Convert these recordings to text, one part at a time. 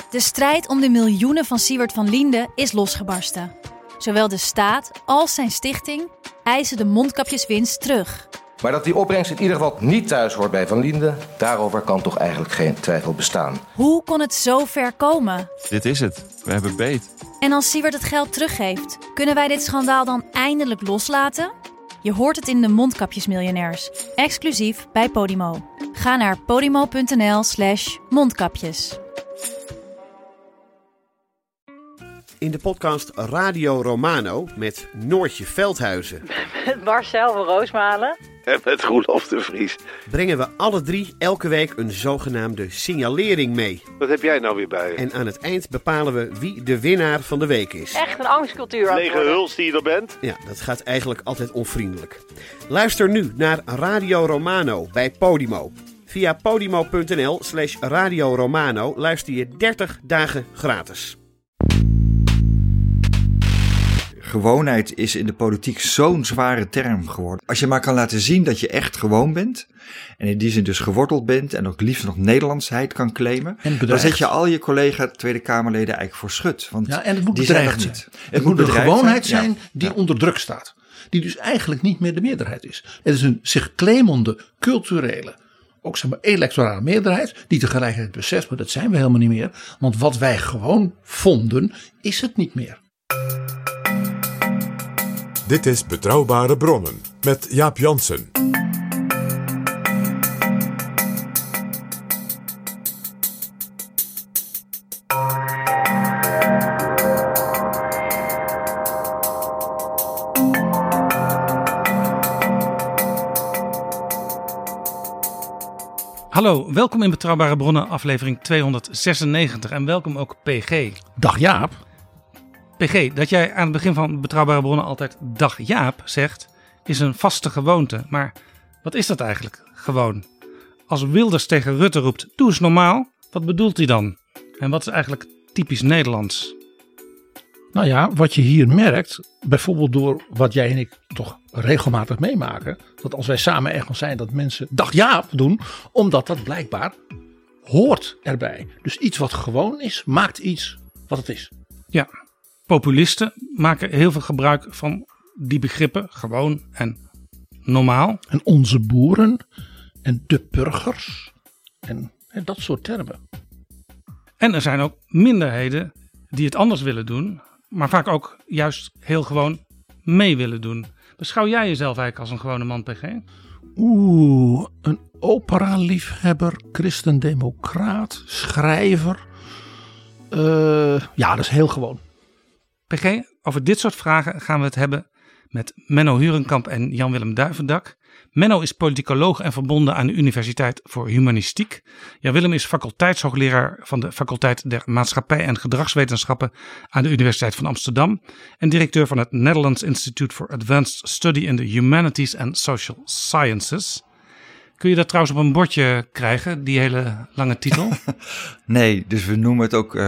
De strijd om de miljoenen van Siewert van Liende is losgebarsten. Zowel de staat als zijn stichting eisen de mondkapjeswinst terug. Maar dat die opbrengst in ieder geval niet thuis hoort bij Van Liende, daarover kan toch eigenlijk geen twijfel bestaan. Hoe kon het zo ver komen? Dit is het. We hebben beet. En als Siewert het geld teruggeeft, kunnen wij dit schandaal dan eindelijk loslaten? Je hoort het in de Mondkapjesmiljonairs, exclusief bij Podimo. Ga naar podimo.nl/mondkapjes. In de podcast Radio Romano met Noortje Veldhuizen. Met Marcel van Roosmalen. En met Roelof de Vries. Brengen we alle drie elke week een zogenaamde signalering mee. Wat heb jij nou weer bij je? En aan het eind bepalen we wie de winnaar van de week is. Echt een angstcultuur. Lege huls die je er bent? Ja, dat gaat eigenlijk altijd onvriendelijk. Luister nu naar Radio Romano bij Podimo. Via podimo.nl/Radio Romano luister je 30 dagen gratis. Gewoonheid is in de politiek zo'n zware term geworden. Als je maar kan laten zien dat je echt gewoon bent, en in die zin dus geworteld bent en ook liefst nog Nederlandsheid kan claimen, dan zet je al je collega Tweede Kamerleden eigenlijk voor schut. Want ja, en het moet die bedreigd zijn zijn. niet. Het moet een gewoonheid zijn die ja. onder druk staat. Die dus eigenlijk niet meer de meerderheid is. Het is een zich claimende culturele, ook zeg maar electorale meerderheid, die tegelijkertijd beseft, maar dat zijn we helemaal niet meer. Want wat wij gewoon vonden, is het niet meer. Dit is Betrouwbare Bronnen met Jaap Jansen. Hallo, welkom in Betrouwbare Bronnen, aflevering 296 en welkom ook PG. Dag Jaap. PG, dat jij aan het begin van Betrouwbare Bronnen altijd dag Jaap zegt, is een vaste gewoonte. Maar wat is dat eigenlijk, gewoon? Als Wilders tegen Rutte roept, doe eens normaal, wat bedoelt hij dan? En wat is eigenlijk typisch Nederlands? Nou ja, wat je hier merkt, bijvoorbeeld door wat jij en ik toch regelmatig meemaken, dat als wij samen ergens zijn dat mensen dag Jaap doen, omdat dat blijkbaar hoort erbij. Dus iets wat gewoon is, maakt iets wat het is. Ja, populisten maken heel veel gebruik van die begrippen, gewoon en normaal. En onze boeren en de burgers en dat soort termen. En er zijn ook minderheden die het anders willen doen, maar vaak ook juist heel gewoon mee willen doen. Beschouw jij jezelf eigenlijk als een gewone man, PG? Een opera-liefhebber, christendemocraat, schrijver. Ja, dat is heel gewoon. PG, over dit soort vragen gaan we het hebben met Menno Hurenkamp en Jan-Willem Duivendak. Menno is politicoloog en verbonden aan de Universiteit voor Humanistiek. Jan-Willem is faculteitshoogleraar van de faculteit der Maatschappij- en Gedragswetenschappen aan de Universiteit van Amsterdam en directeur van het Netherlands Institute for Advanced Study in the Humanities and Social Sciences. Kun je dat trouwens op een bordje krijgen, die hele lange titel? Nee, dus we noemen het ook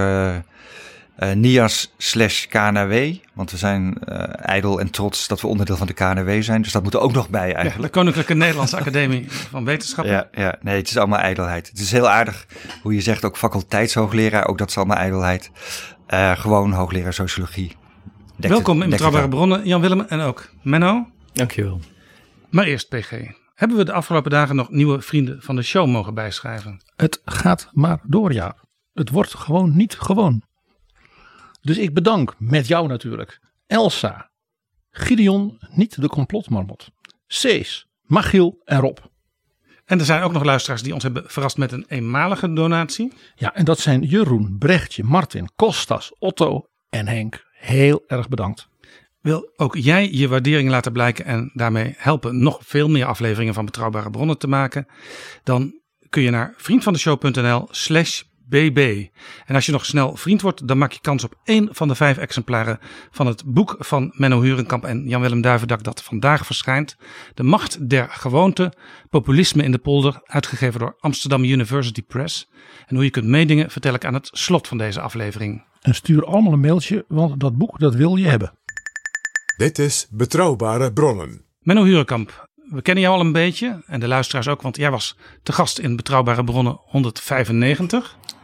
NIAS/KNW, want we zijn ijdel en trots dat we onderdeel van de KNW zijn. Dus dat moet er ook nog bij eigenlijk. Ja, de Koninklijke Nederlandse Academie van Wetenschappen. Ja, nee, het is allemaal ijdelheid. Het is heel aardig hoe je zegt ook faculteitshoogleraar, ook dat is allemaal ijdelheid. Gewoon hoogleraar sociologie. Welkom in Betrouwbare Bronnen, Jan-Willem en ook Menno. Dankjewel. Maar eerst PG. Hebben we de afgelopen dagen nog nieuwe vrienden van de show mogen bijschrijven? Het gaat maar door, Jaap. Het wordt gewoon niet gewoon. Dus ik bedank met jou natuurlijk Elsa, Gideon, niet de complotmarmot, Cees, Machiel en Rob. En er zijn ook nog luisteraars die ons hebben verrast met een eenmalige donatie. Ja, en dat zijn Jeroen, Brechtje, Martin, Kostas, Otto en Henk. Heel erg bedankt. Wil ook jij je waardering laten blijken en daarmee helpen nog veel meer afleveringen van Betrouwbare Bronnen te maken? Dan kun je naar vriendvandeshow.nl/bb. En als je nog snel vriend wordt, dan maak je kans op 1 van de 5 exemplaren van het boek van Menno Hurenkamp en Jan-Willem Duivendak dat vandaag verschijnt. De Macht der Gewoonte, Populisme in de Polder, uitgegeven door Amsterdam University Press. En hoe je kunt meedingen vertel ik aan het slot van deze aflevering. En stuur allemaal een mailtje, want dat boek dat wil je hebben. Dit is Betrouwbare Bronnen. Menno Hurenkamp, we kennen jou al een beetje en de luisteraars ook, want jij was te gast in Betrouwbare Bronnen 195.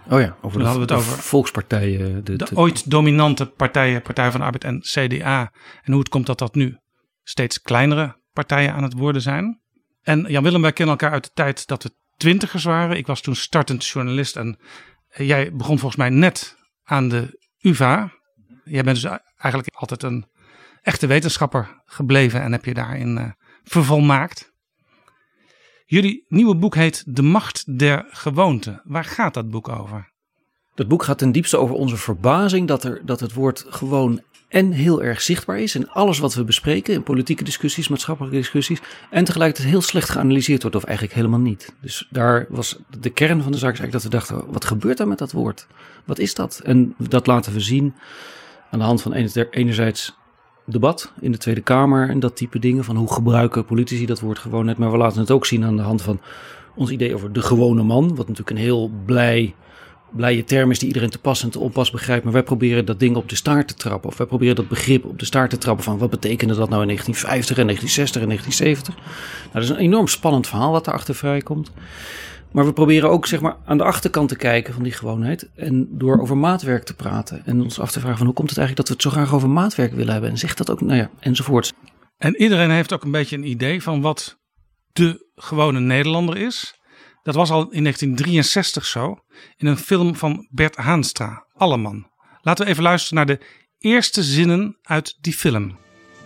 Oh ja, over Toen hadden we het over volkspartijen. De ooit dominante partijen, Partij van de Arbeid en CDA. En hoe het komt dat nu steeds kleinere partijen aan het worden zijn. En Jan-Willem, wij kennen elkaar uit de tijd dat we 20ers waren. Ik was toen startend journalist en jij begon volgens mij net aan de UvA. Jij bent dus eigenlijk altijd een echte wetenschapper gebleven en heb je daarin vervolmaakt. Jullie nieuwe boek heet De Macht der Gewoonte. Waar gaat dat boek over? Dat boek gaat ten diepste over onze verbazing dat het woord gewoon en heel erg zichtbaar is in alles wat we bespreken, in politieke discussies, maatschappelijke discussies, en tegelijkertijd heel slecht geanalyseerd wordt of eigenlijk helemaal niet. Dus daar was de kern van de zaak is eigenlijk dat we dachten, wat gebeurt er met dat woord? Wat is dat? En dat laten we zien aan de hand van enerzijds debat in de Tweede Kamer en dat type dingen, van hoe gebruiken politici dat woord gewoonheid, maar we laten het ook zien aan de hand van ons idee over de gewone man, wat natuurlijk een heel blije term is die iedereen te pas en te onpas begrijpt, maar wij proberen dat ding op de staart te trappen, of wij proberen dat begrip op de staart te trappen van wat betekende dat nou in 1950 en 1960 en 1970. Nou, dat is een enorm spannend verhaal wat daarachter vrijkomt. Maar we proberen ook zeg maar aan de achterkant te kijken van die gewoonheid en door over maatwerk te praten en ons af te vragen van hoe komt het eigenlijk dat we het zo graag over maatwerk willen hebben en zegt dat ook, nou ja, enzovoorts. En iedereen heeft ook een beetje een idee van wat de gewone Nederlander is. Dat was al in 1963 zo in een film van Bert Haanstra, Alleman. Laten we even luisteren naar de eerste zinnen uit die film.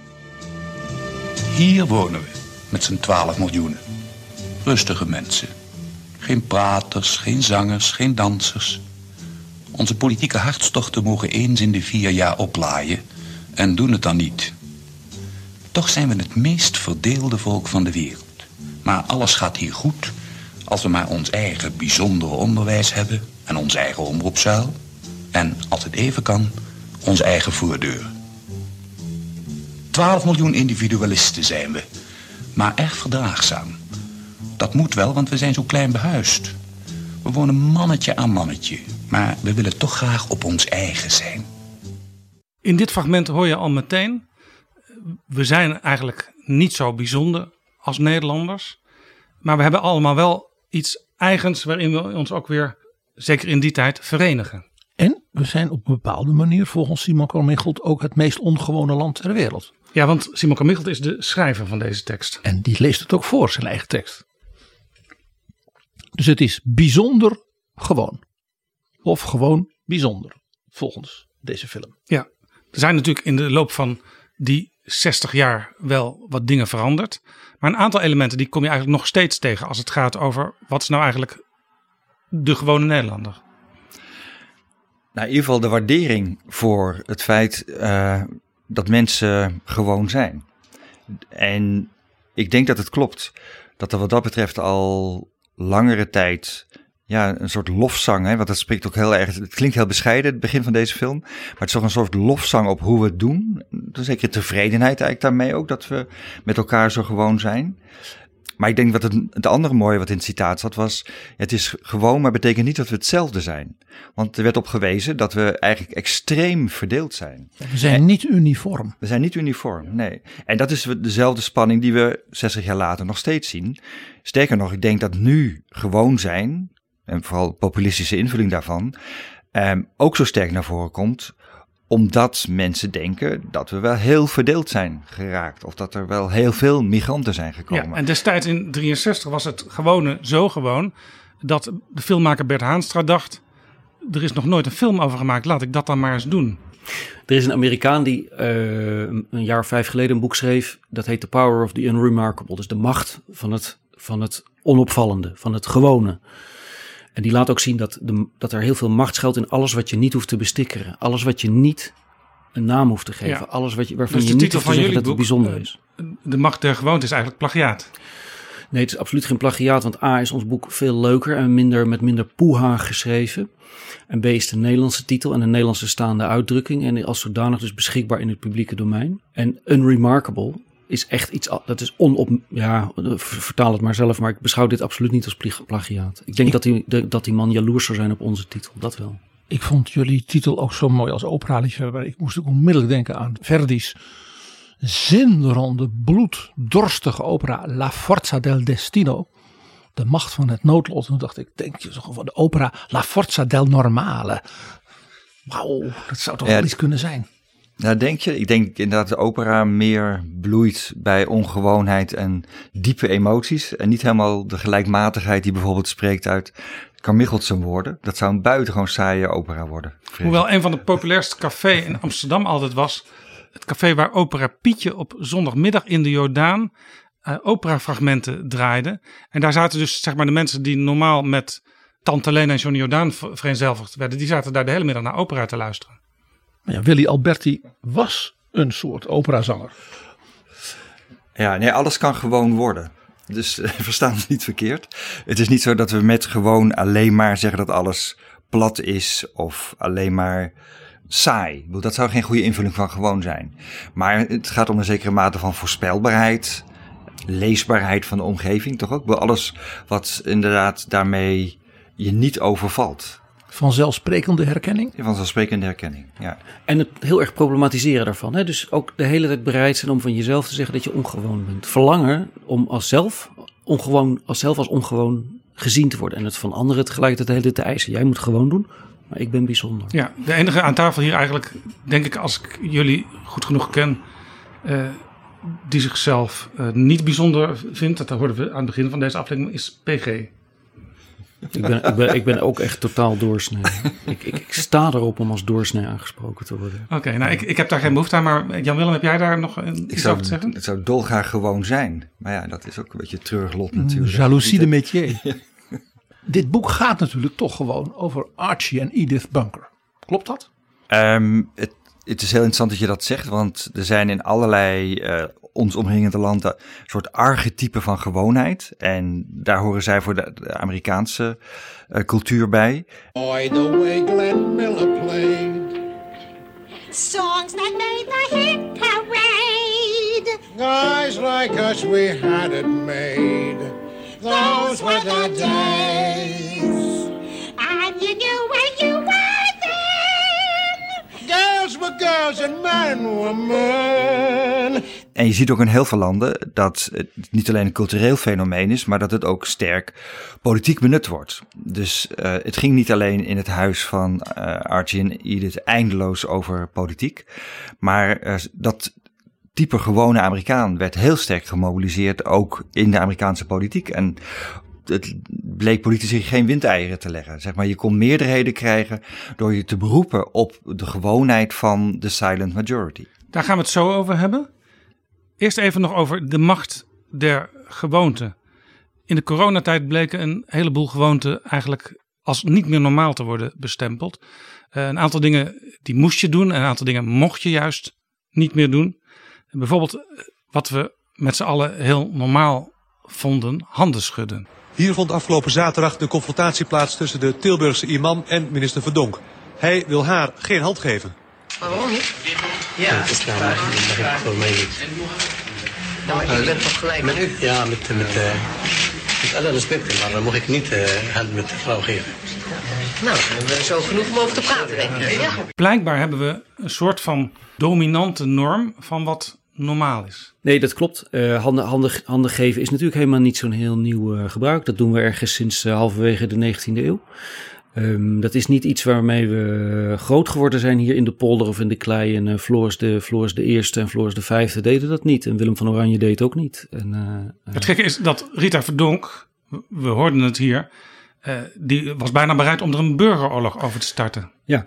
Hier wonen we met z'n 12 miljoen. Rustige mensen. Geen praters, geen zangers, geen dansers. Onze politieke hartstochten mogen eens in de 4 jaar oplaaien en doen het dan niet. Toch zijn we het meest verdeelde volk van de wereld. Maar alles gaat hier goed als we maar ons eigen bijzondere onderwijs hebben en onze eigen omroepzuil. En als het even kan, onze eigen voordeur. 12 miljoen individualisten zijn we, maar erg verdraagzaam. Dat moet wel, want we zijn zo klein behuisd. We wonen mannetje aan mannetje, maar we willen toch graag op ons eigen zijn. In dit fragment hoor je al meteen, we zijn eigenlijk niet zo bijzonder als Nederlanders. Maar we hebben allemaal wel iets eigens waarin we ons ook weer, zeker in die tijd, verenigen. En we zijn op een bepaalde manier volgens Simon Carmichaelt ook het meest ongewone land ter wereld. Ja, want Simon Carmichaelt is de schrijver van deze tekst. En die leest het ook voor, zijn eigen tekst. Dus het is bijzonder gewoon. Of gewoon bijzonder, volgens deze film. Ja, er zijn natuurlijk in de loop van die 60 jaar wel wat dingen veranderd. Maar een aantal elementen die kom je eigenlijk nog steeds tegen als het gaat over wat is nou eigenlijk de gewone Nederlander. Nou, in ieder geval de waardering voor het feit dat mensen gewoon zijn. En ik denk dat het klopt dat er wat dat betreft al langere tijd een soort lofzang, want dat spreekt ook heel erg, het klinkt heel bescheiden, het begin van deze film, maar het is toch een soort lofzang op hoe we het doen. Een zekere tevredenheid eigenlijk daarmee ook, dat we met elkaar zo gewoon zijn. Maar ik denk dat het andere mooie wat in het citaat zat was, het is gewoon, maar betekent niet dat we hetzelfde zijn. Want er werd op gewezen dat we eigenlijk extreem verdeeld zijn. We zijn niet uniform. We zijn niet uniform, nee. En dat is dezelfde spanning die we 60 jaar later nog steeds zien. Sterker nog, ik denk dat nu gewoon zijn, en vooral populistische invulling daarvan, ook zo sterk naar voren komt, omdat mensen denken dat we wel heel verdeeld zijn geraakt. Of dat er wel heel veel migranten zijn gekomen. Ja, en destijds in 1963 was het gewone zo gewoon dat de filmmaker Bert Haanstra dacht, er is nog nooit een film over gemaakt, laat ik dat dan maar eens doen. Er is een Amerikaan die een jaar of 5 geleden een boek schreef, dat heet The Power of the Unremarkable. Dus de macht van het onopvallende, van het gewone. En die laat ook zien dat er heel veel macht schuilt in alles wat je niet hoeft te bestikkeren. Alles wat je niet een naam hoeft te geven. Ja. Alles waarvan dus je niet hoeft te zeggen dat het bijzonder is. De macht der gewoonte is eigenlijk plagiaat. Nee, het is absoluut geen plagiaat. Want A is ons boek veel leuker en met minder poeha geschreven. En B is de Nederlandse titel en een Nederlandse staande uitdrukking. En als zodanig dus beschikbaar in het publieke domein. En Unremarkable is echt iets, dat is vertaal het maar zelf, maar ik beschouw dit absoluut niet als plagiaat. Ik denk dat die man jaloers zou zijn op onze titel, dat wel. Ik vond jullie titel ook zo mooi als opera-liefhebber. Ik moest ook onmiddellijk denken aan Verdi's zinderende, bloeddorstige opera La Forza del Destino. de macht van het noodlot. En toen dacht ik, denk je van de opera La Forza del Normale. Wauw, dat zou toch wel iets kunnen zijn. Nou, denk je? Ik denk inderdaad de opera meer bloeit bij ongewoonheid en diepe emoties. En niet helemaal de gelijkmatigheid die bijvoorbeeld spreekt uit Carmichael zijn woorden. Dat zou een buitengewoon saaie opera worden. Hoewel een van de populairste cafés in Amsterdam altijd was het café waar opera Pietje op zondagmiddag in de Jordaan operafragmenten draaide. En daar zaten dus zeg maar de mensen die normaal met Tante Lena en Johnny Jordaan vereenzelvigd werden. Die zaten daar de hele middag naar opera te luisteren. Ja, Willy Alberti was een soort operazanger. Ja, nee, alles kan gewoon worden. Dus verstaan we niet verkeerd. Het is niet zo dat we met gewoon alleen maar zeggen dat alles plat is of alleen maar saai. Dat zou geen goede invulling van gewoon zijn. Maar het gaat om een zekere mate van voorspelbaarheid, leesbaarheid van de omgeving, toch ook? Alles wat inderdaad daarmee je niet overvalt. Vanzelfsprekende herkenning? Ja, vanzelfsprekende herkenning, ja. En het heel erg problematiseren daarvan. Hè? Dus ook de hele tijd bereid zijn om van jezelf te zeggen dat je ongewoon bent. Verlangen om als zelf als ongewoon gezien te worden. En het van anderen tegelijkertijd de hele tijd te eisen. Jij moet gewoon doen, maar ik ben bijzonder. Ja, de enige aan tafel hier eigenlijk, denk ik, als ik jullie goed genoeg ken, die zichzelf niet bijzonder vindt, dat hoorden we aan het begin van deze aflevering, is PG. Ik ben ook echt totaal doorsnee. Ik sta erop om als doorsnee aangesproken te worden. Oké, nou ik heb daar geen behoefte aan, maar Jan-Willem, heb jij daar nog iets over te zeggen? Het zou dolgraag gewoon zijn. Maar ja, dat is ook een beetje een treurig lot natuurlijk. Jalousie de métier. Dit boek gaat natuurlijk toch gewoon over Archie en Edith Bunker. Klopt dat? Het is heel interessant dat je dat zegt, want er zijn in allerlei ons omringende landen een soort archetypen van gewoonheid. En daar horen zij voor de Amerikaanse cultuur bij. Boy, the way Glenn Miller played songs that made the hit parade. Guys like us, we had it made. Those were the days. And you knew where you were then. Girls were girls and men were men. En je ziet ook in heel veel landen dat het niet alleen een cultureel fenomeen is, maar dat het ook sterk politiek benut wordt. Dus het ging niet alleen in het huis van Archie en Edith eindeloos over politiek, maar dat type gewone Amerikaan werd heel sterk gemobiliseerd ook in de Amerikaanse politiek. En het bleek politici geen windeieren te leggen. Zeg maar, je kon meerderheden krijgen door je te beroepen op de gewoonheid van de silent majority. Daar gaan we het zo over hebben. Eerst even nog over de macht der gewoonte. In de coronatijd bleken een heleboel gewoonten eigenlijk als niet meer normaal te worden bestempeld. Een aantal dingen die moest je doen en een aantal dingen mocht je juist niet meer doen. Bijvoorbeeld wat we met z'n allen heel normaal vonden, handen schudden. Hier vond afgelopen zaterdag de confrontatie plaats tussen de Tilburgse imam en minister Verdonk. Hij wil haar geen hand geven. Maar waarom niet? Ja, dat is namelijk voor mij niet. Ja, maar ik ben toch gelijk met u? Ja, met alle respect, maar dan mag ik niet hand met de vrouw geven. Nou, dan hebben we zo genoeg om over te praten, denk ik. Ja. Blijkbaar hebben we een soort van dominante norm van wat normaal is. Nee, dat klopt. Handen geven is natuurlijk helemaal niet zo'n heel nieuw gebruik. Dat doen we ergens sinds halverwege de 19e eeuw. Dat is niet iets waarmee we groot geworden zijn hier in de polder of in de klei. En Floris de Eerste en Floris de Vijfde deden dat niet. En Willem van Oranje deed ook niet. Het gekke is dat Rita Verdonk, we hoorden het hier, die was bijna bereid om er een burgeroorlog over te starten. Ja,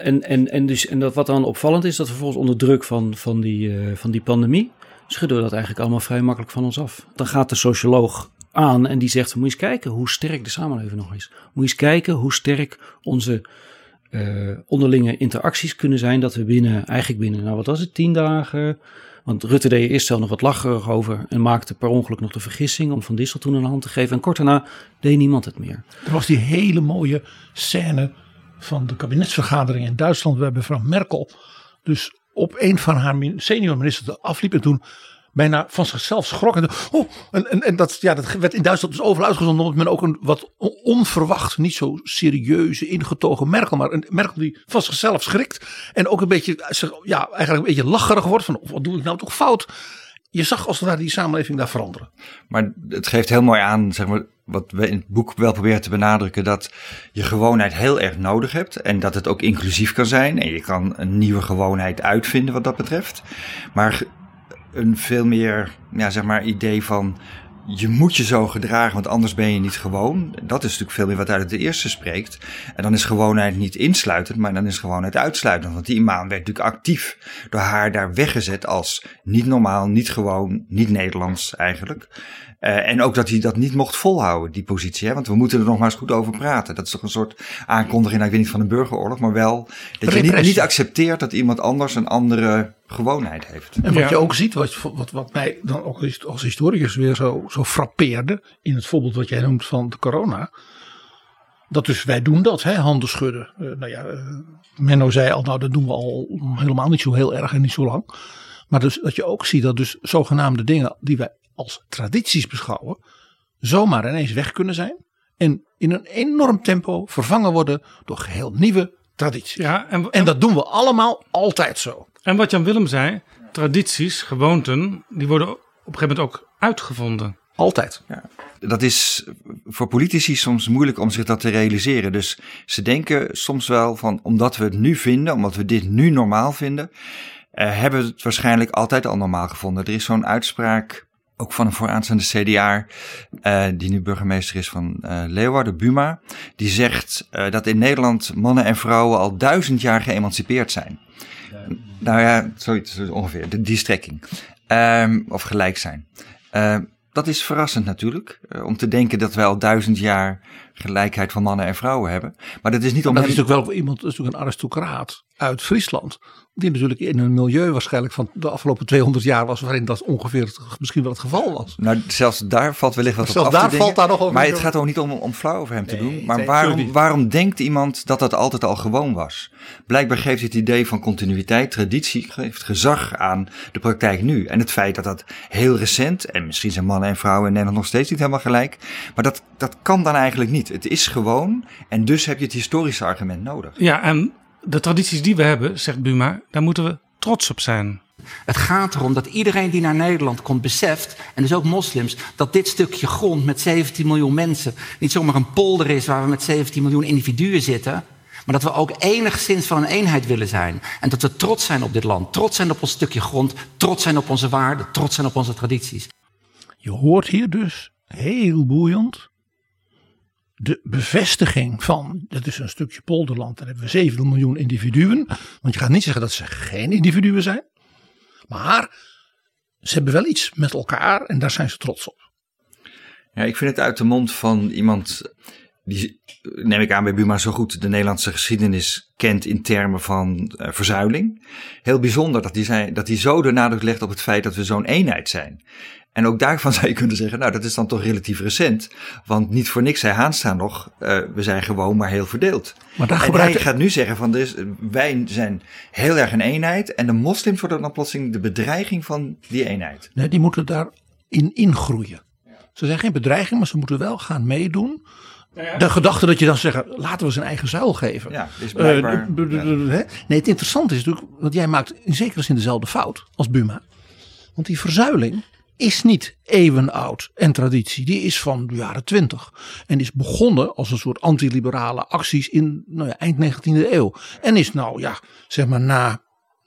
en dat wat dan opvallend is, dat vervolgens onder druk van die pandemie schudden we dat eigenlijk allemaal vrij makkelijk van ons af. Dan gaat de socioloog aan en die zegt, moet je eens kijken hoe sterk de samenleving nog is. Moet je eens kijken hoe sterk onze onderlinge interacties kunnen zijn, dat we binnen, nou wat was het, 10 dagen... Want Rutte deed er eerst zelf nog wat lacherig over en maakte per ongeluk nog de vergissing om Van Dissel toen een hand te geven. En kort daarna deed niemand het meer. Er was die hele mooie scène van de kabinetsvergadering in Duitsland, waarbij mevrouw Merkel dus op een van haar senior ministers afliep en toen bijna van zichzelf schrok. En dat werd in Duitsland dus overal uitgezonden, omdat men ook een wat onverwacht, niet zo serieuze, ingetogen Merkel, maar een Merkel die van zichzelf schrikt en ook een beetje, eigenlijk een beetje lacherig wordt van, wat doe ik nou toch fout? je zag als het ware die samenleving daar veranderen. Maar het geeft heel mooi aan, zeg maar, wat we in het boek wel proberen te benadrukken, dat je gewoonheid heel erg nodig hebt en dat het ook inclusief kan zijn. En je kan een nieuwe gewoonheid uitvinden wat dat betreft. Maar een veel meer, zeg maar, idee van je moet je zo gedragen, want anders ben je niet gewoon. Dat is natuurlijk veel meer wat uit de eerste spreekt. En dan is gewoonheid niet insluitend, maar dan is gewoonheid uitsluitend. Want die imam werd natuurlijk actief door haar daar weggezet als niet normaal, niet gewoon, niet Nederlands eigenlijk. En ook dat hij dat niet mocht volhouden, die positie. Hè? Want we moeten er nog maar eens goed over praten. Dat is toch een soort aankondiging, ik weet niet van een burgeroorlog, maar wel dat je niet accepteert dat iemand anders een andere gewoonheid heeft. En wat je ook ziet, wat mij dan ook als historicus weer zo frappeerde in het voorbeeld wat jij noemt van de corona. Dat dus wij doen dat, hè, handen schudden. Menno zei al, nou dat doen we al helemaal niet zo heel erg en niet zo lang. Maar dus dat je ook ziet dat dus zogenaamde dingen die wij als tradities beschouwen, zomaar ineens weg kunnen zijn. En in een enorm tempo vervangen worden door geheel nieuwe tradities. Ja, en dat doen we allemaal altijd zo. En wat Jan Willem zei, tradities, gewoonten, die worden op een gegeven moment ook uitgevonden. Altijd. Ja. Dat is voor politici soms moeilijk om zich dat te realiseren. Dus ze denken soms wel van, omdat we het nu vinden, omdat we dit nu normaal vinden, hebben we het waarschijnlijk altijd al normaal gevonden. Er is zo'n uitspraak, ook van een vooraanstaande CDA, die nu burgemeester is van Leeuwarden, Buma. Die zegt dat in Nederland mannen en vrouwen al 1000 jaar geëmancipeerd zijn. Nou ja, zoiets ongeveer, die strekking. Of gelijk zijn. Dat is verrassend natuurlijk, om te denken dat wij al 1000 jaar gelijkheid van mannen en vrouwen hebben. Maar dat is niet om. Dat is natuurlijk wel iemand, dat is natuurlijk een aristocraat uit Friesland. Die natuurlijk in een milieu waarschijnlijk van de afgelopen 200 jaar was, waarin dat ongeveer misschien wel het geval was. Nou, zelfs daar valt wellicht wat op af te dingen. Valt daar nog over. Maar het gaat ook niet om flauw over hem te doen. Maar waarom denkt iemand dat dat altijd al gewoon was? Blijkbaar geeft het idee van continuïteit, traditie, geeft gezag aan de praktijk nu. En het feit dat dat heel recent, en misschien zijn mannen en vrouwen in Nederland nog steeds niet helemaal gelijk, maar dat kan dan eigenlijk niet. Het is gewoon en dus heb je het historische argument nodig. Ja, en de tradities die we hebben, zegt Buma, daar moeten we trots op zijn. Het gaat erom dat iedereen die naar Nederland komt beseft, en dus ook moslims, dat dit stukje grond met 17 miljoen mensen niet zomaar een polder is waar we met 17 miljoen individuen zitten, maar dat we ook enigszins van een eenheid willen zijn. En dat we trots zijn op dit land, trots zijn op ons stukje grond, trots zijn op onze waarden, trots zijn op onze tradities. Je hoort hier dus, heel boeiend, de bevestiging van, dat is een stukje polderland, daar hebben we 7 miljoen individuen. Want je gaat niet zeggen dat ze geen individuen zijn. Maar ze hebben wel iets met elkaar en daar zijn ze trots op. Ja, ik vind het uit de mond van iemand die, neem ik aan bij Buma, zo goed de Nederlandse geschiedenis kent in termen van verzuiling. Heel bijzonder dat hij zo de nadruk legt op het feit dat we zo'n eenheid zijn. En ook daarvan zou je kunnen zeggen, nou dat is dan toch relatief recent. Want niet voor niks zei Haanstra nog, we zijn gewoon maar heel verdeeld. Maar hij gaat nu zeggen van wij zijn heel erg een eenheid. En de moslims worden dan plotseling de bedreiging van die eenheid. Nee, die moeten daarin ingroeien. Ze zijn geen bedreiging, maar ze moeten wel gaan meedoen. De gedachte dat je dan zegt, laten we zijn eigen zuil geven. Ja, is blijkbaar, Nee, het interessante is natuurlijk, want jij maakt in zekere zin dezelfde fout als Buma. Want die verzuiling is niet eeuwenoud en traditie. Die is van de jaren 20. En is begonnen als een soort antiliberale acties in eind 19e eeuw. En is zeg maar na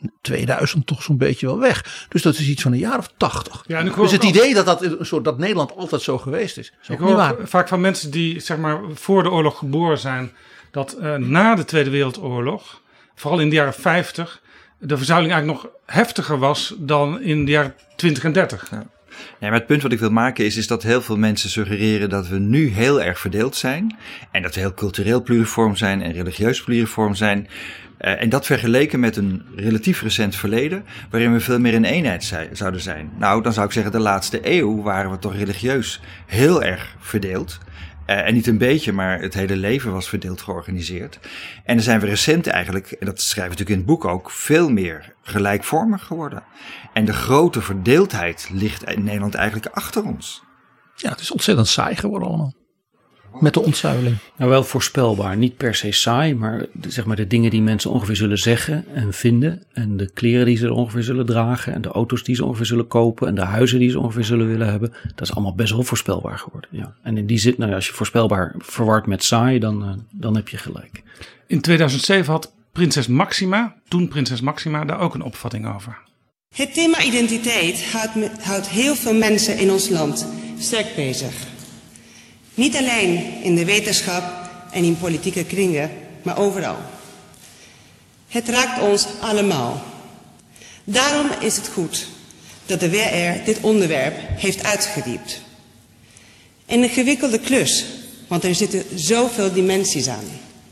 2000 toch zo'n beetje wel weg. Dus dat is iets van een jaar of 80. Ja, dus het idee dat Nederland altijd zo geweest is ik hoor vaak van mensen die zeg maar voor de oorlog geboren zijn, dat na de Tweede Wereldoorlog, vooral in de jaren 50, de verzuiling eigenlijk nog heftiger was dan in de jaren 20 en 30. Ja. Ja, maar het punt wat ik wil maken is dat heel veel mensen suggereren dat we nu heel erg verdeeld zijn. En dat we heel cultureel pluriform zijn en religieus pluriform zijn. En dat vergeleken met een relatief recent verleden, waarin we veel meer een eenheid zouden zijn. Nou, dan zou ik zeggen, de laatste eeuw waren we toch religieus heel erg verdeeld. En niet een beetje, maar het hele leven was verdeeld georganiseerd. En dan zijn we recent eigenlijk, en dat schrijven we natuurlijk in het boek ook, veel meer gelijkvormig geworden. En de grote verdeeldheid ligt in Nederland eigenlijk achter ons. Ja, het is ontzettend saai geworden allemaal. met de ontzuiling? Nou, wel voorspelbaar. Niet per se saai, maar de dingen die mensen ongeveer zullen zeggen en vinden. En de kleren die ze ongeveer zullen dragen. En de auto's die ze ongeveer zullen kopen. En de huizen die ze ongeveer zullen willen hebben. Dat is allemaal best wel voorspelbaar geworden. Ja. En in die zin, als je voorspelbaar verward met saai, dan heb je gelijk. In 2007 had prinses Maxima, daar ook een opvatting over. Het thema identiteit houdt heel veel mensen in ons land sterk bezig. Niet alleen in de wetenschap en in politieke kringen, maar overal. Het raakt ons allemaal. Daarom is het goed dat de WR dit onderwerp heeft uitgediept. Een ingewikkelde klus, want er zitten zoveel dimensies aan.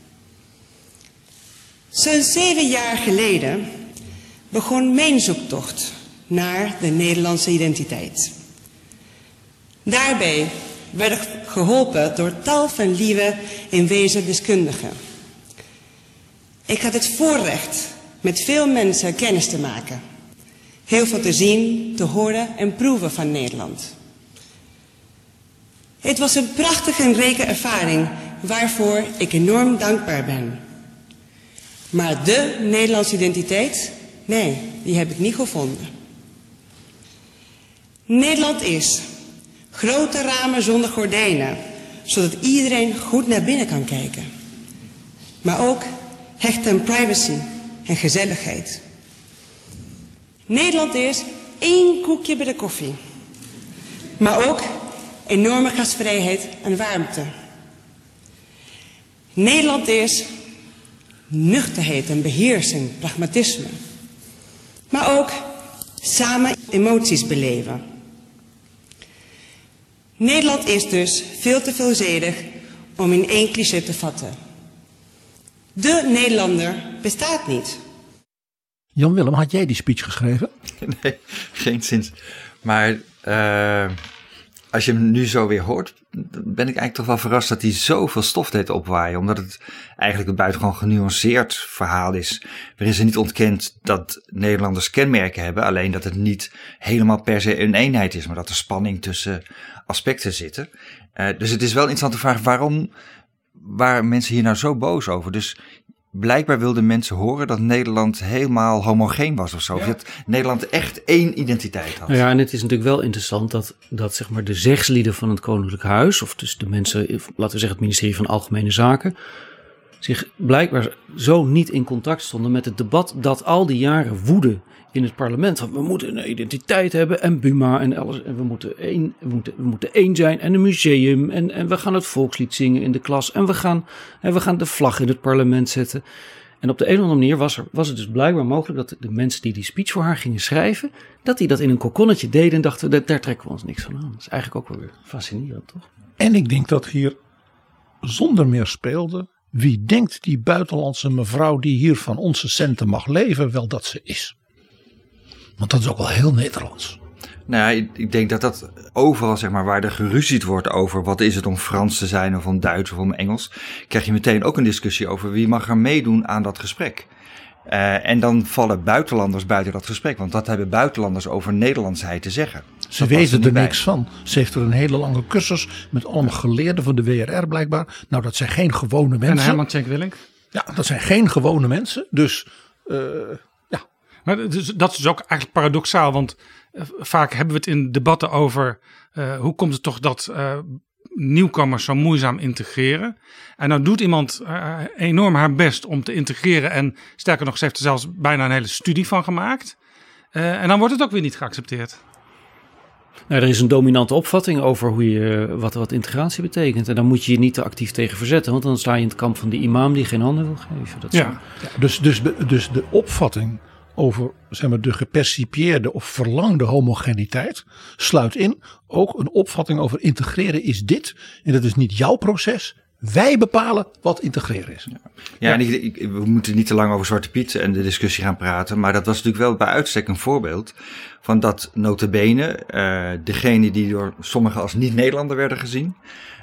Zo'n 7 jaar geleden begon mijn zoektocht naar de Nederlandse identiteit. Daarbij werd ik geholpen door tal van lieve en wijze deskundigen. Ik had het voorrecht met veel mensen kennis te maken. Heel veel te zien, te horen en proeven van Nederland. Het was een prachtige en rijke ervaring waarvoor ik enorm dankbaar ben. Maar de Nederlandse identiteit, nee, die heb ik niet gevonden. Nederland is grote ramen zonder gordijnen, zodat iedereen goed naar binnen kan kijken. Maar ook hecht aan privacy en gezelligheid. Nederland is 1 koekje bij de koffie. Maar ook enorme gastvrijheid en warmte. Nederland is nuchterheid en beheersing, pragmatisme. Maar ook samen emoties beleven. Nederland is dus veel te veelzijdig om in 1 cliché te vatten. De Nederlander bestaat niet. Jan-Willem, had jij die speech geschreven? Nee, geen zins. Maar als je hem nu zo weer hoort, ben ik eigenlijk toch wel verrast dat hij zoveel stof deed opwaaien. Omdat het eigenlijk een buitengewoon genuanceerd verhaal is. Waarin ze niet ontkent dat Nederlanders kenmerken hebben. Alleen dat het niet helemaal per se een eenheid is. Maar dat er spanning tussen aspecten zitten. Dus het is wel een interessante vraag. Waarom waren mensen hier nou zo boos over? Dus blijkbaar wilden mensen horen dat Nederland helemaal homogeen was of zo. Ja. Of dat Nederland echt 1 identiteit had. Ja, en het is natuurlijk wel interessant dat zeg maar de zegslieden van het Koninklijk Huis, of dus de mensen, laten we zeggen het ministerie van Algemene Zaken, zich blijkbaar zo niet in contact stonden met het debat dat al die jaren woedde in het parlement. Want we moeten een identiteit hebben en Buma en alles. En we moeten één zijn en een museum. En we gaan het volkslied zingen in de klas. En we gaan de vlag in het parlement zetten. En op de een of andere manier was het dus blijkbaar mogelijk dat de mensen die speech voor haar gingen schrijven, dat die dat in een kokonnetje deden en dachten, daar trekken we ons niks van aan. Dat is eigenlijk ook wel weer fascinerend, toch? En ik denk dat hier zonder meer speelde, wie denkt die buitenlandse mevrouw die hier van onze centen mag leven wel dat ze is? Want dat is ook wel heel Nederlands. Nou ja, ik denk dat overal, zeg maar, waar er geruzied wordt over wat is het om Frans te zijn of om Duits of om Engels, krijg je meteen ook een discussie over wie mag er meedoen aan dat gesprek. En dan vallen buitenlanders buiten dat gesprek, want dat hebben buitenlanders over Nederlandsheid te zeggen. Ze weten er niks van. Ze heeft er een hele lange cursus met allemaal geleerden van de WRR blijkbaar. Nou, dat zijn geen gewone mensen. En Herman Tjenk Willink? Ja, dat zijn geen gewone mensen. Dus ja. Maar dat is dus ook eigenlijk paradoxaal, want vaak hebben we het in debatten over hoe komt het toch dat nieuwkomers zo moeizaam integreren. En nou doet iemand enorm haar best om te integreren en sterker nog, ze heeft er zelfs bijna een hele studie van gemaakt. En dan wordt het ook weer niet geaccepteerd. Nou, er is een dominante opvatting over hoe je, wat integratie betekent. En dan moet je je niet te actief tegen verzetten. Want dan sta je in het kamp van die imam die geen handen wil geven. Dat ja, dus de opvatting over, zeg maar, de gepercipieerde of verlangde homogeniteit sluit in. Ook een opvatting over integreren is dit. En dat is niet jouw proces. Wij bepalen wat integreren is. Ja, en we moeten niet te lang over Zwarte Piet en de discussie gaan praten. Maar dat was natuurlijk wel bij uitstek een voorbeeld van dat nota bene degene die door sommigen als niet-Nederlander werden gezien,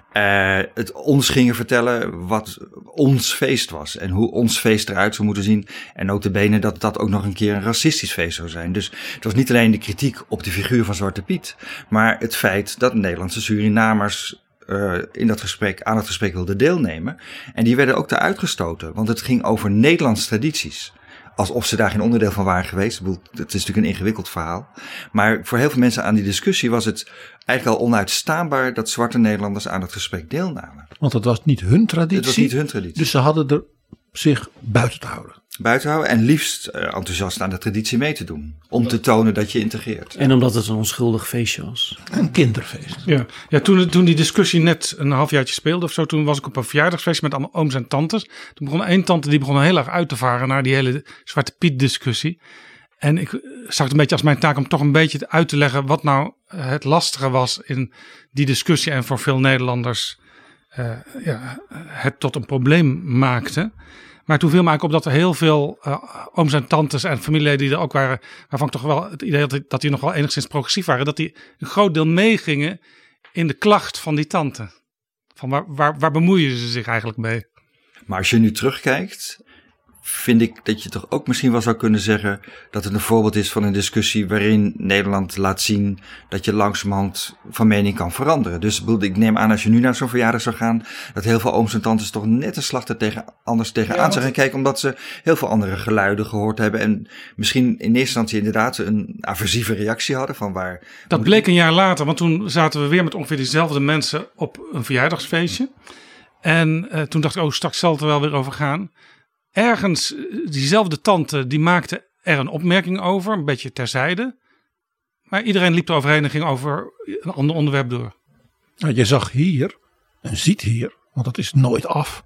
het ons gingen vertellen wat ons feest was. En hoe ons feest eruit zou moeten zien. En nota bene dat dat ook nog een keer een racistisch feest zou zijn. Dus het was niet alleen de kritiek op de figuur van Zwarte Piet, maar het feit dat Nederlandse Surinamers in dat gesprek, aan het gesprek wilden deelnemen. En die werden ook eruit gestoten, want het ging over Nederlandse tradities. Alsof ze daar geen onderdeel van waren geweest. Ik bedoel, het is natuurlijk een ingewikkeld verhaal. Maar voor heel veel mensen aan die discussie was het eigenlijk al onuitstaanbaar dat zwarte Nederlanders aan het gesprek deelnamen. Want het was niet hun traditie. Het was niet hun traditie. Dus ze hadden er zich buiten te houden. Buiten houden en liefst enthousiast aan de traditie mee te doen. Om te tonen dat je integreert. En omdat het een onschuldig feestje was. Een kinderfeest. Ja, toen die discussie net een halfjaartje speelde of zo, toen was ik op een verjaardagsfeest met allemaal ooms en tantes. Toen begon één tante, die begon heel erg uit te varen naar die hele Zwarte Piet discussie. En ik zag het een beetje als mijn taak om toch een beetje uit te leggen wat nou het lastige was in die discussie en voor veel Nederlanders het tot een probleem maakte. Maar toen viel me eigenlijk op dat er heel veel ooms en tantes en familieleden die er ook waren, waarvan ik toch wel het idee had dat die nog wel enigszins progressief waren, dat die een groot deel meegingen in de klacht van die tante. Van waar bemoeien ze zich eigenlijk mee? Maar als je nu terugkijkt, vind ik dat je toch ook misschien wel zou kunnen zeggen dat het een voorbeeld is van een discussie waarin Nederland laat zien dat je langzamerhand van mening kan veranderen. Dus ik neem aan als je nu naar zo'n verjaardag zou gaan, dat heel veel ooms en tantes toch net een slag anders tegenaan zou gaan kijken, omdat ze heel veel andere geluiden gehoord hebben en misschien in eerste instantie inderdaad een aversieve reactie hadden van waar. Dat bleek een jaar later, want toen zaten we weer met ongeveer dezelfde mensen op een verjaardagsfeestje. En toen dacht ik, straks zal het er wel weer over gaan. Ergens, diezelfde tante, die maakte er een opmerking over, een beetje terzijde. Maar iedereen liep er overheen en ging over een ander onderwerp door. Nou, je zag hier, en ziet hier, want dat is nooit af,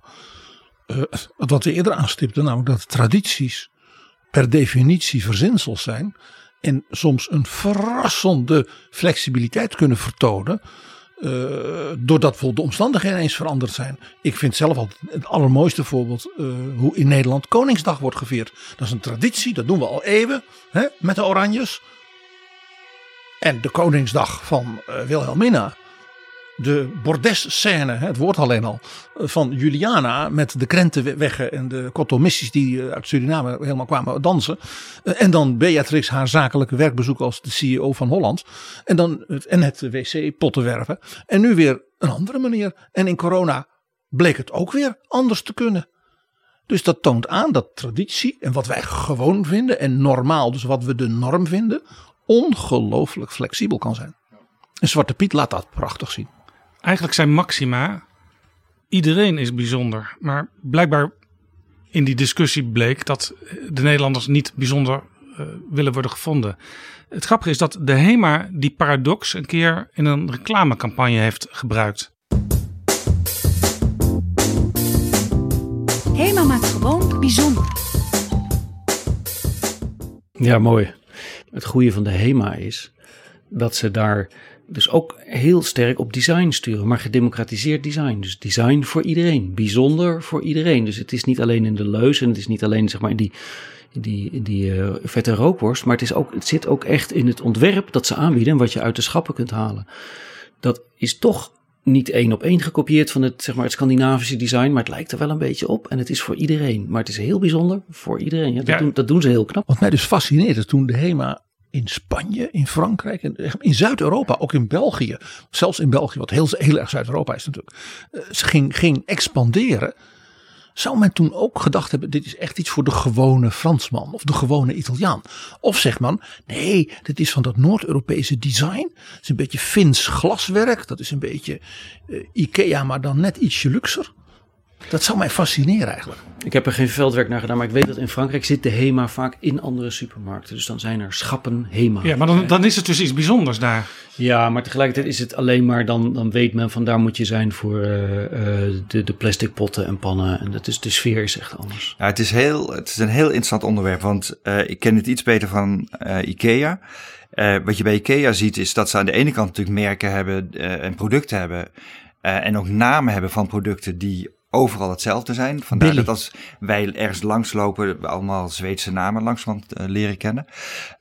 wat we eerder aanstipten, namelijk dat tradities per definitie verzinsels zijn. En soms een verrassende flexibiliteit kunnen vertonen. Doordat bijvoorbeeld de omstandigheden eens veranderd zijn. Ik vind zelf altijd het allermooiste voorbeeld hoe in Nederland Koningsdag wordt gevierd. Dat is een traditie, dat doen we al eeuwen met de Oranjes. En de Koningsdag van Wilhelmina. De bordesscène, het woord alleen al, van Juliana met de krentenweggen en de cotomissies die uit Suriname helemaal kwamen dansen. En dan Beatrix haar zakelijke werkbezoek als de CEO van Holland. En dan het wc-potten werven. En nu weer een andere manier. En in corona bleek het ook weer anders te kunnen. Dus dat toont aan dat traditie en wat wij gewoon vinden en normaal, dus wat we de norm vinden, ongelooflijk flexibel kan zijn. En Zwarte Piet laat dat prachtig zien. Eigenlijk zijn maxima, iedereen is bijzonder. Maar blijkbaar in die discussie bleek dat de Nederlanders niet bijzonder willen worden gevonden. Het grappige is dat de HEMA die paradox een keer in een reclamecampagne heeft gebruikt. HEMA maakt gewoon bijzonder. Ja, mooi. Het goede van de HEMA is dat ze daar dus ook heel sterk op design sturen, maar gedemocratiseerd design. Dus design voor iedereen, bijzonder voor iedereen. Dus het is niet alleen in de leus en het is niet alleen zeg maar in die vette rookworst, maar het zit ook echt in het ontwerp dat ze aanbieden en wat je uit de schappen kunt halen. Dat is toch niet 1 op 1 gekopieerd van het Scandinavische design, maar het lijkt er wel een beetje op en het is voor iedereen. Maar het is heel bijzonder voor iedereen. Ja, dat doen ze heel knap. Wat mij dus fascineert is toen de HEMA in Spanje, in Frankrijk, in Zuid-Europa, ook in België, zelfs in België, wat heel erg Zuid-Europa is natuurlijk, ze ging expanderen. Zou men toen ook gedacht hebben, dit is echt iets voor de gewone Fransman of de gewone Italiaan? Of zegt man, nee, dit is van dat Noord-Europese design. Het is een beetje Fins glaswerk, dat is een beetje Ikea, maar dan net ietsje luxer. Dat zou mij fascineren eigenlijk. Ik heb er geen veldwerk naar gedaan, maar ik weet dat in Frankrijk zit de HEMA vaak in andere supermarkten. Dus dan zijn er schappen HEMA. Ja, maar dan is het dus iets bijzonders daar. Ja, maar tegelijkertijd is het alleen maar, dan weet men van daar moet je zijn voor de plastic potten en pannen. En de sfeer is echt anders. Ja, het is een heel interessant onderwerp, want ik ken het iets beter van Ikea. Wat je bij Ikea ziet is dat ze aan de ene kant natuurlijk merken hebben en producten hebben. En ook namen hebben van producten die overal hetzelfde zijn. Vandaar dat als wij ergens langslopen, we allemaal Zweedse namen langzamerhand leren kennen.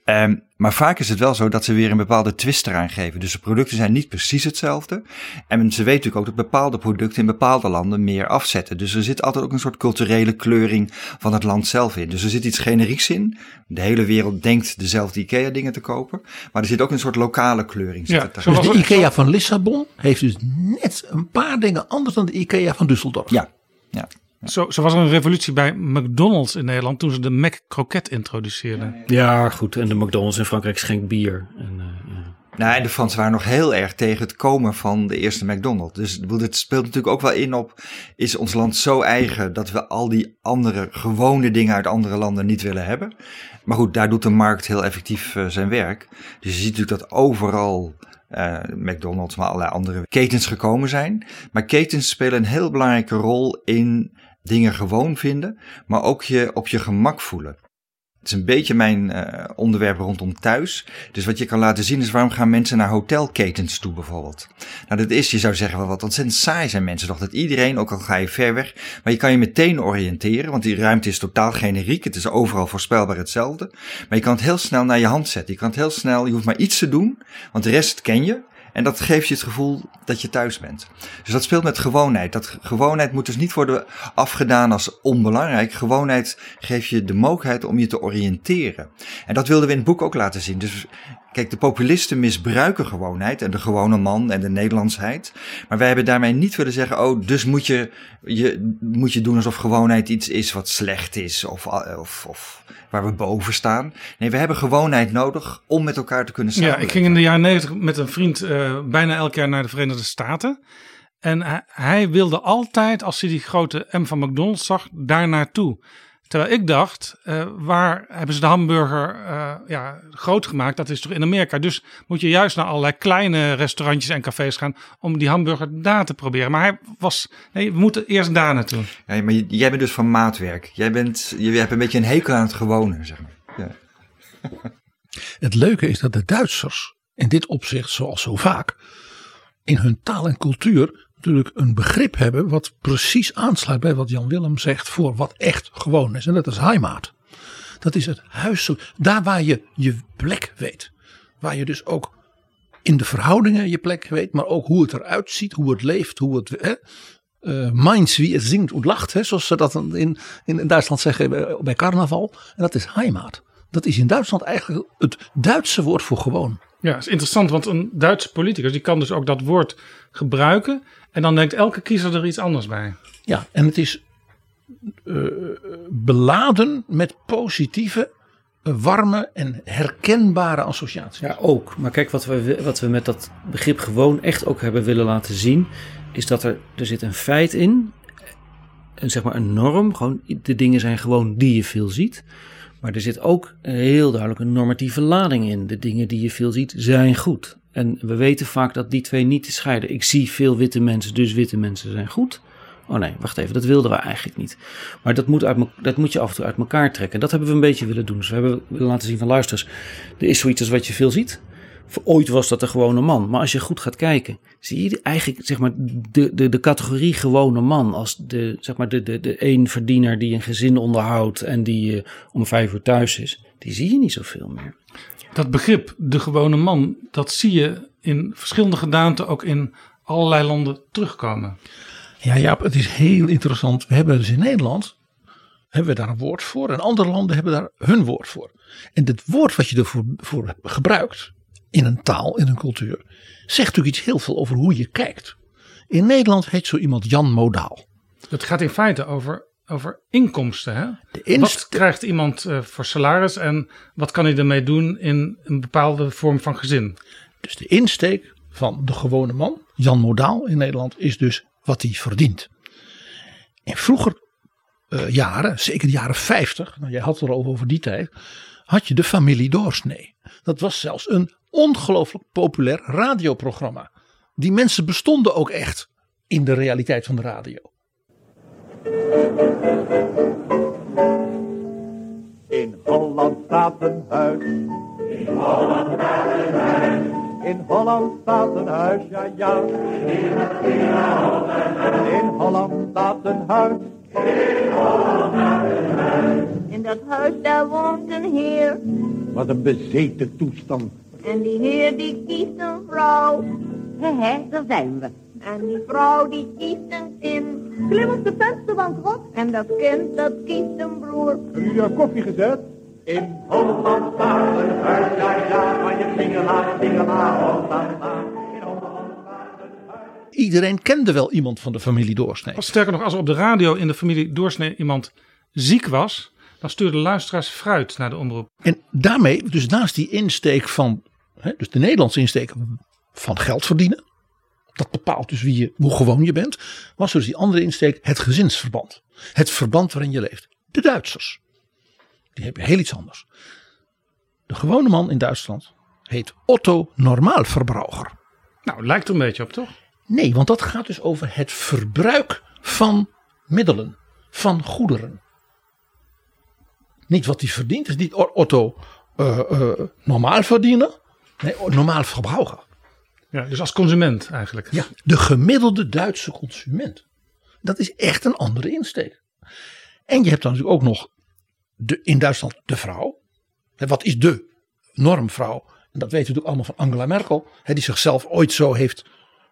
Maar vaak is het wel zo dat ze weer een bepaalde twist eraan geven. Dus de producten zijn niet precies hetzelfde. En ze weten natuurlijk ook dat bepaalde producten in bepaalde landen meer afzetten. Dus er zit altijd ook een soort culturele kleuring van het land zelf in. Dus er zit iets generieks in. De hele wereld denkt dezelfde IKEA dingen te kopen. Maar er zit ook een soort lokale kleuring. Ja, dus de IKEA van Lissabon heeft dus net een paar dingen anders dan de IKEA van Düsseldorf. Ja. Zo was er een revolutie bij McDonald's in Nederland toen ze de Mac-kroket introduceerden. Ja, goed. En de McDonald's in Frankrijk schenkt bier. Nou, en de Fransen waren nog heel erg tegen het komen van de eerste McDonald's. Dus dit speelt natuurlijk ook wel in op, is ons land zo eigen dat we al die andere gewone dingen uit andere landen niet willen hebben. Maar goed, daar doet de markt heel effectief zijn werk. Dus je ziet natuurlijk dat overal McDonald's, maar allerlei andere ketens gekomen zijn. Maar ketens spelen een heel belangrijke rol in dingen gewoon vinden, maar ook je op je gemak voelen. Het is een beetje mijn onderwerp rondom thuis. Dus wat je kan laten zien is, waarom gaan mensen naar hotelketens toe bijvoorbeeld? Nou, dat is, je zou zeggen, wat ontzettend saai zijn mensen toch. Dat iedereen, ook al ga je ver weg, maar je kan je meteen oriënteren, want die ruimte is totaal generiek. Het is overal voorspelbaar hetzelfde. Maar je kan het heel snel naar je hand zetten. Je kan het heel snel, je hoeft maar iets te doen, want de rest ken je. En dat geeft je het gevoel dat je thuis bent. Dus dat speelt met gewoonheid. Dat gewoonheid moet dus niet worden afgedaan als onbelangrijk. Gewoonheid geeft je de mogelijkheid om je te oriënteren. En dat wilden we in het boek ook laten zien. Dus kijk, de populisten misbruiken gewoonheid en de gewone man en de Nederlandsheid. Maar wij hebben daarmee niet willen zeggen, dus moet je doen alsof gewoonheid iets is wat slecht is of waar we boven staan. Nee, we hebben gewoonheid nodig om met elkaar te kunnen samenleven. Ja, ik ging in de jaren 90 met een vriend bijna elk jaar naar de Verenigde Staten. En hij wilde altijd, als hij die grote M van McDonald's zag, daar naartoe. Terwijl ik dacht, waar hebben ze de hamburger groot gemaakt? Dat is toch in Amerika? Dus moet je juist naar allerlei kleine restaurantjes en cafés gaan om die hamburger daar te proberen. Maar we moeten eerst daar naartoe. Ja, maar jij bent dus van maatwerk. Je hebt een beetje een hekel aan het gewone, zeg maar. Ja. Het leuke is dat de Duitsers in dit opzicht, zoals zo vaak, in hun taal en cultuur natuurlijk een begrip hebben wat precies aansluit bij wat Jan Willem zegt voor wat echt gewoon is. En dat is heimat. Dat is het huis, daar waar je je plek weet. Waar je dus ook in de verhoudingen je plek weet, maar ook hoe het eruit ziet, hoe het leeft, hoe het Mainz wie het zingt en lacht, zoals ze dat in Duitsland zeggen bij carnaval. En dat is heimat. Dat is in Duitsland eigenlijk het Duitse woord voor gewoon. Ja, dat is interessant, want een Duitse politicus die kan dus ook dat woord gebruiken. En dan denkt elke kiezer er iets anders bij. Ja, en het is beladen met positieve, warme en herkenbare associaties. Ja, ook. Maar kijk, wat we met dat begrip gewoon echt ook hebben willen laten zien, is dat er zit een feit in, zeg maar een norm. Gewoon, de dingen zijn gewoon die je veel ziet. Maar er zit ook heel duidelijk een normatieve lading in. De dingen die je veel ziet zijn goed. En we weten vaak dat die twee niet te scheiden. Ik zie veel witte mensen, dus witte mensen zijn goed. Oh nee, wacht even, dat wilden we eigenlijk niet. Maar dat moet je af en toe uit elkaar trekken. Dat hebben we een beetje willen doen. Dus we hebben willen laten zien van luister, er is zoiets als wat je veel ziet. Ooit was dat de gewone man. Maar als je goed gaat kijken, zie je eigenlijk zeg maar de categorie gewone man als de eenverdiener die een gezin onderhoudt en die om 5 uur thuis is. Die zie je niet zoveel meer. Dat begrip, de gewone man, dat zie je in verschillende gedaanten ook in allerlei landen terugkomen. Ja, Jaap, het is heel interessant. We hebben dus in Nederland daar een woord voor en andere landen hebben daar hun woord voor. En het woord wat je ervoor gebruikt in een taal, in een cultuur, zegt natuurlijk iets heel veel over hoe je kijkt. In Nederland heet zo iemand Jan Modaal. Het gaat in feite over inkomsten. Hè? Wat krijgt iemand voor salaris en wat kan hij ermee doen in een bepaalde vorm van gezin? Dus de insteek van de gewone man, Jan Modaal in Nederland, is dus wat hij verdient. In vroeger jaren, zeker de jaren 50, jij had het er al over die tijd, had je de familie Doorsnee. Dat was zelfs een ongelooflijk populair radioprogramma. Die mensen bestonden ook echt in de realiteit van de radio. In Holland staat een huis. In Holland staat een huis. In Holland staat een huis, ja ja. In Holland staat een huis. In Holland staat een huis. In de dat huis daar woont een heer. Wat een bezeten toestand. En die heer die kiest een vrouw. Daar zijn we. En die vrouw die kiest een kind. Klim op de vensterbank, Rob. En dat kind dat kiest een broer. Hebben jullie daar koffie gezet? In Holland staat een huis, ja, van je pingela, Iedereen kende wel iemand van de familie Doorsnee. Sterker nog, als er op de radio in de familie Doorsnee iemand ziek was, dan stuurden luisteraars fruit naar de omroep. En daarmee, dus naast die insteek van, dus de Nederlandse insteek van geld verdienen, dat bepaalt dus hoe gewoon je bent, was dus die andere insteek het gezinsverband. Het verband waarin je leeft. De Duitsers, die hebben heel iets anders. De gewone man in Duitsland heet Otto Normalverbraucher. Nou, lijkt er een beetje op, toch? Nee, want dat gaat dus over het verbruik van middelen, van goederen. Niet wat hij verdient, is niet Otto normaal verdienen, nee, normaal verbraucher. Ja, dus als consument eigenlijk. Ja, de gemiddelde Duitse consument. Dat is echt een andere insteek. En je hebt dan natuurlijk ook nog in Duitsland de vrouw. Wat is de normvrouw? En dat weten we natuurlijk allemaal van Angela Merkel. Die zichzelf ooit zo heeft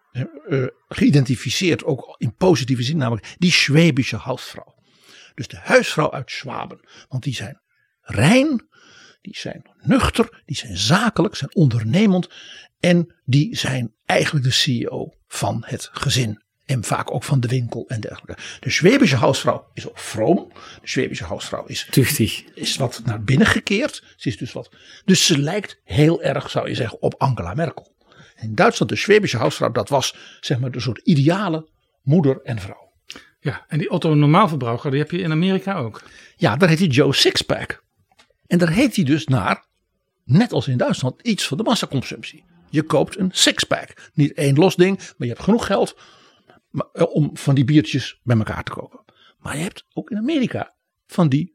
geïdentificeerd, ook in positieve zin, namelijk die Schwäbische huisvrouw. Dus de huisvrouw uit Schwaben. Want die zijn rein, die zijn nuchter, die zijn zakelijk, zijn ondernemend. En die zijn eigenlijk de CEO van het gezin. En vaak ook van de winkel en dergelijke. De Schwäbische huisvrouw is ook vroom. De Schwäbische huisvrouw is wat naar binnen gekeerd. Ze is dus wat. Dus ze lijkt heel erg, zou je zeggen, op Angela Merkel. In Duitsland, de Schwäbische huisvrouw, dat was zeg maar de soort ideale moeder en vrouw. Ja, en die Otto Normaalverbraucher, die heb je in Amerika ook. Ja, daar heet hij Joe Sixpack. En daar heet hij dus naar, net als in Duitsland, iets van de massaconsumptie. Je koopt een sixpack. Niet één los ding, maar je hebt genoeg geld om van die biertjes bij elkaar te kopen. Maar je hebt ook in Amerika van die,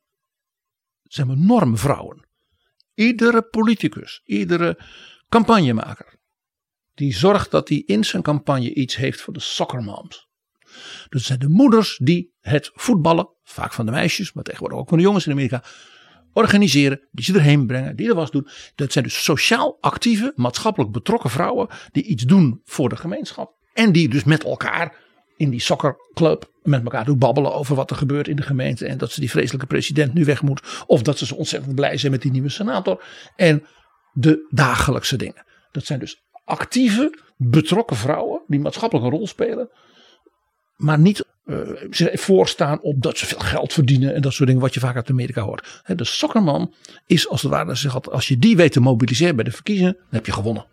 zeg maar, normvrouwen. Iedere politicus, iedere campagnemaker, die zorgt dat hij in zijn campagne iets heeft voor de soccermoms. Dus het zijn de moeders die het voetballen, vaak van de meisjes, maar tegenwoordig ook van de jongens in Amerika, organiseren, die ze erheen brengen, die er was doen. Dat zijn dus sociaal actieve, maatschappelijk betrokken vrouwen die iets doen voor de gemeenschap. En die dus met elkaar in die soccerclub met elkaar doen babbelen over wat er gebeurt in de gemeente. En dat ze die vreselijke president nu weg moet. Of dat ze zo ontzettend blij zijn met die nieuwe senator. En de dagelijkse dingen. Dat zijn dus actieve, betrokken vrouwen die maatschappelijk een rol spelen. Maar niet voorstaan op dat ze veel geld verdienen en dat soort dingen wat je vaak uit Amerika hoort. De soccerman is als het ware, als je die weet te mobiliseren bij de verkiezingen, dan heb je gewonnen.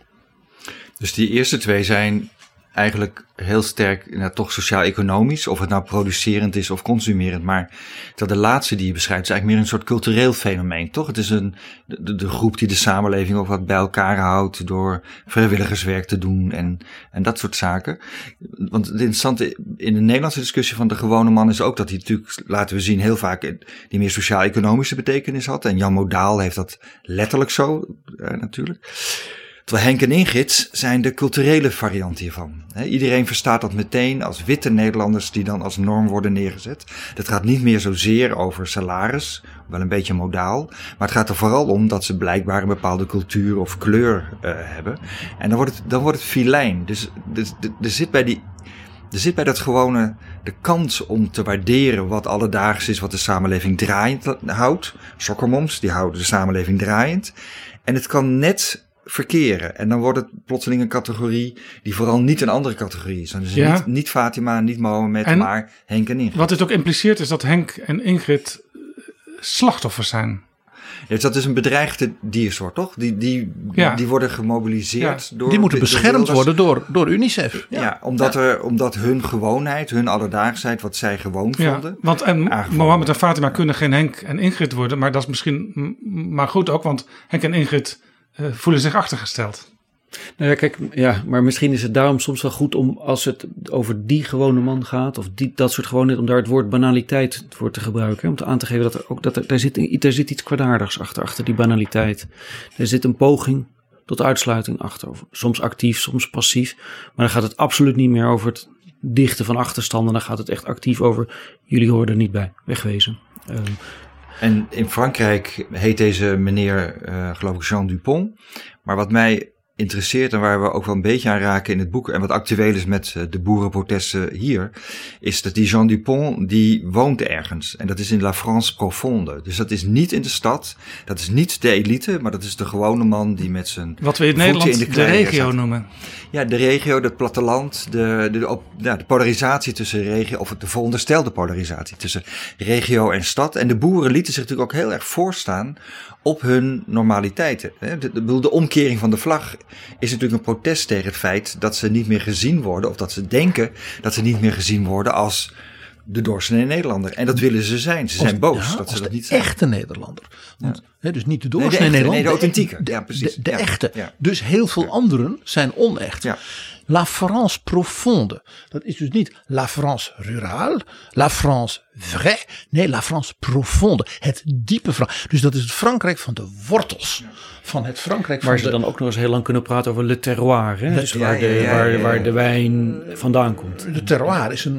Dus die eerste twee zijn eigenlijk heel sterk toch sociaal-economisch, of het nou producerend is of consumerend. Maar dat de laatste die je beschrijft is eigenlijk meer een soort cultureel fenomeen, toch? Het is de groep die de samenleving ook wat bij elkaar houdt door vrijwilligerswerk te doen en dat soort zaken. Want het interessante in de Nederlandse discussie van de gewone man is ook dat hij natuurlijk, laten we zien, heel vaak die meer sociaal-economische betekenis had. En Jan Modaal heeft dat letterlijk zo natuurlijk. Terwijl Henk en Ingrid zijn de culturele variant hiervan. Iedereen verstaat dat meteen als witte Nederlanders die dan als norm worden neergezet. Dat gaat niet meer zozeer over salaris, wel een beetje modaal. Maar het gaat er vooral om dat ze blijkbaar een bepaalde cultuur of kleur hebben. En dan wordt het filijn. Dus er zit bij dat gewone de kans om te waarderen wat alledaags is, wat de samenleving draaiend houdt. Sokkermoms, die houden de samenleving draaiend. En het kan net verkeren. En dan wordt het plotseling een categorie die vooral niet een andere categorie is. Dus niet Fatima, niet Mohammed, maar Henk en Ingrid. Wat dit ook impliceert is dat Henk en Ingrid slachtoffers zijn. Ja, dat is een bedreigde diersoort, toch? Die worden gemobiliseerd. Door die moeten beschermd worden door UNICEF. Ja, omdat hun gewoonheid, hun alledaagsheid, wat zij gewoon vonden. Want Mohammed en Fatima kunnen geen Henk en Ingrid worden. Maar dat is misschien maar goed ook, want Henk en Ingrid voelen zich achtergesteld. Nou ja, kijk, maar misschien is het daarom soms wel goed om, als het over die gewone man gaat, of dat soort gewoonheden, om daar het woord banaliteit voor te gebruiken. Om aan te geven dat daar zit iets kwaadaardigs achter die banaliteit. Er zit een poging tot uitsluiting achter. Soms actief, soms passief. Maar dan gaat het absoluut niet meer over het dichten van achterstanden. Dan gaat het echt actief over, jullie horen er niet bij, wegwezen. En in Frankrijk heet deze meneer, geloof ik, Jean Dupont. Maar wat mij interesseert en waar we ook wel een beetje aan raken in het boek en wat actueel is met de boerenprotesten hier, is dat die Jean Dupont, die woont ergens. En dat is in La France Profonde. Dus dat is niet in de stad, dat is niet de elite, maar dat is de gewone man die met zijn wat we in Nederland de regio noemen. Ja, de regio, het platteland, de polarisatie tussen regio, of de veronderstelde polarisatie tussen regio en stad. En de boeren lieten zich natuurlijk ook heel erg voorstaan op hun normaliteiten. De omkering van de vlag is natuurlijk een protest tegen het feit dat ze niet meer gezien worden, of dat ze denken dat ze niet meer gezien worden als de doorsnee Nederlander. En dat willen ze zijn. Ze zijn boos dat ze dat niet zijn. De echte Nederlander. Want, dus niet de doorsnee Nederlander. Nee, de authentieke. Ja, precies. De echte. Ja. Dus heel veel anderen zijn onecht. Ja. La France profonde. Dat is dus niet La France rurale, La France vraie. Nee, La France profonde. Het diepe Frankrijk. Dus dat is het Frankrijk van de wortels. Van het Frankrijk waar ze dan ook nog eens heel lang kunnen praten over le terroir. Hè? Dus waar de wijn vandaan komt. De terroir is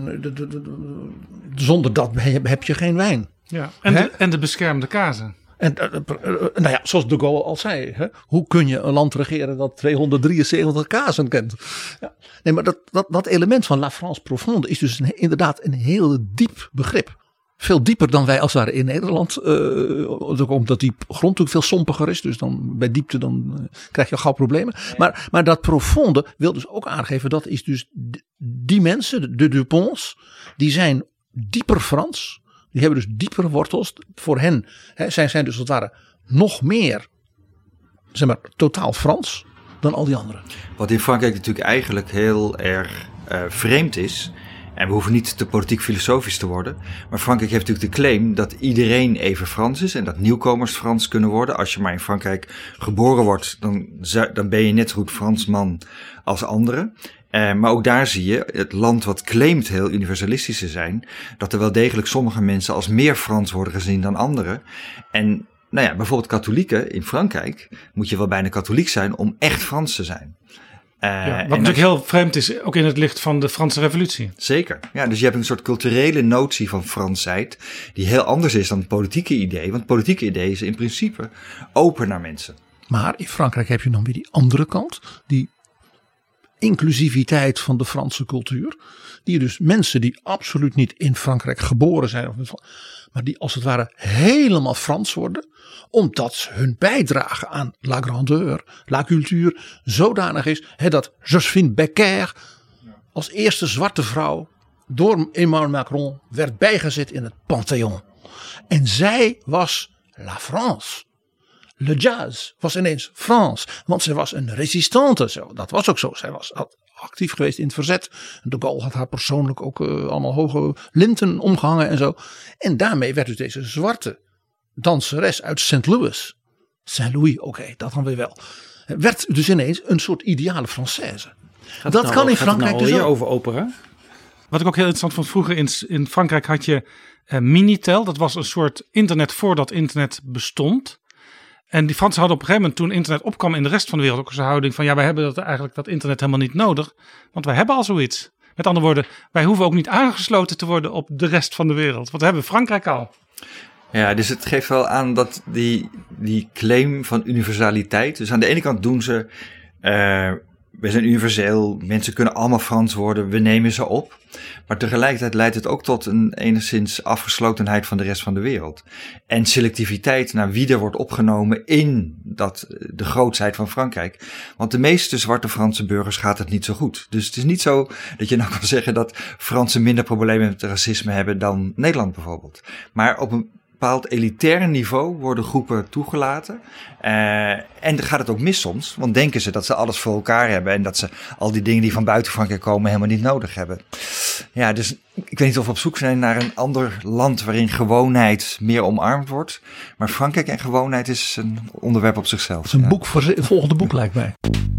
zonder dat heb je geen wijn. Ja. En de beschermde kazen. En nou ja, zoals de Gaulle al zei, hè, hoe kun je een land regeren dat 273 kazen kent? Ja. Nee, maar dat element van La France profonde is dus inderdaad een heel diep begrip. Veel dieper dan wij als het ware in Nederland. Omdat die grond natuurlijk veel sompiger is. Dus dan bij diepte krijg je al gauw problemen. Maar dat profonde wil dus ook aangeven. Dat is dus die mensen, de Duponts. Die zijn dieper Frans. Die hebben dus diepere wortels. Voor hen zijn dus als het ware nog meer, zeg maar, totaal Frans dan al die anderen. Wat in Frankrijk natuurlijk eigenlijk heel erg vreemd is. En we hoeven niet te politiek filosofisch te worden. Maar Frankrijk heeft natuurlijk de claim dat iedereen even Frans is. En dat nieuwkomers Frans kunnen worden. Als je maar in Frankrijk geboren wordt, dan ben je net zo goed Fransman als anderen. Maar ook daar zie je, het land wat claimt heel universalistisch te zijn, dat er wel degelijk sommige mensen als meer Frans worden gezien dan anderen. En nou ja, bijvoorbeeld katholieken in Frankrijk moet je wel bijna katholiek zijn om echt Frans te zijn. Wat natuurlijk heel vreemd is, ook in het licht van de Franse Revolutie. Zeker. Ja, dus je hebt een soort culturele notie van Fransheid die heel anders is dan het politieke idee. Want het politieke idee is in principe open naar mensen. Maar in Frankrijk heb je dan weer die andere kant, die inclusiviteit van de Franse cultuur. Die dus mensen die absoluut niet in Frankrijk geboren zijn, maar die als het ware helemaal Frans worden. Omdat hun bijdrage aan la grandeur, la culture zodanig is. Dat Josephine Baker als eerste zwarte vrouw door Emmanuel Macron werd bijgezet in het Panthéon. En zij was la France. Le jazz was ineens Frans, want zij was een resistante. Zo. Dat was ook zo. Zij was actief geweest in het verzet. De Gaulle had haar persoonlijk ook allemaal hoge linten omgehangen en zo. En daarmee werd dus deze zwarte danseres uit Saint-Louis, oké, dat dan weer wel. Werd dus ineens een soort ideale Française. Dat kan in Frankrijk dus ook. Over opera? Wat ik ook heel interessant vond, vroeger in Frankrijk had je Minitel. Dat was een soort internet voordat internet bestond. En die Fransen hadden op een gegeven moment, toen internet opkwam in de rest van de wereld, ook zo'n houding van, ja, wij hebben dat internet helemaal niet nodig, want wij hebben al zoiets. Met andere woorden, wij hoeven ook niet aangesloten te worden op de rest van de wereld. Want we hebben Frankrijk al. Ja, dus het geeft wel aan dat die claim van universaliteit, dus aan de ene kant doen ze, we zijn universeel, mensen kunnen allemaal Frans worden, we nemen ze op. Maar tegelijkertijd leidt het ook tot een enigszins afgeslotenheid van de rest van de wereld. En selectiviteit naar wie er wordt opgenomen in de grootsheid van Frankrijk. Want de meeste zwarte Franse burgers gaat het niet zo goed. Dus het is niet zo dat je nou kan zeggen dat Fransen minder problemen met racisme hebben dan Nederland bijvoorbeeld. Maar op een bepaald elitair niveau worden groepen toegelaten. En dan gaat het ook mis soms. Want denken ze dat ze alles voor elkaar hebben. En dat ze al die dingen die van buiten Frankrijk komen helemaal niet nodig hebben. Ja, dus ik weet niet of we op zoek zijn naar een ander land waarin gewoonheid meer omarmd wordt. Maar Frankrijk en gewoonheid is een onderwerp op zichzelf. Het is een boek voor het volgende boek, lijkt mij.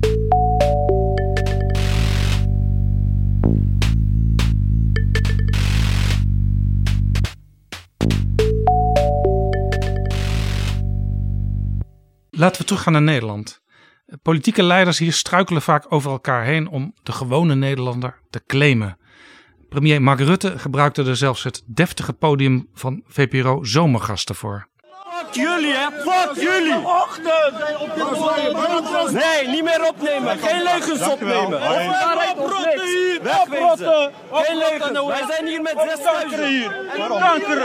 Laten we teruggaan naar Nederland. Politieke leiders hier struikelen vaak over elkaar heen om de gewone Nederlander te claimen. Premier Mark Rutte gebruikte er zelfs het deftige podium van VPRO Zomergasten voor. Fuck jullie, hè? Fuck jullie! Nee, niet meer opnemen. Geen leugens opnemen. Wegwezen. Geen leugens. Wij zijn hier met 6000. Kankeren.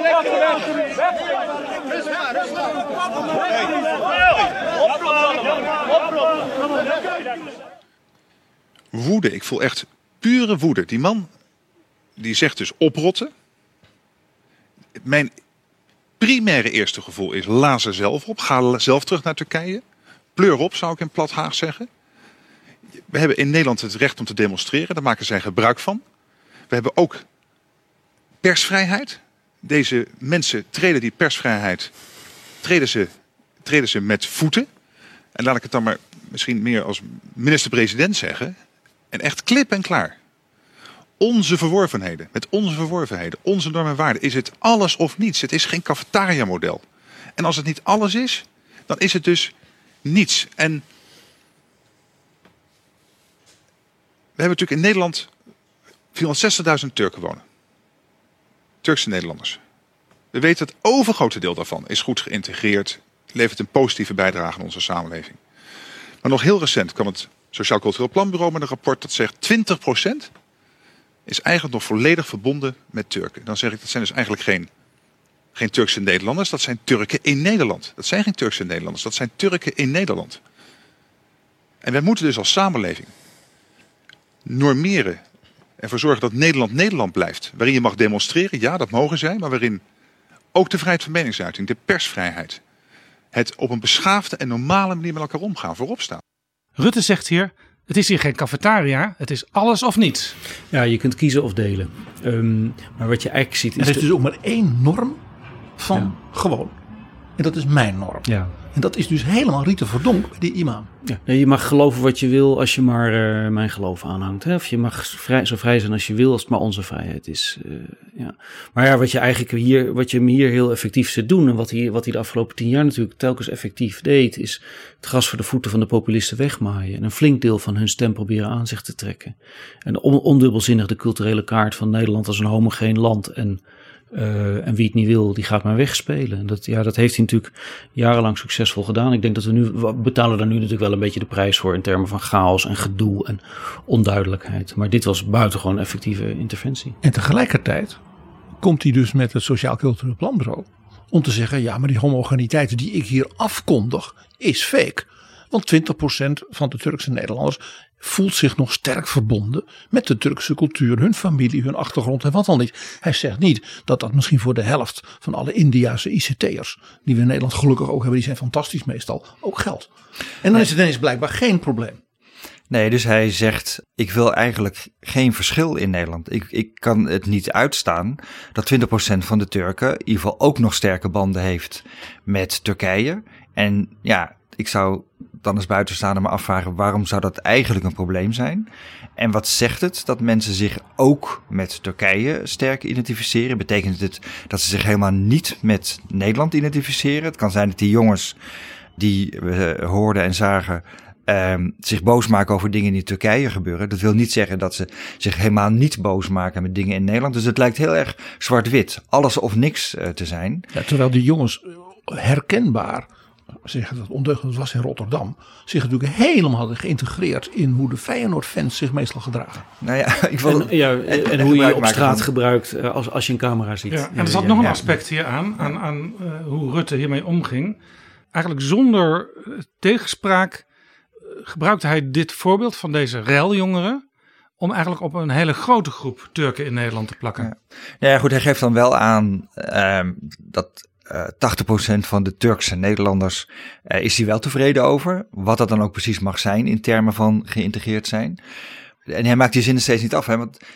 Woede, ik voel echt pure woede. Die man, die zegt dus oprotten. Mijn primaire eerste gevoel is, la ze zelf op. Ga zelf terug naar Turkije. Pleur op, zou ik in plat Haag zeggen. We hebben in Nederland het recht om te demonstreren. Daar maken zij gebruik van. We hebben ook persvrijheid. Deze mensen treden die persvrijheid treden ze met voeten. En laat ik het dan maar misschien meer als minister-president zeggen. En echt klip en klaar. Onze verworvenheden, met onze verworvenheden, onze normen en waarden, is het alles of niets. Het is geen cafetaria-model. En als het niet alles is, dan is het dus niets. En we hebben natuurlijk in Nederland 460.000 Turken wonen. Turkse Nederlanders. We weten dat het overgrote deel daarvan is goed geïntegreerd, levert een positieve bijdrage aan onze samenleving. Maar nog heel recent kwam het Sociaal Cultureel Planbureau met een rapport dat zegt 20% is eigenlijk nog volledig verbonden met Turken. Dan zeg ik, dat zijn dus eigenlijk geen Turkse Nederlanders, dat zijn Turken in Nederland. Dat zijn geen Turkse Nederlanders, dat zijn Turken in Nederland. En wij moeten dus als samenleving normeren en ervoor zorgen dat Nederland Nederland blijft. Waarin je mag demonstreren, ja, dat mogen zij, maar waarin ook de vrijheid van meningsuiting, de persvrijheid, het op een beschaafde en normale manier met elkaar omgaan voorop staat. Rutte zegt hier, het is hier geen cafetaria, het is alles of niets. Ja, je kunt kiezen of delen. Maar wat je eigenlijk ziet is... Er is dus ook maar één norm van gewoon. En dat is mijn norm. Ja. En dat is dus helemaal Rita Verdonk bij die imam. Ja. Nee, je mag geloven wat je wil als je maar mijn geloof aanhangt. Hè? Of je mag zo vrij zijn als je wil als het maar onze vrijheid is. Ja. Maar ja, wat je hem hier heel effectief zit doen en wat hij de afgelopen 10 jaar natuurlijk telkens effectief deed, is het gras voor de voeten van de populisten wegmaaien. En een flink deel van hun stem proberen aan zich te trekken. En ondubbelzinnig de culturele kaart van Nederland als een homogeen land en wie het niet wil, die gaat maar wegspelen. En dat heeft hij natuurlijk jarenlang succesvol gedaan. Ik denk dat we betalen daar nu natuurlijk wel een beetje de prijs voor in termen van chaos en gedoe en onduidelijkheid. Maar dit was buitengewoon effectieve interventie. En tegelijkertijd komt hij dus met het Sociaal Cultureel Planbureau om te zeggen, ja, maar die homogeniteit die ik hier afkondig is fake. Want 20% van de Turkse Nederlanders voelt zich nog sterk verbonden met de Turkse cultuur, hun familie, hun achtergrond en wat dan niet. Hij zegt niet dat dat misschien voor de helft van alle Indiase ICT'ers, die we in Nederland gelukkig ook hebben, die zijn fantastisch meestal, ook geldt. En dan is het ineens blijkbaar geen probleem. Nee, dus hij zegt, ik wil eigenlijk geen verschil in Nederland. Ik kan het niet uitstaan dat 20% van de Turken in ieder geval ook nog sterke banden heeft met Turkije. En ja, ik zou dan als buitenstaander me afvragen, waarom zou dat eigenlijk een probleem zijn? En wat zegt het dat mensen zich ook met Turkije sterk identificeren? Betekent het dat ze zich helemaal niet met Nederland identificeren? Het kan zijn dat die jongens die we hoorden en zagen zich boos maken over dingen die in Turkije gebeuren. Dat wil niet zeggen dat ze zich helemaal niet boos maken met dingen in Nederland. Dus het lijkt heel erg zwart-wit, alles of niks te zijn. Ja, terwijl die jongens herkenbaar, zeggen dat ondeugend was in Rotterdam, zich natuurlijk helemaal hadden geïntegreerd in hoe de Feyenoord-fans zich meestal gedragen. Nou ja, en hoe je op straat gebruikt als je een camera ziet. Ja, en er zat nog een aspect hier aan hoe Rutte hiermee omging. Eigenlijk zonder tegenspraak gebruikte hij dit voorbeeld van deze reiljongeren om eigenlijk op een hele grote groep Turken in Nederland te plakken. Ja, goed, hij geeft dan wel aan dat 80% van de Turkse Nederlanders is hij wel tevreden over. Wat dat dan ook precies mag zijn in termen van geïntegreerd zijn. En hij maakt die zinnen steeds niet af. Hè? Want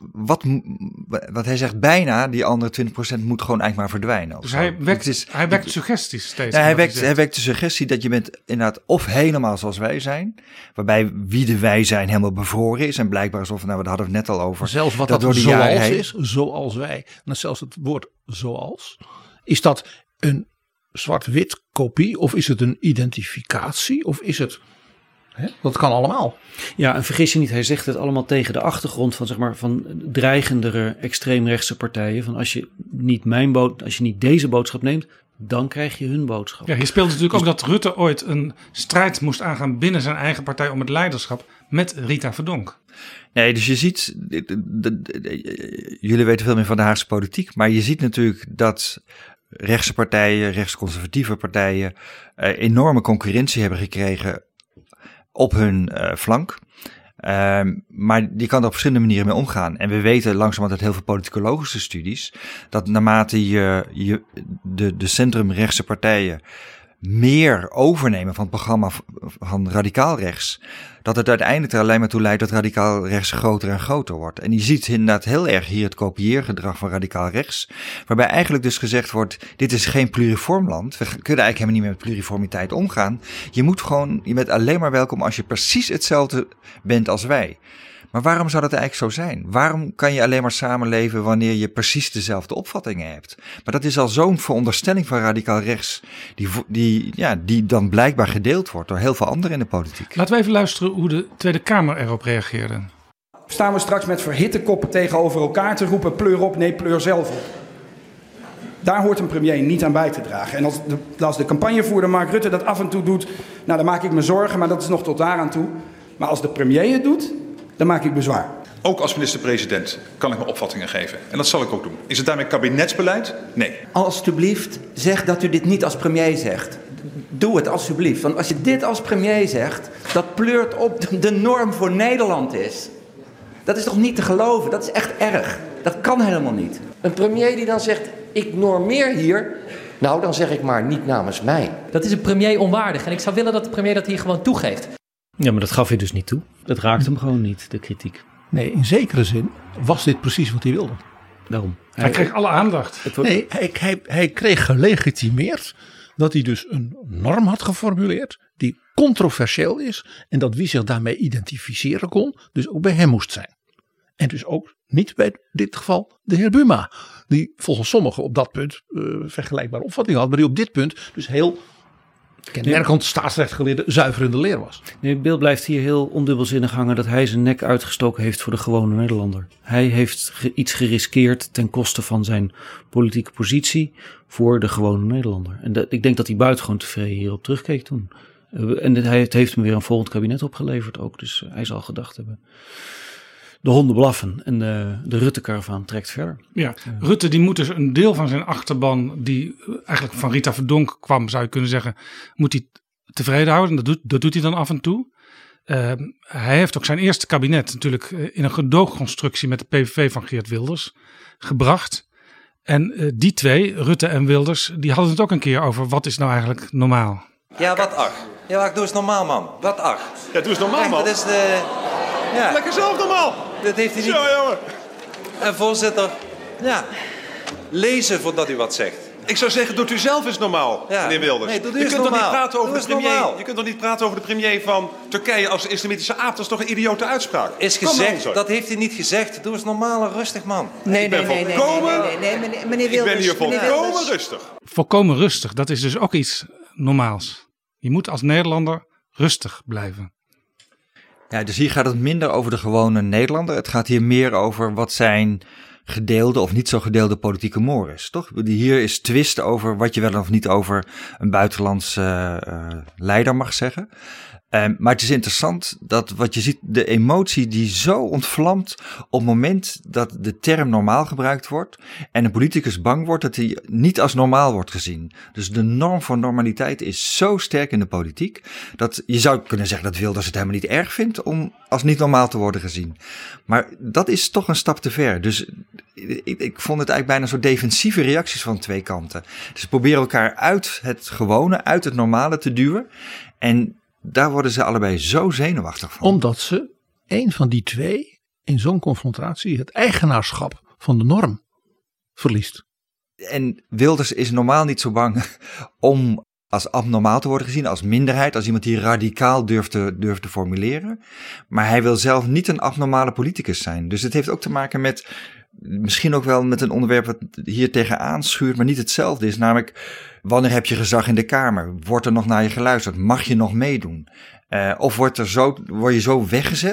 wat hij zegt, bijna die andere 20% moet gewoon eigenlijk maar verdwijnen. Dus hij wekt suggesties steeds. Ja, hij wekt de suggestie dat je bent inderdaad of helemaal zoals wij zijn. Waarbij wie de wij zijn helemaal bevroren is. En blijkbaar alsof, daar hadden we het net al over. Zelfs wat dat zoals is, zoals wij. En zelfs het woord zoals. Is dat een zwart-wit kopie of is het een identificatie of is het... Dat kan allemaal. Ja, en vergis je niet, hij zegt het allemaal tegen de achtergrond van, zeg maar, van dreigendere extreemrechtse partijen. Van als je niet deze boodschap neemt, dan krijg je hun boodschap. Ja, hier speelt natuurlijk ook dat Rutte ooit een strijd moest aangaan binnen zijn eigen partij om het leiderschap met Rita Verdonk. Nee, dus je ziet, jullie weten veel meer van de Haagse politiek, maar je ziet natuurlijk dat rechtse partijen, rechtsconservatieve partijen enorme concurrentie hebben gekregen op hun flank. Maar die kan er op verschillende manieren mee omgaan. En we weten langzamerhand uit heel veel politicologische studies dat naarmate je de centrumrechtse partijen meer overnemen van het programma van radicaal rechts, dat het uiteindelijk er alleen maar toe leidt dat radicaal rechts groter en groter wordt. En je ziet inderdaad heel erg hier het kopieergedrag van radicaal rechts, waarbij eigenlijk dus gezegd wordt, dit is geen pluriform land, we kunnen eigenlijk helemaal niet meer met pluriformiteit omgaan. Je bent alleen maar welkom als je precies hetzelfde bent als wij. Maar waarom zou dat eigenlijk zo zijn? Waarom kan je alleen maar samenleven wanneer je precies dezelfde opvattingen hebt? Maar dat is al zo'n veronderstelling van radicaal rechts, die dan blijkbaar gedeeld wordt door heel veel anderen in de politiek. Laten we even luisteren hoe de Tweede Kamer erop reageerde. Staan we straks met verhitte koppen tegenover elkaar te roepen, pleur op, nee, pleur zelf op. Daar hoort een premier niet aan bij te dragen. En als de campagnevoerder Mark Rutte dat af en toe doet, nou dan maak ik me zorgen, maar dat is nog tot daar aan toe. Maar als de premier het doet, dan maak ik bezwaar. Ook als minister-president kan ik mijn opvattingen geven. En dat zal ik ook doen. Is het daarmee kabinetsbeleid? Nee. Alsjeblieft, zeg dat u dit niet als premier zegt. Doe het alsjeblieft. Want als je dit als premier zegt, dat pleurt op de norm voor Nederland is. Dat is toch niet te geloven? Dat is echt erg. Dat kan helemaal niet. Een premier die dan zegt, ik normeer hier. Nou, dan zeg ik maar niet namens mij. Dat is een premier onwaardig. En ik zou willen dat de premier dat hier gewoon toegeeft. Ja, maar dat gaf hij dus niet toe. Dat raakt hem gewoon niet, de kritiek. Nee, in zekere zin was dit precies wat hij wilde. Daarom. Hij kreeg alle aandacht. Nee, hij kreeg gelegitimeerd dat hij dus een norm had geformuleerd die controversieel is en dat wie zich daarmee identificeren kon, dus ook bij hem moest zijn. En dus ook niet bij dit geval de heer Buma, die volgens sommigen op dat punt vergelijkbare opvattingen had, maar die op dit punt dus heel kenmerkend staatsrechtgeleerde zuiver in de leer was. Nee, het beeld blijft hier heel ondubbelzinnig hangen dat hij zijn nek uitgestoken heeft voor de gewone Nederlander. Hij heeft iets geriskeerd ten koste van zijn politieke positie voor de gewone Nederlander. En ik denk dat hij buitengewoon tevreden hierop terugkeek toen. En het heeft hem weer een volgend kabinet opgeleverd ook. Dus hij zal gedacht hebben, de honden blaffen en de Rutte-karavaan trekt verder. Ja, Rutte die moet dus een deel van zijn achterban, die eigenlijk van Rita Verdonk kwam, zou je kunnen zeggen, moet hij tevreden houden. Dat doet hij dan af en toe. Hij heeft ook zijn eerste kabinet natuurlijk in een gedoogconstructie met de PVV van Geert Wilders gebracht. En die twee, Rutte en Wilders, die hadden het ook een keer over wat is nou eigenlijk normaal. Ja, wat ach. Ja, doe eens normaal, man. Wat ach. Ja, doe eens normaal, man. Dat is de... Ja. Lekker zelf normaal. Dat heeft hij niet. Zo, jongen. En voorzitter, ja, lezen voordat u wat zegt. Ik zou zeggen, doet u zelf eens normaal, meneer Wilders. Nee, doe je eens kunt normaal. Toch niet praten over doe de premier. normaal. Je kunt toch niet praten over de premier van Turkije als islamitische aap? Dat is toch een idiote uitspraak? Is gezegd, dat heeft hij niet gezegd. Doe eens normaal en rustig, man. Nee, meneer Wilders. Ik ben hier volkomen rustig. Volkomen rustig, dat is dus ook iets normaals. Je moet als Nederlander rustig blijven. Ja, dus hier gaat het minder over de gewone Nederlander. Het gaat hier meer over wat zijn gedeelde of niet zo gedeelde politieke mores, toch? Hier is twist over wat je wel of niet over een buitenlandse leider mag zeggen. Maar het is interessant dat wat je ziet, de emotie die zo ontvlamt op het moment dat de term normaal gebruikt wordt en een politicus bang wordt dat hij niet als normaal wordt gezien. Dus de norm van normaliteit is zo sterk in de politiek dat je zou kunnen zeggen dat Wilders het helemaal niet erg vindt om als niet normaal te worden gezien. Maar dat is toch een stap te ver. Dus ik vond het eigenlijk bijna zo defensieve reacties van twee kanten. Dus ze proberen elkaar uit het gewone, uit het normale te duwen en daar worden ze allebei zo zenuwachtig van. Omdat ze, een van die twee, in zo'n confrontatie het eigenaarschap van de norm verliest. En Wilders is normaal niet zo bang om als abnormaal te worden gezien, als minderheid, als iemand die radicaal durft te formuleren. Maar hij wil zelf niet een abnormale politicus zijn. Dus het heeft ook te maken met, misschien ook wel met een onderwerp wat hier tegenaan schuurt, maar niet hetzelfde is. Namelijk, wanneer heb je gezag in de Kamer? Wordt er nog naar je geluisterd? Mag je nog meedoen? Of word je zo weggezet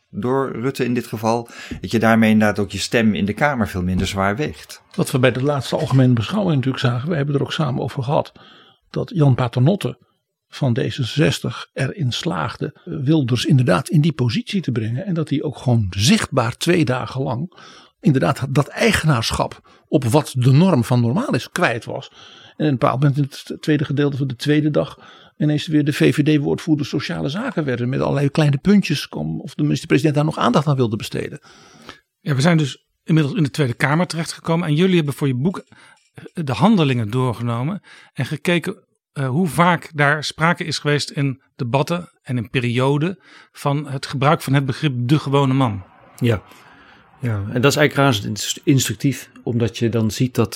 door Rutte in dit geval, dat je daarmee inderdaad ook je stem in de Kamer veel minder zwaar weegt. Wat we bij de laatste algemene beschouwing natuurlijk zagen, we hebben er ook samen over gehad, dat Jan Paternotte van D66 erin slaagde Wilders inderdaad in die positie te brengen. En dat hij ook gewoon zichtbaar 2 dagen lang inderdaad dat eigenaarschap op wat de norm van normaal is kwijt was. En in een bepaald moment in het tweede gedeelte van de tweede dag ineens weer de VVD-woordvoerder sociale zaken werden. Met allerlei kleine puntjes of de minister-president daar nog aandacht aan wilde besteden. Ja, we zijn dus inmiddels in de Tweede Kamer terechtgekomen. En jullie hebben voor je boek de handelingen doorgenomen. En gekeken hoe vaak daar sprake is geweest in debatten en in perioden van het gebruik van het begrip de gewone man. Ja, en dat is eigenlijk razend instructief. Omdat je dan ziet dat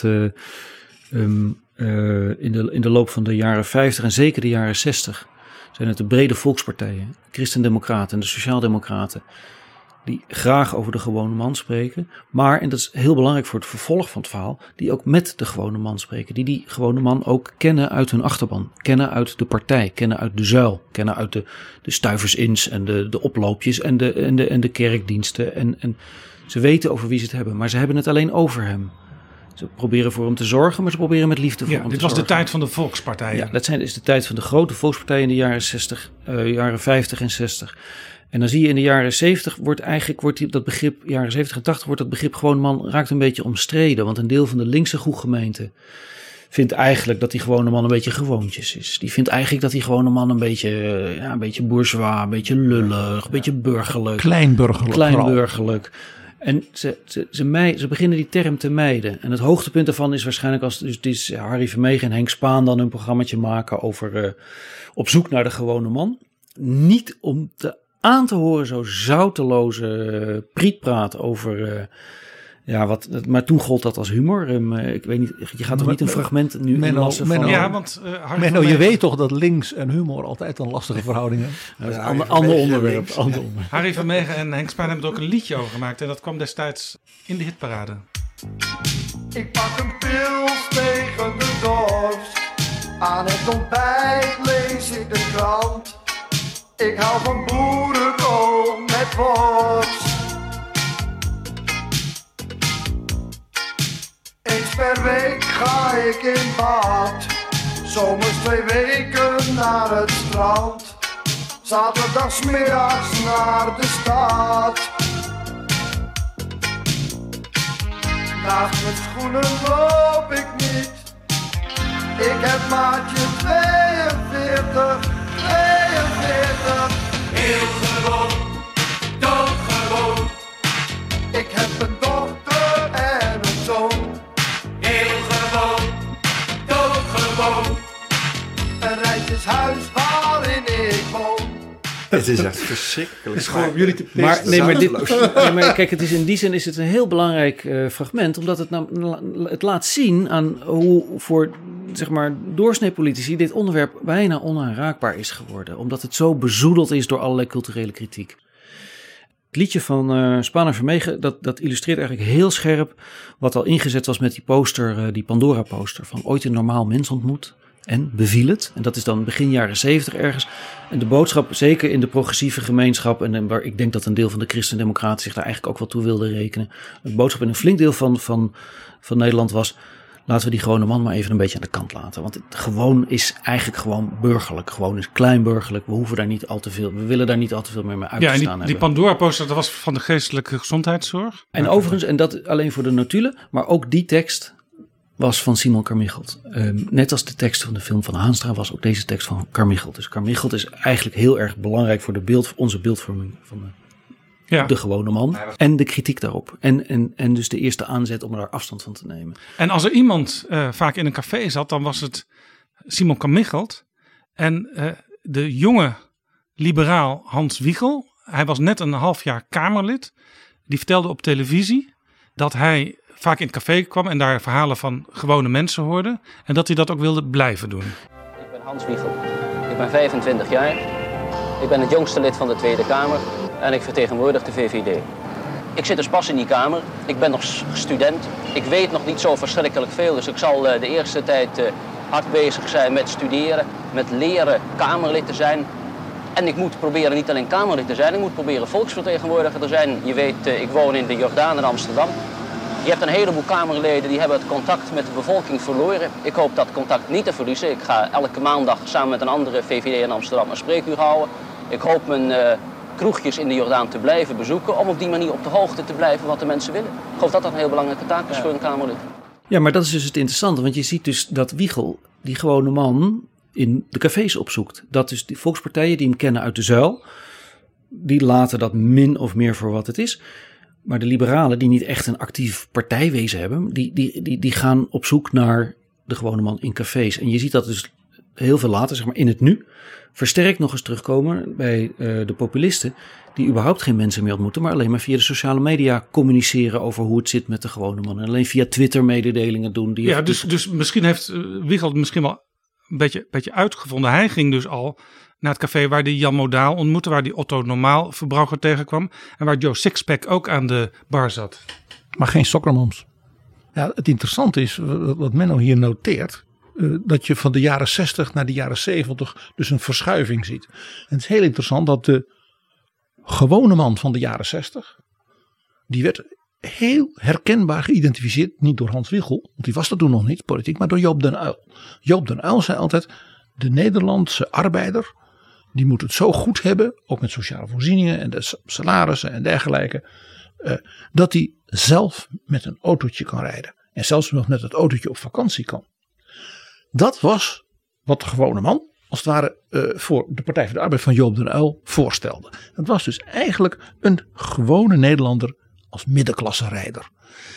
in de loop van de jaren 50 en zeker de jaren 60 zijn het de brede volkspartijen, Christen-Democraten en de Sociaaldemocraten, die graag over de gewone man spreken. Maar, en dat is heel belangrijk voor het vervolg van het verhaal, die ook met de gewone man spreken. Die gewone man ook kennen uit hun achterban, kennen uit de partij, kennen uit de zuil, kennen uit de stuiversins en de oploopjes en de kerkdiensten. En ze weten over wie ze het hebben, maar ze hebben het alleen over hem. Ze proberen voor hem te zorgen, maar ze proberen met liefde voor hem te zorgen. Dit was de tijd van de volkspartijen. Ja, dat is de tijd van de grote volkspartijen in de jaren 50 en 60. En dan zie je in de jaren 70 wordt dat begrip, jaren 70 en 80 wordt dat begrip gewone man raakt een beetje omstreden. Want een deel van de linkse groegemeente vindt eigenlijk dat die gewone man een beetje gewoontjes is. Die vindt eigenlijk dat die gewone man een beetje bourgeois, een beetje lullig, een beetje burgerlijk. Kleinburgerlijk. En ze beginnen die term te mijden. En het hoogtepunt daarvan is waarschijnlijk als Harry Vermegen en Henk Spaan dan een programmaatje maken over op zoek naar de gewone man. Niet om aan te horen zo zouteloze prietpraat over maar toen gold dat als humor. Ik weet niet, je gaat toch niet een fragment nu inlassen van... Ja, want Menno, je weet toch dat links en humor altijd een lastige verhouding hebben? Dat is een ander onderwerp. Harry Vermegen en Henk Spaan hebben er ook een liedje over gemaakt. En dat kwam destijds in de hitparade. Ik pak een pils tegen de dorst. Aan het ontbijt lees ik de krant. Ik hou van boerenkool met worst. Eens per week ga ik in bad. Zomers 2 weken naar het strand. Zaterdagsmiddags naar de stad. Naast mijn schoenen loop ik niet. Ik heb maatje 42. Heel gewoon, doodgewoon. Ik heb een dochter en een zoon. Heel gewoon, doodgewoon. Een rijtjeshuis waarin ik woon. Het is echt verschrikkelijk. Het is gewoon om jullie te maar kijk, het is in die zin is het een heel belangrijk fragment, omdat het laat zien aan hoe voor zeg maar doorsnee politici dit onderwerp bijna onaanraakbaar is geworden, omdat het zo bezoedeld is door allerlei culturele kritiek. Het liedje van Spaan en Vermegen, dat illustreert eigenlijk heel scherp wat al ingezet was met die poster, die Pandora-poster van ooit een normaal mens ontmoet. En beviel het. En dat is dan begin jaren 70 ergens. En de boodschap, zeker in de progressieve gemeenschap, en waar ik denk dat een deel van de Christen-Democraten zich daar eigenlijk ook wel toe wilde rekenen. De boodschap in een flink deel van Nederland was: laten we die gewone man maar even een beetje aan de kant laten. Want het gewoon is eigenlijk gewoon burgerlijk. Gewoon is kleinburgerlijk. We willen daar niet al te veel meer mee uit te staan hebben. Die Pandora-poster, dat was van de geestelijke gezondheidszorg. En overigens, en dat alleen voor de notulen, maar ook die tekst was van Simon Carmichelt. Net als de tekst van de film van Haanstra was ook deze tekst van Carmichelt. Dus Carmichelt is eigenlijk heel erg belangrijk voor onze beeldvorming van de gewone man. En de kritiek daarop. En dus de eerste aanzet om er daar afstand van te nemen. En als er iemand vaak in een café zat, dan was het Simon Carmichelt. En de jonge liberaal Hans Wiegel, hij was net een half jaar Kamerlid. Die vertelde op televisie dat hij vaak in het café kwam en daar verhalen van gewone mensen hoorde. En dat hij dat ook wilde blijven doen. Ik ben Hans Wiegel. Ik ben 25 jaar. Ik ben het jongste lid van de Tweede Kamer. En ik vertegenwoordig de VVD. Ik zit dus pas in die Kamer. Ik ben nog student. Ik weet nog niet zo verschrikkelijk veel. Dus ik zal de eerste tijd hard bezig zijn met studeren. Met leren Kamerlid te zijn. En ik moet proberen niet alleen Kamerlid te zijn, ik moet proberen volksvertegenwoordiger te zijn. Je weet, ik woon in de Jordaan in Amsterdam. Je hebt een heleboel Kamerleden die hebben het contact met de bevolking verloren. Ik hoop dat contact niet te verliezen. Ik ga elke maandag samen met een andere VVD in Amsterdam een spreekuur houden. Ik hoop mijn kroegjes in de Jordaan te blijven bezoeken om op die manier op de hoogte te blijven wat de mensen willen. Ik geloof dat dat een heel belangrijke taak is voor een Kamerlid. Ja, maar dat is dus het interessante, want je ziet dus dat Wiegel, die gewone man, in de cafés opzoekt. Dat dus die volkspartijen die hem kennen uit de Zuil, die laten dat min of meer voor wat het is. Maar de liberalen die niet echt een actief partijwezen hebben, die gaan op zoek naar de gewone man in cafés. En je ziet dat dus heel veel later, zeg maar in het nu, versterkt nog eens terugkomen bij de populisten, die überhaupt geen mensen meer ontmoeten, maar alleen maar via de sociale media communiceren over hoe het zit met de gewone man. En alleen via Twitter mededelingen doen. Dus misschien heeft Wiegel het misschien wel een beetje uitgevonden. Hij ging dus al naar het café waar die Jan Modaal ontmoette, waar die Otto Normaal verbruiker tegenkwam en waar Joe Sixpack ook aan de bar zat. Maar geen sokkermans. Ja, het interessante is, wat Menno hier noteert, dat je van de jaren 60 naar de jaren 70 dus een verschuiving ziet. En het is heel interessant dat de gewone man van de jaren 60, die werd heel herkenbaar geïdentificeerd, niet door Hans Wiegel, want die was dat toen nog niet, politiek, maar door Joop den Uyl. Joop den Uyl zei altijd, de Nederlandse arbeider, die moet het zo goed hebben, ook met sociale voorzieningen en de salarissen en dergelijke, dat hij zelf met een autootje kan rijden. En zelfs nog met het autootje op vakantie kan. Dat was wat de gewone man, als het ware, voor de Partij van de Arbeid van Joop den Uyl voorstelde. Het was dus eigenlijk een gewone Nederlander als middenklasse rijder.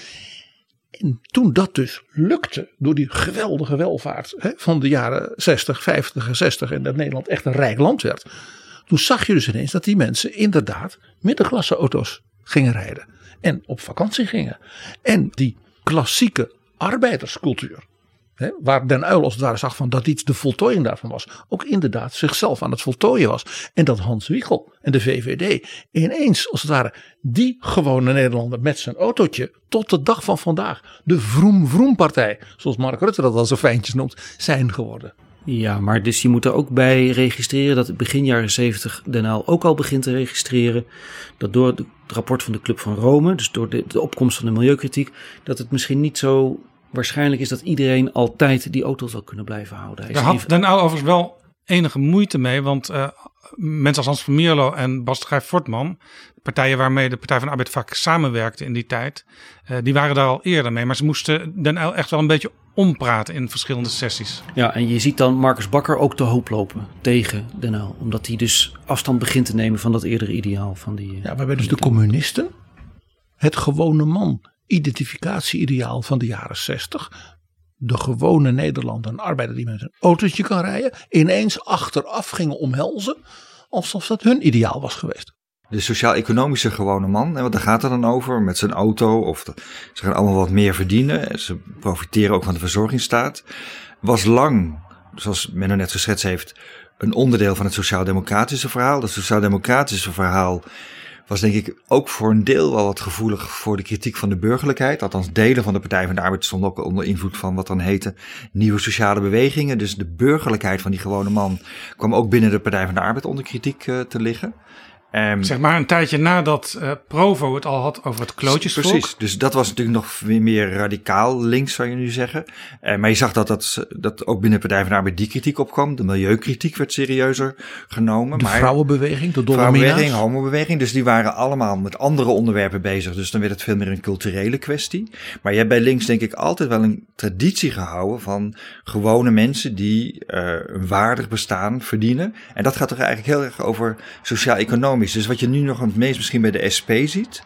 En toen dat dus lukte door die geweldige welvaart van de jaren 60, 50 en 60 en dat Nederland echt een rijk land werd. Toen zag je dus ineens dat die mensen inderdaad middenklasse auto's gingen rijden. En op vakantie gingen. En die klassieke arbeiderscultuur, waar Den Uyl als het ware zag van dat iets de voltooiing daarvan was, ook inderdaad zichzelf aan het voltooien was. En dat Hans Wiegel en de VVD ineens als het ware die gewone Nederlander met zijn autootje tot de dag van vandaag de vroom vroom partij, zoals Mark Rutte dat al zo fijntjes noemt, zijn geworden. Ja, maar dus je moet er ook bij registreren dat begin jaren 70 Den Uyl ook al begint te registreren dat door het rapport van de Club van Rome, dus door de opkomst van de milieukritiek, dat het misschien niet zo waarschijnlijk is dat iedereen altijd die auto zal kunnen blijven houden. Daar had Den Uyl overigens wel enige moeite mee, want mensen als Hans van Mierlo en Bas de Grijf-Voortman, partijen waarmee de Partij van de Arbeid vaak samenwerkte in die tijd, die waren daar al eerder mee. Maar ze moesten Den Uyl echt wel een beetje ompraten in verschillende sessies. Ja, en je ziet dan Marcus Bakker ook te hoop lopen tegen Den Uyl, omdat hij dus afstand begint te nemen van dat eerdere ideaal van die. Ja, waarbij dus de communisten het gewone man identificatie-ideaal van de jaren 60, de gewone Nederlander, een arbeider die met een autootje kan rijden, ineens achteraf gingen omhelzen alsof dat hun ideaal was geweest. De sociaal-economische gewone man, want daar gaat het dan over, met zijn auto, of ze gaan allemaal wat meer verdienen, ze profiteren ook van de verzorgingsstaat, was lang, zoals Menno net geschetst heeft, een onderdeel van het sociaal-democratische verhaal. Dat sociaal-democratische verhaal was denk ik ook voor een deel wel wat gevoelig voor de kritiek van de burgerlijkheid. Althans, delen van de Partij van de Arbeid stonden ook onder invloed van wat dan heette nieuwe sociale bewegingen. Dus de burgerlijkheid van die gewone man kwam ook binnen de Partij van de Arbeid onder kritiek te liggen. Zeg maar een tijdje nadat Provo het al had over het klootjesvolk. Precies, dus dat was natuurlijk nog weer meer radicaal links, zou je nu zeggen. Maar je zag dat ook binnen de Partij van de Arbeid die kritiek opkwam. De milieukritiek werd serieuzer genomen. De vrouwenbeweging, de vrouwenbeweging, homobeweging. Dus die waren allemaal met andere onderwerpen bezig. Dus dan werd het veel meer een culturele kwestie. Maar je hebt bij links denk ik altijd wel een traditie gehouden van gewone mensen die een waardig bestaan verdienen. En dat gaat toch eigenlijk heel erg over sociaal-economisch. Dus wat je nu nog het meest misschien bij de SP ziet.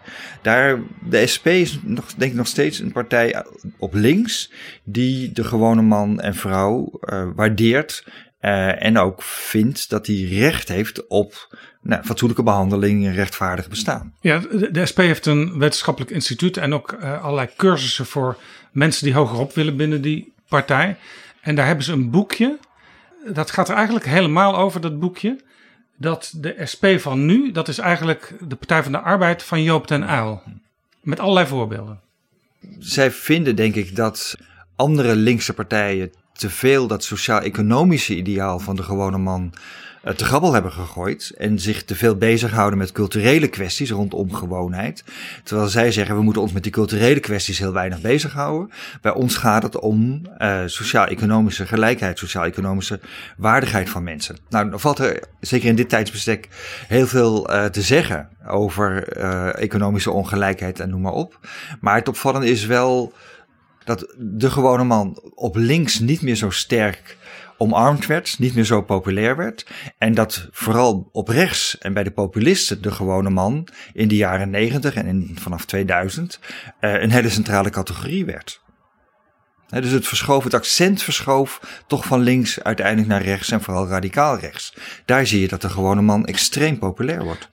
De SP is denk ik nog steeds een partij op links die de gewone man en vrouw waardeert. En ook vindt dat hij recht heeft op fatsoenlijke behandeling en rechtvaardig bestaan. Ja, de SP heeft een wetenschappelijk instituut en ook allerlei cursussen voor mensen die hogerop willen binnen die partij. En daar hebben ze een boekje. Dat gaat er eigenlijk helemaal over, dat boekje. Dat de SP van nu, dat is eigenlijk de Partij van de Arbeid van Joop den Uyl. Met allerlei voorbeelden. Zij vinden denk ik dat andere linkse partijen te veel dat sociaal-economische ideaal van de gewone man te grabbel hebben gegooid en zich te veel bezighouden met culturele kwesties rondom gewoonheid. Terwijl zij zeggen, we moeten ons met die culturele kwesties heel weinig bezighouden. Bij ons gaat het om sociaal-economische gelijkheid, sociaal-economische waardigheid van mensen. Nou, dan valt er zeker in dit tijdsbestek heel veel te zeggen over economische ongelijkheid en noem maar op. Maar het opvallende is wel dat de gewone man op links niet meer zo sterk omarmd werd, niet meer zo populair werd. En dat vooral op rechts en bij de populisten de gewone man in de jaren 90 en vanaf 2000 een hele centrale categorie werd. Dus het accent verschoof toch van links uiteindelijk naar rechts en vooral radicaal rechts. Daar zie je dat de gewone man extreem populair wordt.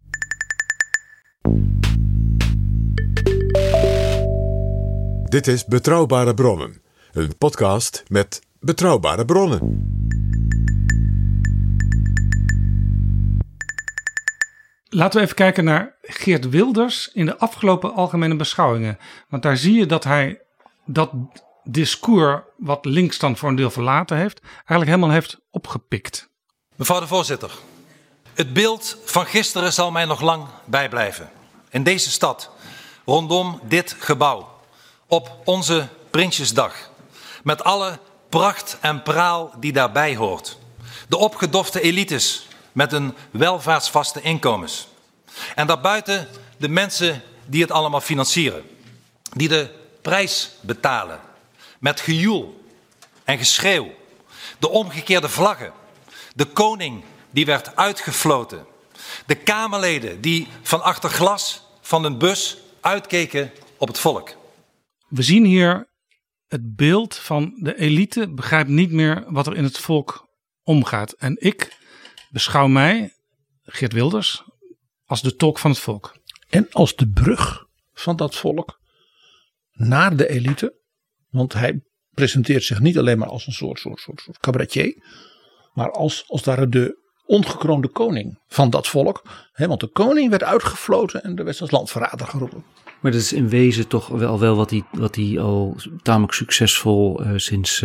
Dit is Betrouwbare Bronnen, een podcast met betrouwbare bronnen. Laten we even kijken naar Geert Wilders in de afgelopen algemene beschouwingen. Want daar zie je dat hij dat discours wat links dan voor een deel verlaten heeft, eigenlijk helemaal heeft opgepikt. Mevrouw de voorzitter, het beeld van gisteren zal mij nog lang bijblijven. In deze stad, rondom dit gebouw, op onze Prinsjesdag, met alle pracht en praal die daarbij hoort. De opgedofte elites met een welvaartsvaste inkomens. En daarbuiten de mensen die het allemaal financieren. Die de prijs betalen. Met gejoel en geschreeuw. De omgekeerde vlaggen. De koning die werd uitgefloten. De Kamerleden die van achter glas van een bus uitkeken op het volk. We zien hier het beeld van de elite begrijpt niet meer wat er in het volk omgaat. En ik beschouw mij, Geert Wilders, als de tolk van het volk. En als de brug van dat volk naar de elite. Want hij presenteert zich niet alleen maar als een soort cabaretier. Maar als daar de ongekroonde koning van dat volk. Want de koning werd uitgefloten en er werd als landverrader geroepen. Maar dat is in wezen toch wel wat hij al tamelijk succesvol sinds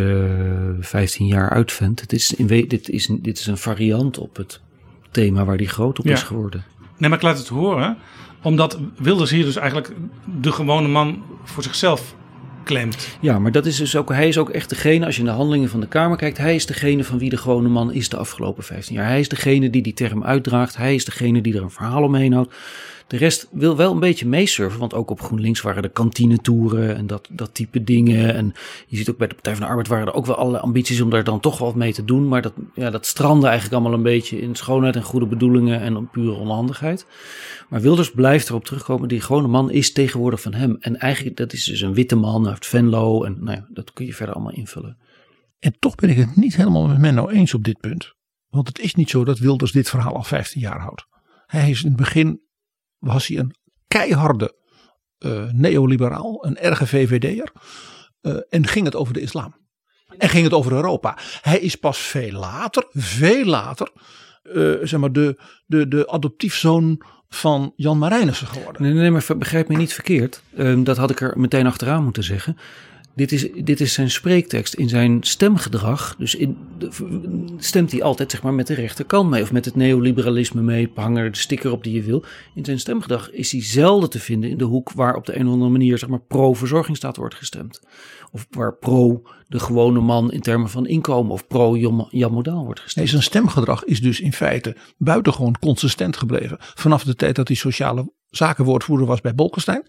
15 jaar uitvindt. Dit is een variant op het thema waar hij groot op is geworden. Nee, maar ik laat het horen. Omdat Wilders hier dus eigenlijk de gewone man voor zichzelf claimt. Ja, maar dat is dus ook, hij is ook echt degene, als je naar de handelingen van de Kamer kijkt, hij is degene van wie de gewone man is de afgelopen 15 jaar. Hij is degene die die term uitdraagt. Hij is degene die er een verhaal omheen houdt. De rest wil wel een beetje meesurfen, want ook op GroenLinks waren er kantinetoeren en dat type dingen. En je ziet ook bij de Partij van de Arbeid waren er ook wel alle ambities om daar dan toch wel wat mee te doen. Maar dat strandde eigenlijk allemaal een beetje in schoonheid en goede bedoelingen en pure onhandigheid. Maar Wilders blijft erop terugkomen, die gewone man is tegenwoordig van hem. En eigenlijk, dat is dus een witte man uit Venlo en dat kun je verder allemaal invullen. En toch ben ik het niet helemaal met Menno eens op dit punt. Want het is niet zo dat Wilders dit verhaal al 15 jaar houdt. Hij is in het begin was hij een keiharde neoliberaal, een erge VVD'er. En ging het over de islam. En ging het over Europa. Hij is pas veel later, zeg maar de adoptiefzoon van Jan Marijnissen geworden. Nee, maar begrijp me niet verkeerd. Dat had ik er meteen achteraan moeten zeggen. Dit is zijn spreektekst in zijn stemgedrag. Dus stemt hij altijd zeg maar met de rechterkant mee. Of met het neoliberalisme mee. Hang er de sticker op die je wil. In zijn stemgedrag is hij zelden te vinden in de hoek waar op de een of andere manier zeg maar pro-verzorgingsstaat wordt gestemd. Of waar pro de gewone man in termen van inkomen of pro Jan Modaal wordt gestemd. Nee, zijn stemgedrag is dus in feite buitengewoon consistent gebleven. Vanaf de tijd dat hij sociale zakenwoordvoerder was bij Bolkestein.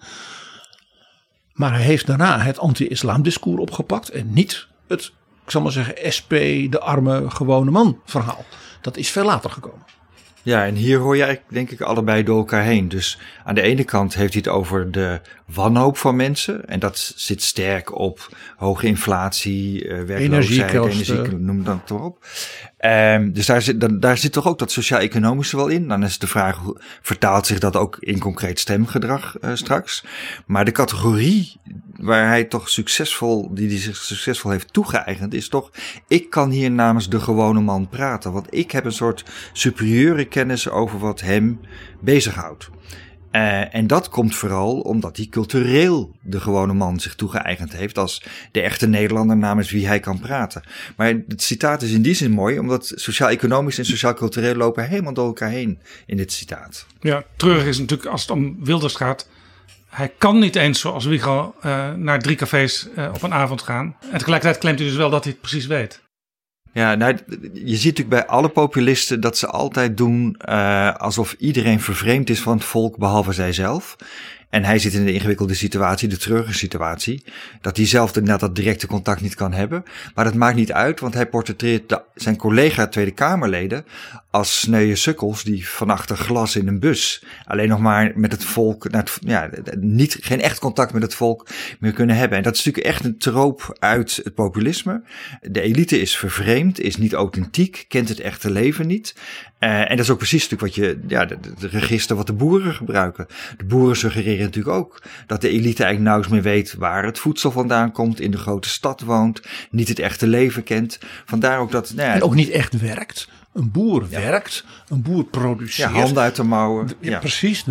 Maar hij heeft daarna het anti-islam discours opgepakt en niet het, ik zal maar zeggen, SP, de arme gewone man verhaal. Dat is veel later gekomen. Ja, en hier hoor je eigenlijk denk ik allebei door elkaar heen. Dus aan de ene kant heeft hij het over de wanhoop van mensen. En dat zit sterk op hoge inflatie, werkloosheid, energie, noem dat toch op. Dus daar zit toch ook dat sociaal-economische wel in. Dan is de vraag, hoe vertaalt zich dat ook in concreet stemgedrag straks? Maar de categorie waar hij toch die zich succesvol heeft toegeëigend is toch, ik kan hier namens de gewone man praten. Want ik heb een soort superieure kennis over wat hem bezighoudt. En dat komt vooral omdat hij cultureel de gewone man zich toegeëigend heeft als de echte Nederlander namens wie hij kan praten. Maar het citaat is in die zin mooi, omdat sociaal-economisch en sociaal-cultureel lopen helemaal door elkaar heen in dit citaat. Ja, treurig is natuurlijk als het om Wilders gaat. Hij kan niet eens zoals Wiegel naar 3 cafés op een avond gaan. En tegelijkertijd claimt hij dus wel dat hij het precies weet. Ja, nou, je ziet natuurlijk bij alle populisten dat ze altijd doen alsof iedereen vervreemd is van het volk behalve zijzelf. En hij zit in de ingewikkelde situatie, de treurige situatie, dat hij zelf inderdaad dat directe contact niet kan hebben. Maar dat maakt niet uit, want hij portretteert zijn collega Tweede Kamerleden als sneuwe sukkels die van achter glas in een bus alleen nog maar met het volk, geen echt contact met het volk meer kunnen hebben. En dat is natuurlijk echt een troop uit het populisme. De elite is vervreemd, is niet authentiek, kent het echte leven niet. En dat is ook precies natuurlijk het register wat de boeren gebruiken. De boeren suggereren natuurlijk ook dat de elite eigenlijk nauwelijks meer weet waar het voedsel vandaan komt, in de grote stad woont, niet het echte leven kent. Vandaar ook dat... En ook niet echt werkt. Een boer werkt, een boer produceert. Ja, handen uit de mouwen. Precies.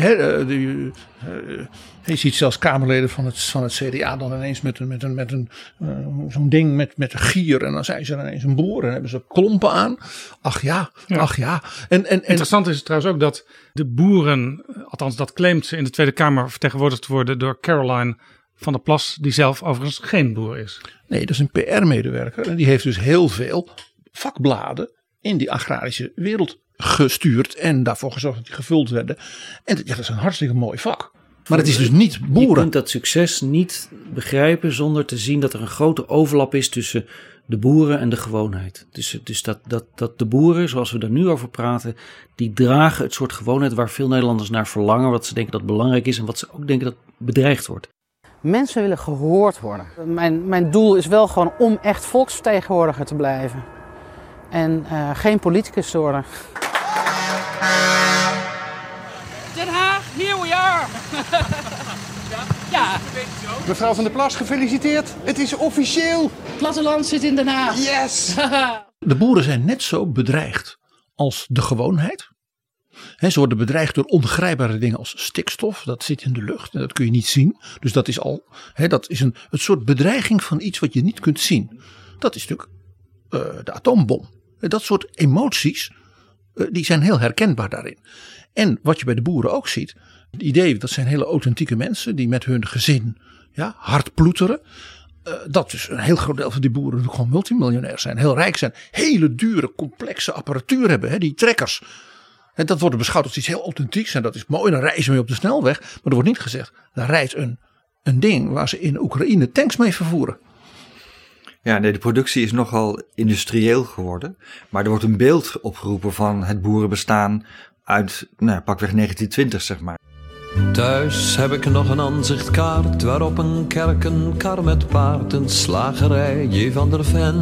Je ziet zelfs Kamerleden van het CDA dan ineens met zo'n ding met een gier. En dan zijn ze ineens een boer en hebben ze klompen aan. Ach ja. Interessant is het trouwens ook dat de boeren, althans dat claimt ze in de Tweede Kamer vertegenwoordigd te worden door Caroline van der Plas, die zelf overigens geen boer is. Nee, dat is een PR-medewerker. En die heeft dus heel veel vakbladen in die agrarische wereld gestuurd en daarvoor gezorgd dat die gevuld werden. En dat is een hartstikke mooi vak. Maar het is dus niet boeren. Je kunt dat succes niet begrijpen zonder te zien dat er een grote overlap is tussen de boeren en de gewoonheid. Dus dat de boeren, zoals we daar nu over praten, die dragen het soort gewoonheid waar veel Nederlanders naar verlangen, wat ze denken dat belangrijk is en wat ze ook denken dat bedreigd wordt. Mensen willen gehoord worden. Mijn doel is wel gewoon om echt volksvertegenwoordiger te blijven. En geen politicus te worden. Den Haag, here we are! Ja. Mevrouw van der Plas, gefeliciteerd. Het is officieel. Het platteland zit in Den Haag. Yes! De boeren zijn net zo bedreigd als de gewoonheid. Ze worden bedreigd door ongrijpbare dingen als stikstof. Dat zit in de lucht en dat kun je niet zien. Dus dat is al, dat is een soort bedreiging van iets wat je niet kunt zien. Dat is natuurlijk de atoombom. Dat soort emoties, die zijn heel herkenbaar daarin. En wat je bij de boeren ook ziet, het idee dat zijn hele authentieke mensen die met hun gezin hard ploeteren. Dat dus een heel groot deel van die boeren gewoon multimiljonair zijn, heel rijk zijn, hele dure complexe apparatuur hebben, die trekkers. En dat wordt beschouwd als iets heel authentieks en dat is mooi, dan reizen we op de snelweg. Maar er wordt niet gezegd, daar rijdt een ding waar ze in Oekraïne tanks mee vervoeren. Ja, nee, de productie is nogal industrieel geworden. Maar er wordt een beeld opgeroepen van het boerenbestaan uit pakweg 1920, zeg maar. Thuis heb ik nog een aanzichtkaart waarop een kerk, een kar met paard, een slagerij, J. van der Ven.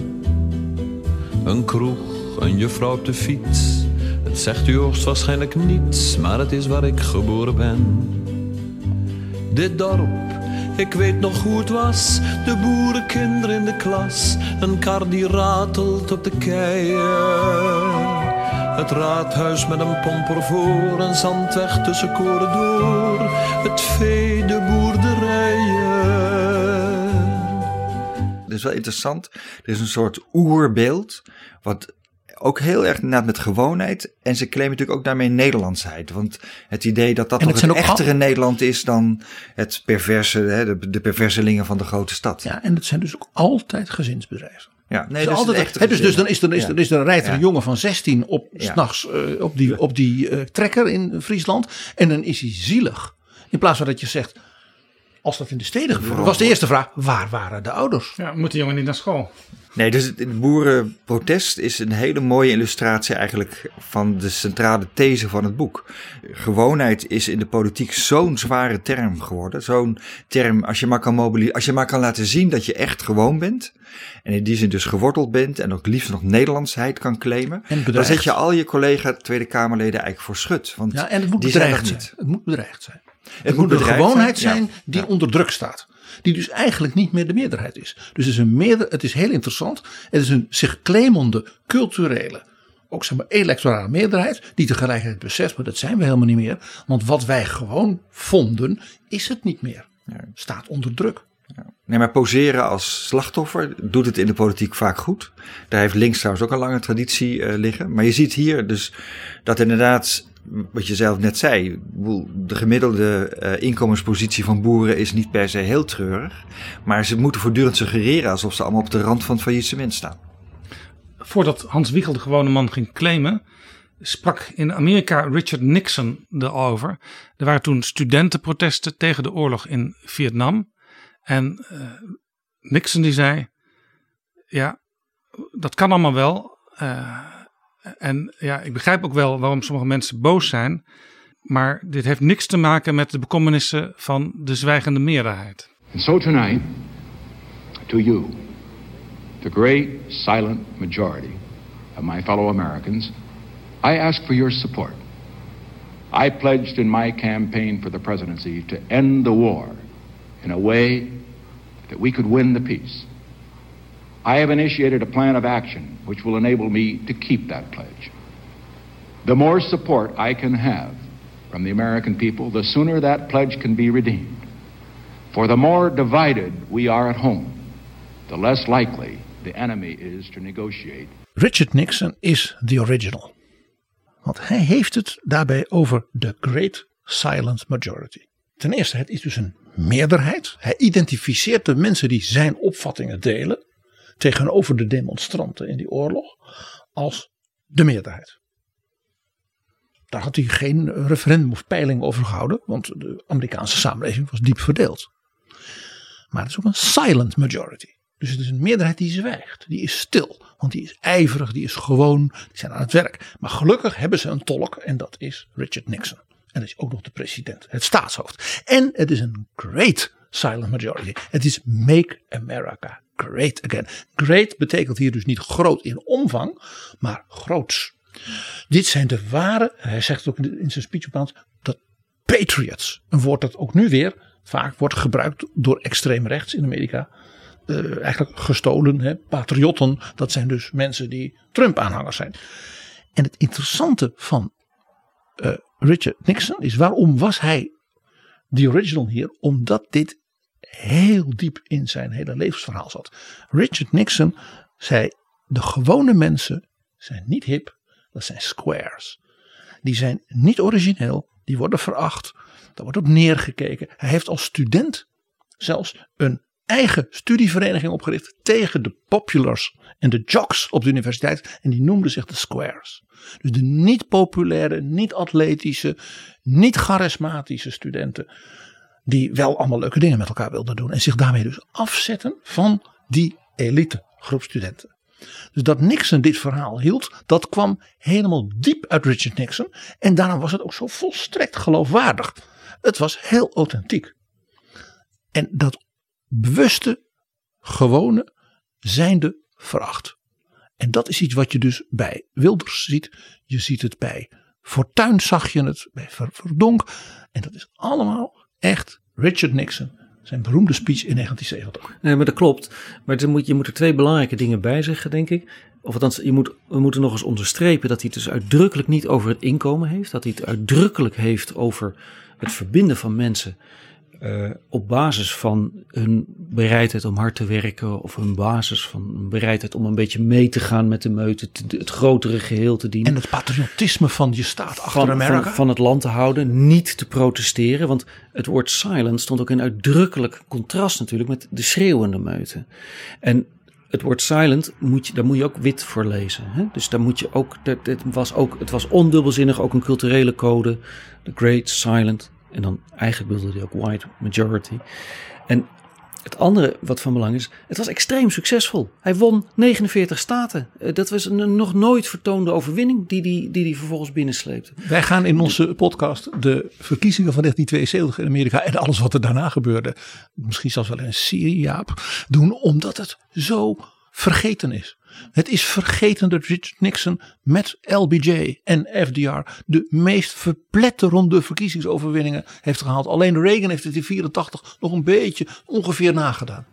Een kroeg, een juffrouw op de fiets. Het zegt u hoogstwaarschijnlijk niets, maar het is waar ik geboren ben. Dit dorp, ik weet nog hoe het was, de boerenkinderen in de klas. Een kar die ratelt op de keien. Het raadhuis met een pomper voor, een zandweg tussen koren door. Het vee, de boerderijen. Dat is wel interessant. Er is een soort oerbeeld, wat ook heel erg met gewoonheid. En ze claimen natuurlijk ook daarmee Nederlandsheid. Want het idee dat toch het echtere Nederland is dan het perverse, de perverselingen van de grote stad. Ja, en het zijn dus ook altijd gezinsbedrijven. Ja, nee, dus altijd dus dan rijdt er een jongen van 16 s'nachts op die trekker in Friesland. En dan is hij zielig. In plaats van dat je zegt, als dat in de steden gebeurde, was de eerste vraag, waar waren de ouders? Ja, moet die jongen niet naar school? Nee, dus het boerenprotest is een hele mooie illustratie eigenlijk van de centrale these van het boek. Gewoonheid is in de politiek zo'n zware term geworden. Zo'n term, als je maar kan laten zien dat je echt gewoon bent. En in die zin dus geworteld bent en ook liefst nog Nederlandsheid kan claimen. Dan zet je al je collega Tweede Kamerleden eigenlijk voor schut. Want en het moet bedreigd zijn. Het moet bedreigd zijn. Het moet een gewoonheid zijn die onder druk staat. Die dus eigenlijk niet meer de meerderheid is. Dus het is heel interessant. Het is een zich claimende culturele ook zeg maar electorale meerderheid, die tegelijkertijd beseft, maar dat zijn we helemaal niet meer. Want wat wij gewoon vonden, is het niet meer. Staat onder druk. Nee, maar poseren als slachtoffer doet het in de politiek vaak goed. Daar heeft links trouwens ook een lange traditie liggen. Maar je ziet hier dus dat inderdaad, wat je zelf net zei, de gemiddelde inkomenspositie van boeren is niet per se heel treurig. Maar ze moeten voortdurend suggereren alsof ze allemaal op de rand van het faillissement staan. Voordat Hans Wiegel de gewone man ging claimen, sprak in Amerika Richard Nixon erover. Er waren toen studentenprotesten tegen de oorlog in Vietnam. En Nixon die zei, ja, dat kan allemaal wel. En ja, ik begrijp ook wel waarom sommige mensen boos zijn. Maar dit heeft niks te maken met de bekommernissen van de zwijgende meerderheid. And so tonight, to you, the great silent majority of my fellow Americans, I ask for your support. I pledged in my campaign for the presidency to end the war in a way that we could win the peace. I have initiated a plan of action which will enable me to keep that pledge. The more support I can have from the American people, the sooner that pledge can be redeemed. For the more divided we are at home, the less likely the enemy is to negotiate. Richard Nixon is the original. Want hij heeft het daarbij over the great silent majority. Ten eerste, het is dus een meerderheid. Hij identificeert de mensen die zijn opvattingen delen tegenover de demonstranten in die oorlog als de meerderheid. Daar had hij geen referendum of peiling over gehouden, want de Amerikaanse samenleving was diep verdeeld. Maar het is ook een silent majority. Dus het is een meerderheid die zwijgt, die is stil, want die is ijverig, die is gewoon, die zijn aan het werk. Maar gelukkig hebben ze een tolk en dat is Richard Nixon. En dat is ook nog de president, het staatshoofd. En het is een great silent majority. Het is Make America Great Again. Great betekent hier dus niet groot in omvang, maar groots. Dit zijn de ware, hij zegt het ook in zijn speech op een dat patriots. Een woord dat ook nu weer vaak wordt gebruikt door extreem rechts in Amerika. Eigenlijk gestolen. Hè? Patriotten, dat zijn dus mensen die Trump-aanhangers zijn. En het interessante van Richard Nixon is, waarom was hij the original hier? Omdat dit heel diep in zijn hele levensverhaal zat. Richard Nixon zei, de gewone mensen zijn niet hip, dat zijn squares. Die zijn niet origineel, die worden veracht, daar wordt op neergekeken. Hij heeft als student zelfs een eigen studievereniging opgericht tegen de populars en de jocks op de universiteit. En die noemden zich de squares. Dus de niet populaire, niet atletische, niet charismatische studenten. Die wel allemaal leuke dingen met elkaar wilden doen. En zich daarmee dus afzetten van die elite groep studenten. Dus dat Nixon dit verhaal hield, dat kwam helemaal diep uit Richard Nixon. En daarom was het ook zo volstrekt geloofwaardig. Het was heel authentiek. En dat bewuste, gewone, zijnde veracht. En dat is iets wat je dus bij Wilders ziet. Je ziet het bij Fortuyn, zag je het, bij Verdonk. En dat is allemaal echt Richard Nixon. Zijn beroemde speech in 1970. Nee, maar dat klopt. Maar je moet er twee belangrijke dingen bij zeggen, denk ik. Of althans, we moeten nog eens onderstrepen dat hij het dus uitdrukkelijk niet over het inkomen heeft. Dat hij het uitdrukkelijk heeft over het verbinden van mensen op basis van hun bereidheid om hard te werken, of hun basis van bereidheid om een beetje mee te gaan met de meute, het grotere geheel te dienen. En het patriotisme van je staat achter Amerika. Van het land te houden, niet te protesteren. Want het woord silent stond ook in uitdrukkelijk contrast natuurlijk met de schreeuwende meute. En het woord silent, daar moet je ook wit voor lezen. Hè? Dus daar moet je ook, het was ondubbelzinnig, ook een culturele code. The Great Silent. En dan eigenlijk bedoelde hij ook white majority. En het andere wat van belang is, het was extreem succesvol. Hij won 49 staten. Dat was een nog nooit vertoonde overwinning die vervolgens binnensleepte. Wij gaan in onze podcast de verkiezingen van 1972 in Amerika en alles wat er daarna gebeurde, misschien zelfs wel in een serie, Jaap, doen, omdat het zo vergeten is. Het is vergeten dat Richard Nixon met LBJ en FDR de meest verpletterende verkiezingsoverwinningen heeft gehaald. Alleen Reagan heeft het in 1984 nog een beetje ongeveer nagedaan.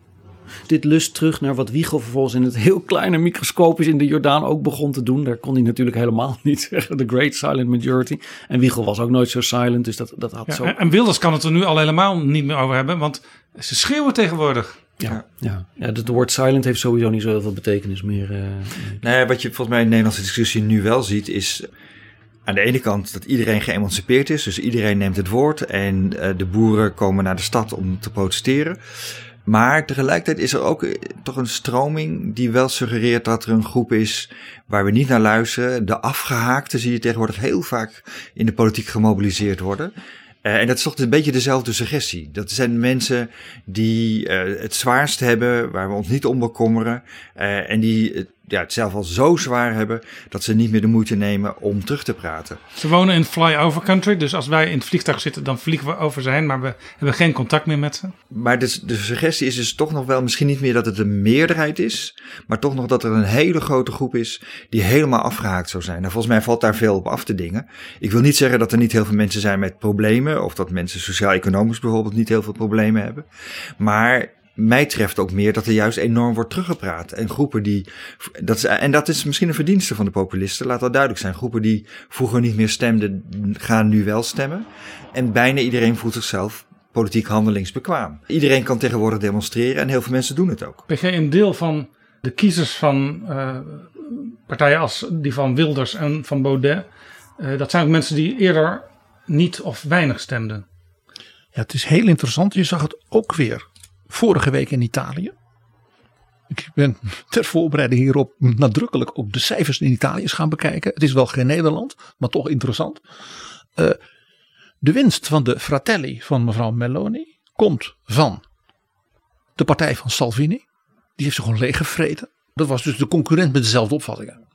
Dit lust terug naar wat Wiegel vervolgens in het heel kleine microscopisch in de Jordaan ook begon te doen. Daar kon hij natuurlijk helemaal niet zeggen. The Great Silent Majority. En Wiegel was ook nooit zo silent, dus dat had zo... En Wilders kan het er nu al helemaal niet meer over hebben, want ze schreeuwen tegenwoordig. Ja, het woord silent heeft sowieso niet zo heel veel betekenis meer. Wat je volgens mij in de Nederlandse discussie nu wel ziet is aan de ene kant dat iedereen geëmancipeerd is. Dus iedereen neemt het woord en de boeren komen naar de stad om te protesteren. Maar tegelijkertijd is er ook toch een stroming die wel suggereert dat er een groep is waar we niet naar luisteren. De afgehaakten zie je tegenwoordig heel vaak in de politiek gemobiliseerd worden. En dat is toch een beetje dezelfde suggestie. Dat zijn mensen die het zwaarst hebben, waar we ons niet om bekommeren. En die het zelf al zo zwaar hebben dat ze niet meer de moeite nemen om terug te praten. Ze wonen in flyover country, dus als wij in het vliegtuig zitten, dan vliegen we over ze heen, maar we hebben geen contact meer met ze. Maar de suggestie is dus toch nog wel, misschien niet meer dat het een meerderheid is, maar toch nog dat er een hele grote groep is die helemaal afgehaakt zou zijn. Nou, volgens mij valt daar veel op af te dingen. Ik wil niet zeggen dat er niet heel veel mensen zijn met problemen, of dat mensen sociaal-economisch bijvoorbeeld niet heel veel problemen hebben. Maar mij treft ook meer dat er juist enorm wordt teruggepraat. En groepen dat is misschien een verdienste van de populisten, laat dat duidelijk zijn. Groepen die vroeger niet meer stemden, gaan nu wel stemmen. En bijna iedereen voelt zichzelf politiek handelingsbekwaam. Iedereen kan tegenwoordig demonstreren en heel veel mensen doen het ook. PG, een deel van de kiezers van partijen als die van Wilders en van Baudet, dat zijn ook mensen die eerder niet of weinig stemden. Ja, het is heel interessant. Je zag het ook weer vorige week in Italië. Ik ben ter voorbereiding hierop nadrukkelijk ook de cijfers in Italië eens gaan bekijken. Het is wel geen Nederland, maar toch interessant. De winst van de Fratelli van mevrouw Meloni komt van de partij van Salvini. Die heeft ze gewoon leeggevreten. Dat was dus de concurrent met dezelfde opvattingen.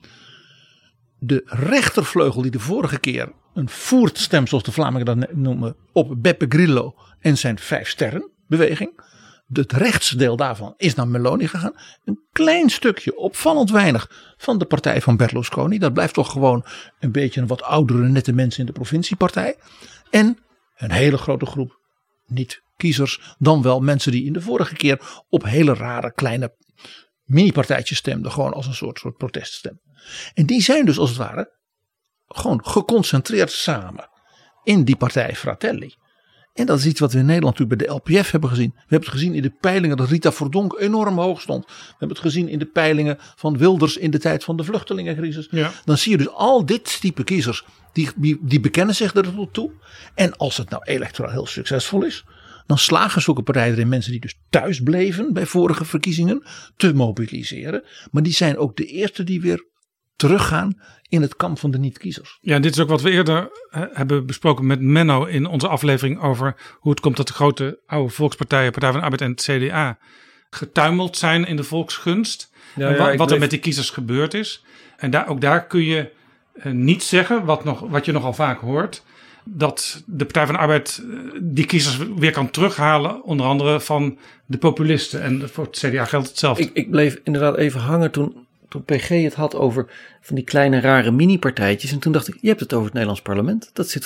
De rechtervleugel die de vorige keer een voertstem, zoals de Vlamingen dat noemen, op Beppe Grillo en zijn 5 sterren beweging. Het rechtsdeel daarvan is naar Meloni gegaan. Een klein stukje, opvallend weinig, van de partij van Berlusconi. Dat blijft toch gewoon een beetje een wat oudere nette mensen in de provinciepartij. En een hele grote groep niet-kiezers, dan wel mensen die in de vorige keer op hele rare kleine mini-partijtjes stemden. Gewoon als een soort proteststem. En die zijn dus als het ware gewoon geconcentreerd samen in die partij Fratelli. En dat is iets wat we in Nederland natuurlijk bij de LPF hebben gezien. We hebben het gezien in de peilingen dat Rita Verdonk enorm hoog stond. We hebben het gezien in de peilingen van Wilders in de tijd van de vluchtelingencrisis. Ja. Dan zie je dus al dit type kiezers die bekennen zich er toe. En als het nou electoraal heel succesvol is, dan slagen zulke partijen erin mensen die dus thuis bleven bij vorige verkiezingen te mobiliseren. Maar die zijn ook de eerste die weer teruggaan in het kamp van de niet-kiezers. Ja, dit is ook wat we eerder hebben besproken met Menno in onze aflevering over hoe het komt dat de grote oude volkspartijen, Partij van de Arbeid en het CDA, getuimeld zijn in de volksgunst. Ja, en wat er met die kiezers gebeurd is. En ook daar kun je niet zeggen, wat je nogal vaak hoort, dat de Partij van de Arbeid die kiezers weer kan terughalen, onder andere van de populisten. En voor het CDA geldt hetzelfde. Ik bleef inderdaad even hangen toen PG het had over van die kleine rare mini-partijtjes. En toen dacht ik, je hebt het over het Nederlands parlement. Dat zit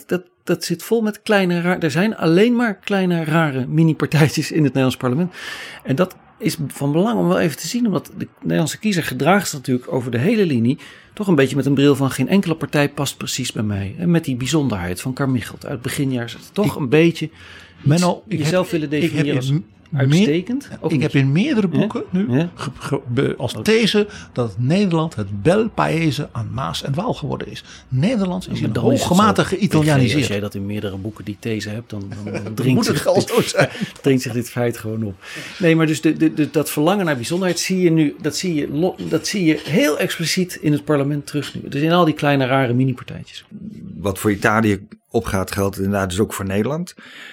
vol met kleine rare... Er zijn alleen maar kleine rare mini-partijtjes in het Nederlands parlement. En dat is van belang om wel even te zien. Omdat de Nederlandse kiezer gedraagt zich natuurlijk over de hele linie toch een beetje met een bril van geen enkele partij past precies bij mij. En met die bijzonderheid van Carmichelt uit het beginjaar zit toch een beetje Menno, jezelf willen definiëren als uitstekend. Ik heb in meerdere boeken nu als these dat Nederland het bel paese aan Maas en Waal geworden is. Nederland is in hoogmate geïtalianiseerd. Als jij dat in meerdere boeken die these hebt, dan dringt zich dit feit gewoon op. Nee, maar dus dat verlangen naar bijzonderheid zie je nu, dat zie je heel expliciet in het parlement terug nu. Dus in al die kleine rare mini-partijtjes. Wat voor Italië opgaat geldt inderdaad dus ook voor Nederland.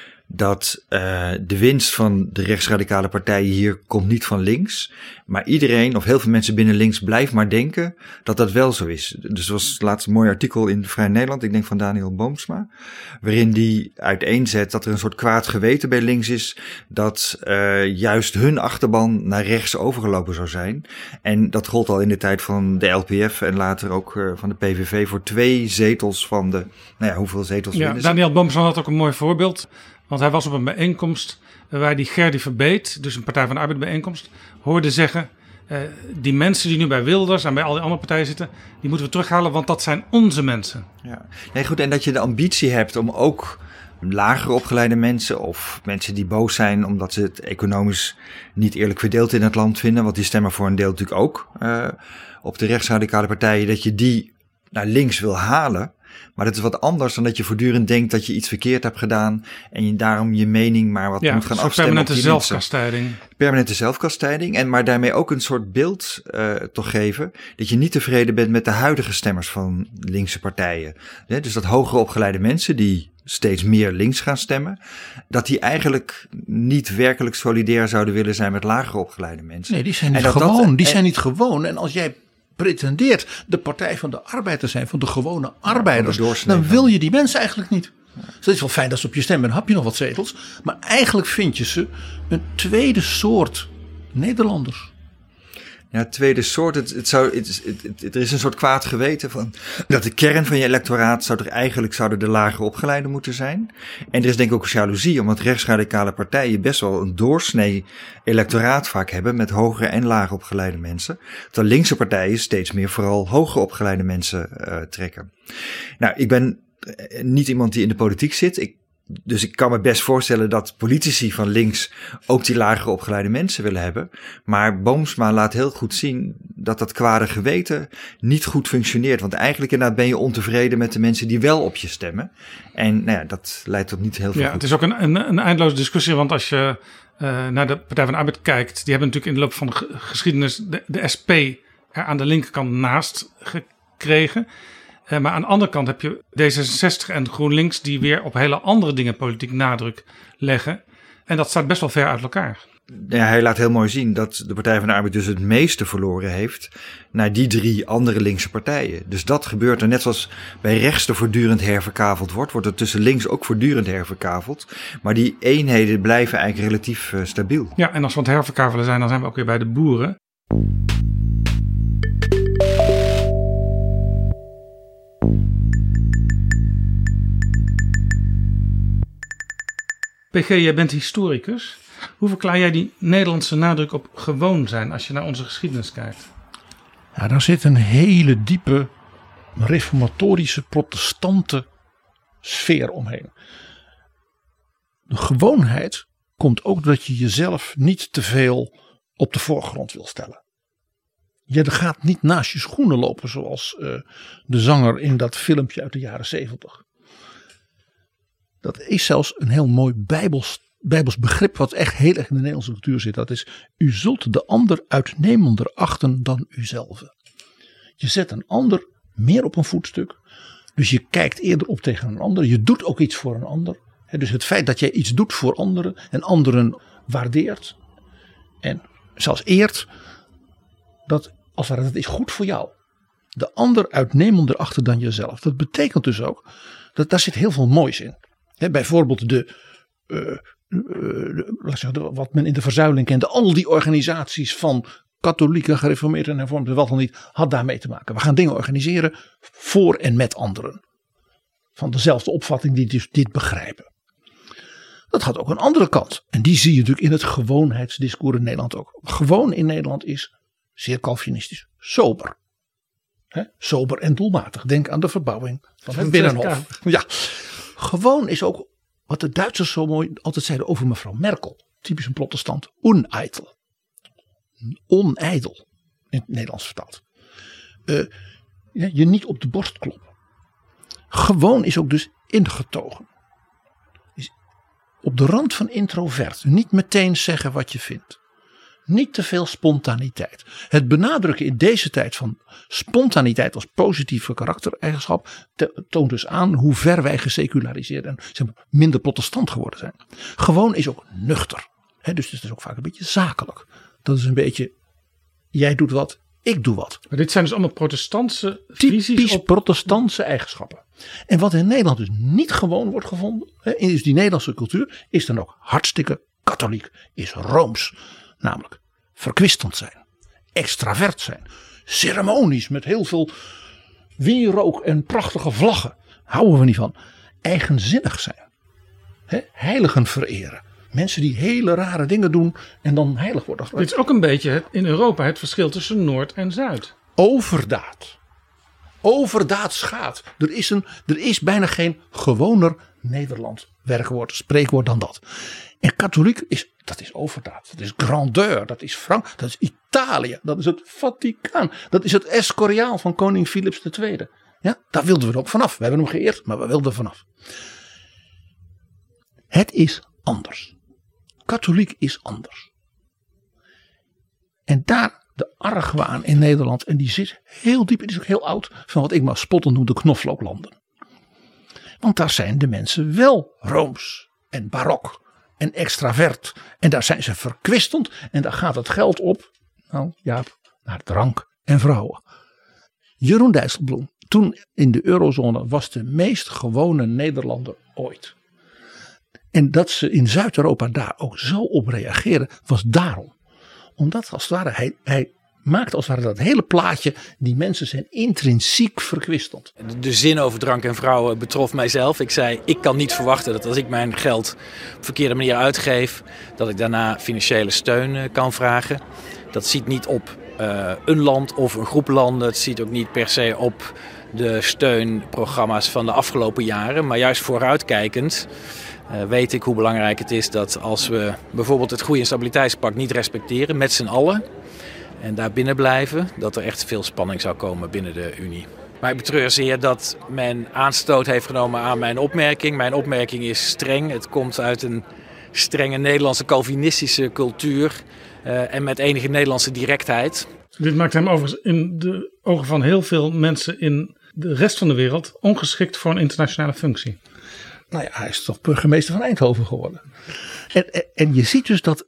Dat de winst van de rechtsradicale partijen hier komt niet van links. Maar iedereen of heel veel mensen binnen links blijven maar denken dat dat wel zo is. Dus er was laatst een mooi artikel in Vrij Nederland, ik denk van Daniel Boomsma, waarin die uiteenzet dat er een soort kwaad geweten bij links is, dat juist hun achterban naar rechts overgelopen zou zijn. En dat gold al in de tijd van de LPF en later ook van de PVV voor 2 zetels van de, hoeveel zetels winnen ze? Daniel Boomsma had ook een mooi voorbeeld. Want hij was op een bijeenkomst waar die Gerdy Verbeet, dus een Partij van de Arbeid bijeenkomst, hoorde zeggen, die mensen die nu bij Wilders en bij al die andere partijen zitten, die moeten we terughalen, want dat zijn onze mensen. Ja. Nee, goed, en dat je de ambitie hebt om ook lager opgeleide mensen of mensen die boos zijn omdat ze het economisch niet eerlijk verdeeld in het land vinden, want die stemmen voor een deel natuurlijk ook op de rechtsradicale partijen, dat je die naar links wil halen. Maar dat is wat anders dan dat je voortdurend denkt dat je iets verkeerd hebt gedaan en je daarom je mening maar wat moet gaan afstemmen op die zelfkastijding. Permanente zelfkastijding. En maar daarmee ook een soort beeld toch geven dat je niet tevreden bent met de huidige stemmers van linkse partijen. Dus dat hoger opgeleide mensen die steeds meer links gaan stemmen, dat die eigenlijk niet werkelijk solidair zouden willen zijn met lager opgeleide mensen. Nee, die zijn niet gewoon. Die zijn niet gewoon. En als jij pretendeert de Partij van de Arbeid te zijn, van de gewone arbeiders, dan wil je die mensen eigenlijk niet. Dus het is wel fijn dat ze op je stemmen, dan heb je nog wat zetels. Maar eigenlijk vind je ze een tweede soort Nederlanders. Ja, tweede soort. Er is een soort kwaad geweten van dat de kern van je electoraat zouden de lager opgeleide moeten zijn. En er is denk ik ook jaloezie, omdat rechtsradicale partijen best wel een doorsnee electoraat vaak hebben met hoger en lager opgeleide mensen. Terwijl linkse partijen steeds meer vooral hoger opgeleide mensen trekken. Nou, ik ben niet iemand die in de politiek zit. Dus ik kan me best voorstellen dat politici van links ook die lager opgeleide mensen willen hebben. Maar Boomsma laat heel goed zien dat dat kwade geweten niet goed functioneert. Want eigenlijk inderdaad ben je ontevreden met de mensen die wel op je stemmen. En nou ja, dat leidt tot niet heel veel goed. Het is ook een eindeloze discussie. Want als je naar de Partij van de Arbeid kijkt, die hebben natuurlijk in de loop van de geschiedenis de SP er aan de linkerkant naast gekregen. Maar aan de andere kant heb je D66 en GroenLinks die weer op hele andere dingen politiek nadruk leggen. En dat staat best wel ver uit elkaar. Ja, hij laat heel mooi zien dat de Partij van de Arbeid dus het meeste verloren heeft naar die 3 andere linkse partijen. Dus dat gebeurt er net zoals bij rechts er voortdurend herverkaveld wordt er tussen links ook voortdurend herverkaveld. Maar die eenheden blijven eigenlijk relatief stabiel. Ja, en als we aan het herverkavelen zijn, dan zijn we ook weer bij de boeren. PG, jij bent historicus. Hoe verklaar jij die Nederlandse nadruk op gewoon zijn als je naar onze geschiedenis kijkt? Ja, daar zit een hele diepe reformatorische protestante sfeer omheen. De gewoonheid komt ook dat je jezelf niet te veel op de voorgrond wil stellen. Je gaat niet naast je schoenen lopen zoals de zanger in dat filmpje uit de jaren 70. Dat is zelfs een heel mooi Bijbels begrip wat echt heel erg in de Nederlandse cultuur zit. Dat is, u zult de ander uitnemender achten dan uzelf. Je zet een ander meer op een voetstuk. Dus je kijkt eerder op tegen een ander. Je doet ook iets voor een ander. Dus het feit dat jij iets doet voor anderen en anderen waardeert en zelfs eert, dat als het dat is goed voor jou. De ander uitnemender achten dan jezelf. Dat betekent dus ook dat daar zit heel veel moois in. Bijvoorbeeld wat men in de verzuiling kende. Al die organisaties van katholieken, gereformeerden en hervormden, wat dan niet, had daarmee te maken. We gaan dingen organiseren voor en met anderen. Van dezelfde opvatting die dus dit begrijpen. Dat had ook een andere kant. En die zie je natuurlijk in het gewoonheidsdiscours in Nederland ook. Gewoon in Nederland is zeer Calvinistisch. Sober. Sober en doelmatig. Denk aan de verbouwing van het Binnenhof. Ja. Gewoon is ook wat de Duitsers zo mooi altijd zeiden over mevrouw Merkel. Typisch een protestant. Uneitel. Onijdel. In het Nederlands vertaald. Je niet op de borst kloppen. Gewoon is ook dus ingetogen. Is op de rand van introvert. Niet meteen zeggen wat je vindt. Niet te veel spontaniteit. Het benadrukken in deze tijd van spontaniteit als positieve karaktereigenschap toont dus aan hoe ver wij geseculariseerd en zeg maar, minder protestant geworden zijn. Gewoon is ook nuchter. Dus het is ook vaak een beetje zakelijk. Dat is een beetje, jij doet wat, ik doe wat. Maar dit zijn dus allemaal protestantse visies typisch protestantse eigenschappen. En wat in Nederland dus niet gewoon wordt gevonden, in die Nederlandse cultuur, is dan ook hartstikke katholiek, is rooms. Namelijk verkwistend zijn, extravert zijn, ceremonisch met heel veel wierook en prachtige vlaggen. Houden we niet van. Eigenzinnig zijn, heiligen vereren. Mensen die hele rare dingen doen en dan heilig worden. Dit is ook een beetje in Europa het verschil tussen Noord en Zuid. Overdaad. Overdaad schaadt. Er is bijna geen gewoner Nederlands werkwoord, spreekwoord dan dat. En katholiek dat is overdaad. Dat is grandeur. Dat is Frank. Dat is Italië. Dat is het Vaticaan. Dat is het Escoriaal van koning Philips II. Ja, daar wilden we ook vanaf. We hebben hem geëerd, maar we wilden er vanaf. Het is anders. Katholiek is anders. En daar de argwaan in Nederland. En die zit heel diep. Het is ook heel oud. Van wat ik maar spottend noem de knoflooklanden. Want daar zijn de mensen wel rooms en barok en extravert. En daar zijn ze verkwistend. En daar gaat het geld op. Nou Jaap, naar drank en vrouwen. Jeroen Dijsselbloem, toen in de eurozone, was de meest gewone Nederlander ooit. En dat ze in Zuid-Europa daar ook zo op reageren, was daarom. Omdat als het ware, hij maakt als het ware dat hele plaatje, die mensen zijn intrinsiek verkwistend. De zin over drank en vrouwen betrof mijzelf. Ik zei, ik kan niet verwachten dat als ik mijn geld op verkeerde manier uitgeef, dat ik daarna financiële steun kan vragen. Dat ziet niet op een land of een groep landen. Het ziet ook niet per se op de steunprogramma's van de afgelopen jaren. Maar juist vooruitkijkend weet ik hoe belangrijk het is dat als we bijvoorbeeld het Groei- en Stabiliteitspact niet respecteren met z'n allen en daar binnen blijven, dat er echt veel spanning zou komen binnen de Unie. Maar ik betreur zeer dat men aanstoot heeft genomen aan mijn opmerking. Mijn opmerking is streng. Het komt uit een strenge Nederlandse Calvinistische cultuur en met enige Nederlandse directheid. Dit maakt hem overigens in de ogen van heel veel mensen in de rest van de wereld ongeschikt voor een internationale functie. Nou ja, hij is toch burgemeester van Eindhoven geworden. En je ziet dus dat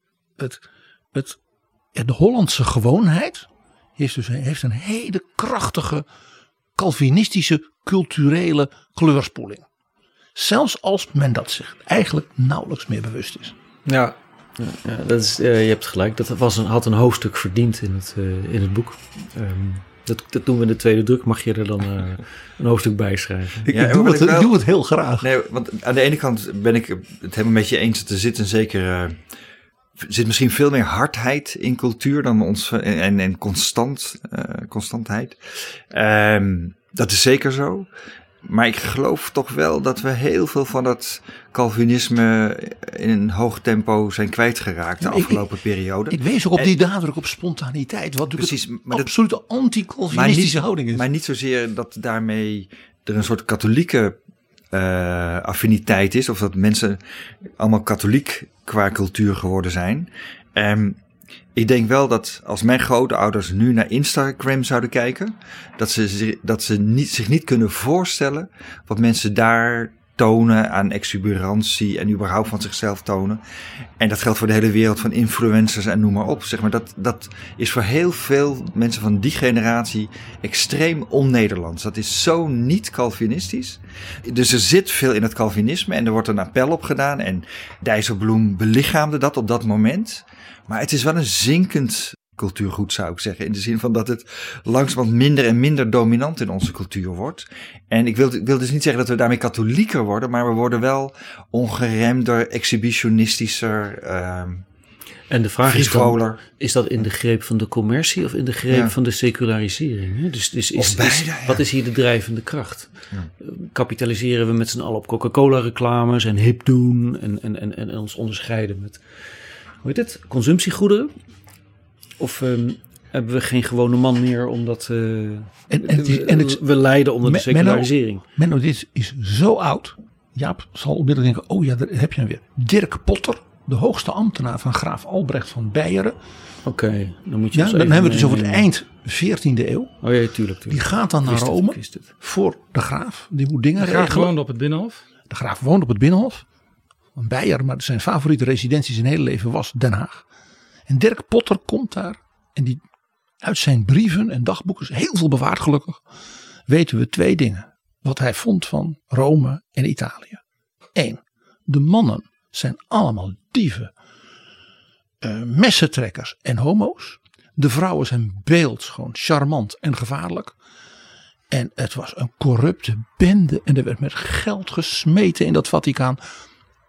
de Hollandse gewoonheid heeft een hele krachtige Calvinistische culturele kleurspoeling. Zelfs als men dat zich eigenlijk nauwelijks meer bewust is. Ja, dat is, je hebt gelijk. Dat had een hoofdstuk verdiend in het boek. Dat doen we in de tweede druk. Mag je er dan een hoofdstuk bij schrijven? Ik doe het heel graag. Nee, want aan de ene kant ben ik het helemaal met je eens dat er zit een zekere zit misschien veel meer hardheid in cultuur dan ons en constantheid. Dat is zeker zo. Maar ik geloof toch wel dat we heel veel van dat Calvinisme in een hoog tempo zijn kwijtgeraakt de afgelopen periode. Ik wees ook op die nadruk op spontaniteit. Wat precies, maar absolute anti-Calvinistische houding is. Maar niet zozeer dat daarmee er een soort katholieke affiniteit is. Of dat mensen allemaal katholiek qua cultuur geworden zijn. Ik denk wel dat als mijn grootouders nu naar Instagram zouden kijken, dat ze zich niet kunnen voorstellen wat mensen daar tonen aan exuberantie en überhaupt van zichzelf tonen. En dat geldt voor de hele wereld van influencers en noem maar op. Zeg maar, dat is voor heel veel mensen van die generatie extreem on-Nederlands. Dat is zo niet Calvinistisch. Dus er zit veel in het Calvinisme en er wordt een appel op gedaan. En Dijsselbloem belichaamde dat op dat moment. Maar het is wel een zinkend cultuurgoed, zou ik zeggen. In de zin van dat het langzamerhand minder en minder dominant in onze cultuur wordt. En ik wil dus niet zeggen dat we daarmee katholieker worden, maar we worden wel ongeremder, exhibitionistischer, en de vraag is dan, is dat in de greep van de commercie of in de greep van de secularisering? Dus wat is hier de drijvende kracht? Ja. Kapitaliseren we met z'n allen op Coca-Cola reclames en hip doen en ons onderscheiden met, hoe heet het, consumptiegoederen? Of hebben we geen gewone man meer omdat we lijden onder de secularisering? Menno, dit is zo oud. Jaap zal onmiddellijk denken, oh ja, daar heb je hem weer. Dirk Potter, de hoogste ambtenaar van graaf Albrecht van Beieren. Oké, dan moet je dan hebben we het dus over het eind 14e eeuw. Oh ja, tuurlijk. Die gaat dan naar Rome voor de graaf. Die moet dingen regelen. De graaf woonde op het Binnenhof? De graaf woonde op het Binnenhof. Van Beieren, maar zijn favoriete residentie zijn hele leven was Den Haag. En Dirk Potter komt daar en die uit zijn brieven en dagboeken, is heel veel bewaard gelukkig, weten we twee dingen. Wat hij vond van Rome en Italië. 1. De mannen zijn allemaal dieven, messentrekkers en homo's. De vrouwen zijn beeldschoon, charmant en gevaarlijk. En het was een corrupte bende en er werd met geld gesmeten in dat Vaticaan.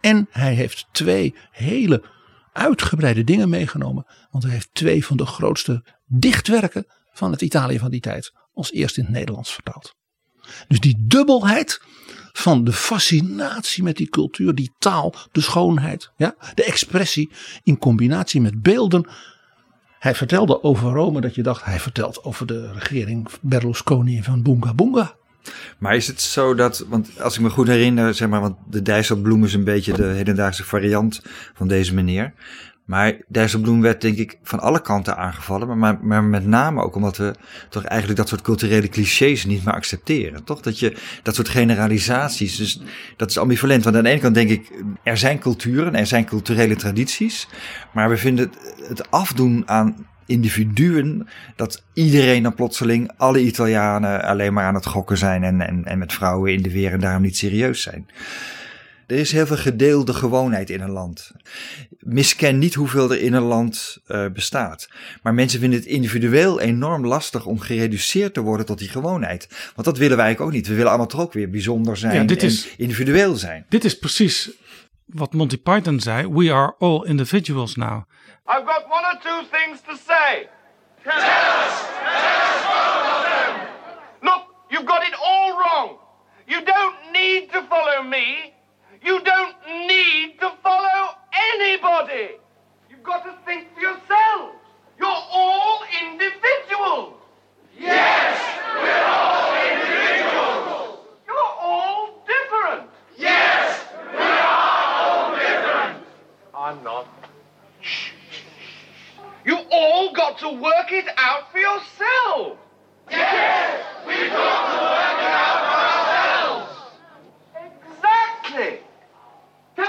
En hij heeft 2 hele uitgebreide dingen meegenomen. Want hij heeft 2 van de grootste dichtwerken van het Italië van die tijd als eerst in het Nederlands vertaald. Dus die dubbelheid van de fascinatie met die cultuur, die taal, de schoonheid, ja, de expressie in combinatie met beelden. Hij vertelde over Rome dat je dacht, hij vertelt over de regering Berlusconi van Bunga Bunga. Maar is het zo dat, want als ik me goed herinner, zeg maar, want de Dijsselbloem is een beetje de hedendaagse variant van deze meneer. Maar Dijsselbloem werd denk ik van alle kanten aangevallen, maar met name ook omdat we toch eigenlijk dat soort culturele clichés niet meer accepteren. Toch? Dat soort generalisaties, dus dat is ambivalent. Want aan de ene kant denk ik, er zijn culturen, er zijn culturele tradities, maar we vinden het afdoen aan individuen, dat iedereen dan plotseling, alle Italianen alleen maar aan het gokken zijn en met vrouwen in de weer en daarom niet serieus zijn. Er is heel veel gedeelde gewoonheid in een land. Misken niet hoeveel er in een land bestaat. Maar mensen vinden het individueel enorm lastig om gereduceerd te worden tot die gewoonheid. Want dat willen wij eigenlijk ook niet. We willen allemaal toch ook weer bijzonder zijn en individueel zijn. Dit is precies wat Monty Python zei. We are all individuals now. I've got 1 or 2 things to say. Tell us all of them. Look, you've got it all wrong. You don't need to follow me. You don't need to follow anybody. You've got to think for yourselves. You're all individuals. Yes, we're all individuals. You're all different. Yes, we are all different. I'm not. Shh. You all got to work it out for yourself. Yes, we've got to work it out for ourselves. Exactly. No,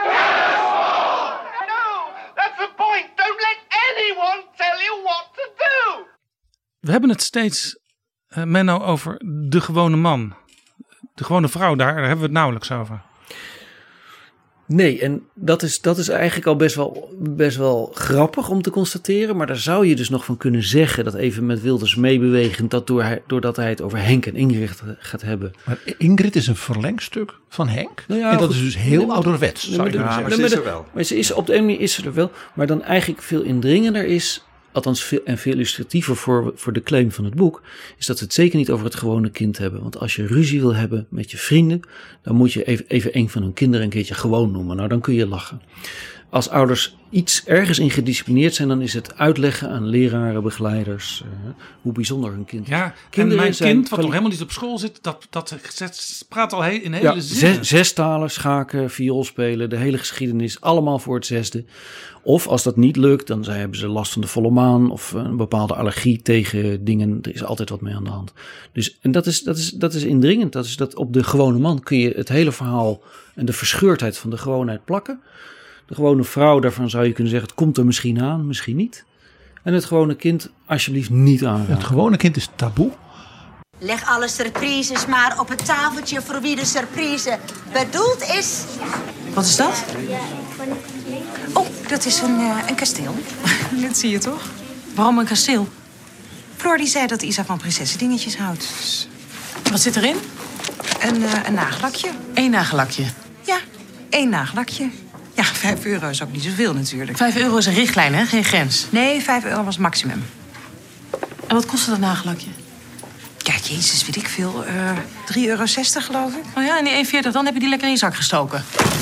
that's the point. Don't let anyone tell you what to do. We hebben het steeds, Menno, over de gewone man. De gewone vrouw, daar hebben we het nauwelijks over. Nee, en dat is eigenlijk al best wel grappig om te constateren. Maar daar zou je dus nog van kunnen zeggen, dat even met Wilders meebewegend, dat doordat hij het over Henk en Ingrid gaat hebben. Maar Ingrid is een verlengstuk van Henk. Nou ja, en dat is dus heel ouderwets, zou je kunnen zeggen. Maar ze is er wel. Maar ze is, op de ene manier is ze er wel. Maar dan eigenlijk veel indringender is, althans veel illustratiever voor de claim van het boek, is dat we het zeker niet over het gewone kind hebben. Want als je ruzie wil hebben met je vrienden, dan moet je even een van hun kinderen een keertje gewoon noemen. Nou, dan kun je lachen. Als ouders ergens in gedisciplineerd zijn, dan is het uitleggen aan leraren, begeleiders, hoe bijzonder hun kind is. Ja, en mijn kind, wat nog helemaal niet op school zit, dat praat al in hele zinnen. 6 talen, schaken, viool spelen, de hele geschiedenis, allemaal voor het 6e. Of als dat niet lukt, dan hebben ze last van de volle maan of een bepaalde allergie tegen dingen. Er is altijd wat mee aan de hand. Dus, en dat is indringend. Dat is dat op de gewone man kun je het hele verhaal en de verscheurdheid van de gewoonheid plakken. De gewone vrouw, daarvan zou je kunnen zeggen, het komt er misschien aan, misschien niet. En het gewone kind, alsjeblieft niet aanraken. Het gewone kind is taboe. Leg alle surprises maar op het tafeltje voor wie de surprise bedoeld is. Wat is dat? Oh, dat is een kasteel. Dat zie je toch? Waarom een kasteel? Floor die zei dat Isa van prinsessen dingetjes houdt. Wat zit erin? Een nagellakje. 1 nagellakje? Ja, 1 nagellakje. Ja, €5 is ook niet zoveel natuurlijk. €5 is een richtlijn, hè? Geen grens. Nee, €5 was het maximum. En wat kostte dat nagellakje? Ja, jezus, weet ik veel. €3,60 geloof ik. Oh ja, en die 1,40, dan heb je die lekker in je zak gestoken.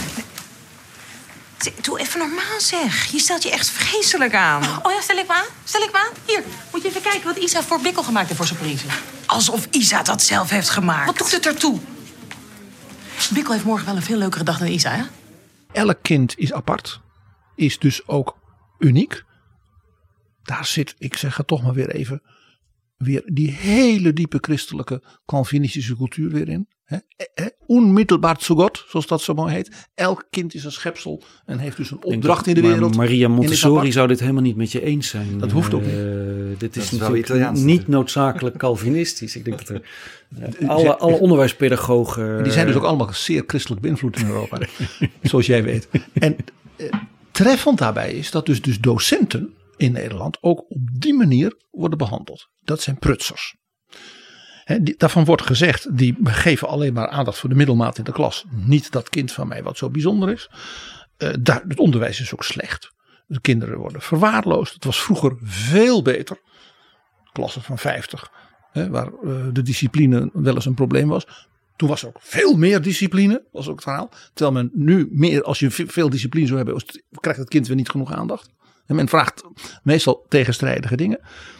Doe even normaal, zeg. Je stelt je echt vreselijk aan. Oh ja, stel ik me aan? Stel ik me aan? Hier, moet je even kijken wat Isa voor Bikkel gemaakt heeft voor surprise. Alsof Isa dat zelf heeft gemaakt. Wat doet het ertoe? Bikkel heeft morgen wel een veel leukere dag dan Isa, hè? Elk kind is apart. Is dus ook uniek. Daar zit, ik zeg het toch maar weer even, weer die hele diepe christelijke Calvinistische cultuur weer in. Onmittelbaar zu God, zoals dat zo mooi heet. Elk kind is een schepsel en heeft dus een opdracht in de wereld. Maria Montessori zou dit helemaal niet met je eens zijn. Dat hoeft ook niet. Dit is natuurlijk niet noodzakelijk Calvinistisch. Ik denk dat er alle onderwijspedagogen... Die zijn dus ook allemaal zeer christelijk beïnvloed in Europa. Zoals jij weet. En treffend daarbij is dat dus docenten in Nederland ook op die manier worden behandeld. Dat zijn prutsers. Daarvan wordt gezegd, die geven alleen maar aandacht voor de middelmaat in de klas. Niet dat kind van mij wat zo bijzonder is. Het onderwijs is ook slecht. De kinderen worden verwaarloosd. Het was vroeger veel beter. Klassen van 50. Waar de discipline wel eens een probleem was. Toen was er ook veel meer discipline. Was ook het verhaal. Terwijl men nu meer, als je veel discipline zou hebben, krijgt het kind weer niet genoeg aandacht. En men vraagt meestal tegenstrijdige dingen.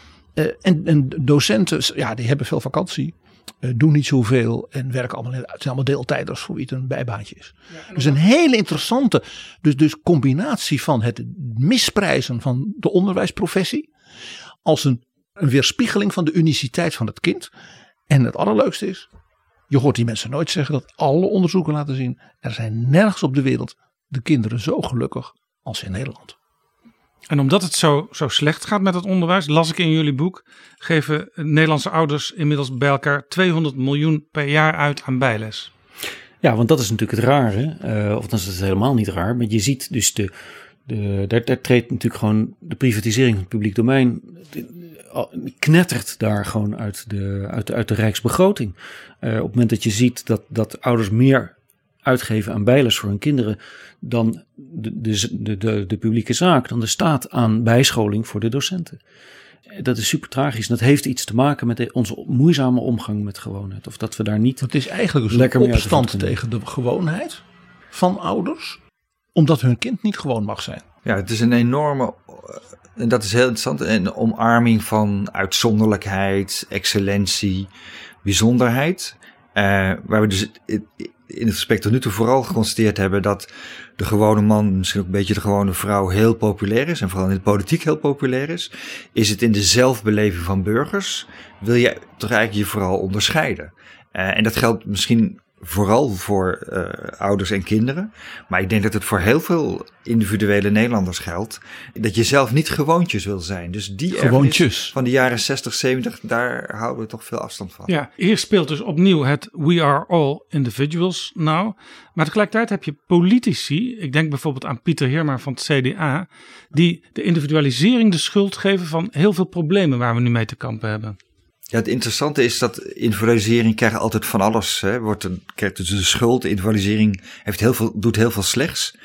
En docenten, ja, die hebben veel vakantie. Doen niet zoveel en werken allemaal. Het zijn allemaal deeltijders voor wie het een bijbaantje is. Ja, dus een hele interessante dus combinatie van het misprijzen van de onderwijsprofessie. Als een weerspiegeling van de uniciteit van het kind. En het allerleukste is, je hoort die mensen nooit zeggen dat alle onderzoeken laten zien. Er zijn nergens op de wereld de kinderen zo gelukkig als in Nederland. En omdat het zo slecht gaat met het onderwijs, las ik in jullie boek, geven Nederlandse ouders inmiddels bij elkaar 200 miljoen per jaar uit aan bijles. Ja, want dat is natuurlijk het rare, of dat is het helemaal niet raar, maar je ziet dus daar treedt natuurlijk gewoon de privatisering van het publiek domein, knettert daar gewoon uit de rijksbegroting. Op het moment dat je ziet dat ouders meer uitgeven aan bijles voor hun kinderen dan de publieke zaak, dan de staat aan bijscholing voor de docenten. Dat is super tragisch. Dat heeft iets te maken met onze moeizame omgang met gewoonheid. Of dat we daar niet. Het is eigenlijk een opstand tegen de gewoonheid van ouders, omdat hun kind niet gewoon mag zijn. Ja, het is een enorme, en dat is heel interessant, een omarming van uitzonderlijkheid, excellentie, bijzonderheid. Waar we dus in het gesprek tot nu toe vooral geconstateerd hebben dat de gewone man, misschien ook een beetje de gewone vrouw, heel populair is. En vooral in de politiek heel populair is. Is het in de zelfbeleving van burgers, wil je toch eigenlijk je vooral onderscheiden. En dat geldt misschien vooral voor ouders en kinderen. Maar ik denk dat het voor heel veel individuele Nederlanders geldt. Dat je zelf niet gewoontjes wil zijn. Dus die erfenis van de jaren 60, 70, daar houden we toch veel afstand van. Ja, hier speelt dus opnieuw het we are all individuals now. Maar tegelijkertijd heb je politici, ik denk bijvoorbeeld aan Pieter Heerma van het CDA, die de individualisering de schuld geven van heel veel problemen waar we nu mee te kampen hebben. Ja, het interessante is dat individualisering krijgt altijd van alles. Hè. Krijgt dus de schuld. Individualisering doet heel veel slechts.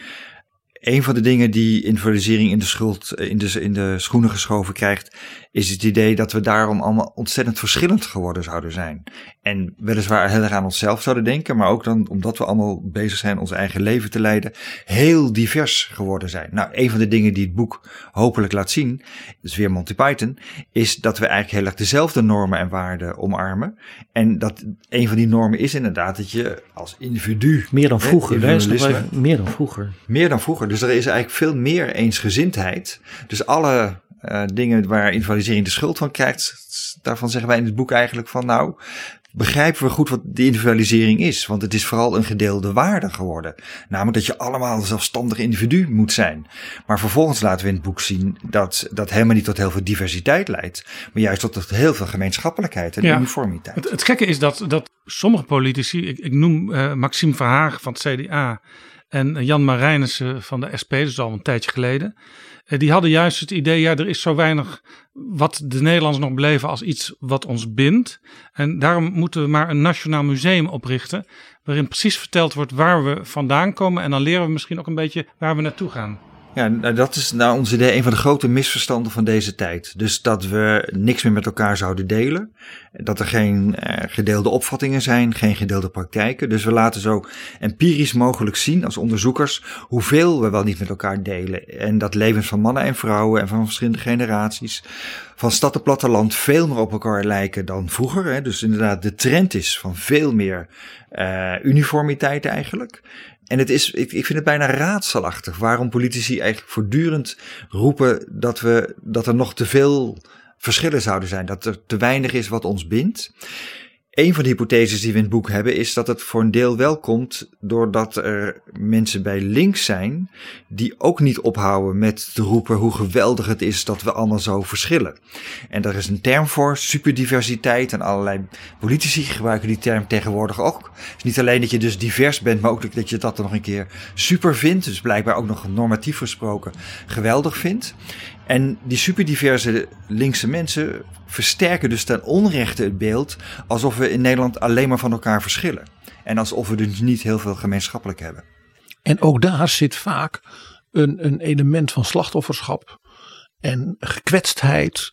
Een van de dingen die individualisering in de schuld in de schoenen geschoven krijgt, is het idee dat we daarom allemaal ontzettend verschillend geworden zouden zijn. En weliswaar heel erg aan onszelf zouden denken, maar ook dan, omdat we allemaal bezig zijn ons eigen leven te leiden, heel divers geworden zijn. Nou, een van de dingen die het boek hopelijk laat zien, dus weer Monty Python, is dat we eigenlijk heel erg dezelfde normen en waarden omarmen. En dat een van die normen is inderdaad dat je als individu... Meer dan vroeger. Meer dan vroeger. Meer dan vroeger. Dus er is eigenlijk veel meer eensgezindheid. Dus alle dingen waar individualisering de schuld van krijgt, daarvan zeggen wij in het boek eigenlijk van nou, begrijpen we goed wat de individualisering is. Want het is vooral een gedeelde waarde geworden. Namelijk dat je allemaal een zelfstandig individu moet zijn. Maar vervolgens laten we in het boek zien dat helemaal niet tot heel veel diversiteit leidt. Maar juist tot heel veel gemeenschappelijkheid en uniformiteit. Het gekke is dat sommige politici, ik noem Maxime Verhagen van het CDA en Jan Marijnissen van de SP, dat is al een tijdje geleden. Die hadden juist het idee, ja, er is zo weinig wat de Nederlanders nog beleven als iets wat ons bindt. En daarom moeten we maar een nationaal museum oprichten, waarin precies verteld wordt waar we vandaan komen. En dan leren we misschien ook een beetje waar we naartoe gaan. Ja, dat is nou ons idee een van de grote misverstanden van deze tijd. Dus dat we niks meer met elkaar zouden delen. Dat er geen gedeelde opvattingen zijn, geen gedeelde praktijken. Dus we laten zo empirisch mogelijk zien als onderzoekers hoeveel we wel niet met elkaar delen. En dat levens van mannen en vrouwen en van verschillende generaties, van stad en platteland, veel meer op elkaar lijken dan vroeger. Hè. Dus inderdaad de trend is van veel meer uniformiteit eigenlijk. En het is, ik vind het bijna raadselachtig waarom politici eigenlijk voortdurend roepen dat er nog te veel verschillen zouden zijn. Dat er te weinig is wat ons bindt. Een van de hypotheses die we in het boek hebben is dat het voor een deel wel komt doordat er mensen bij links zijn die ook niet ophouden met te roepen hoe geweldig het is dat we allemaal zo verschillen. En daar is een term voor, superdiversiteit, en allerlei politici gebruiken die term tegenwoordig ook. Het is niet alleen dat je dus divers bent, maar ook dat je dat er nog een keer super vindt, dus blijkbaar ook nog normatief gesproken geweldig vindt. En die superdiverse linkse mensen versterken dus ten onrechte het beeld alsof we in Nederland alleen maar van elkaar verschillen. En alsof we dus niet heel veel gemeenschappelijk hebben. En ook daar zit vaak een element van slachtofferschap en gekwetstheid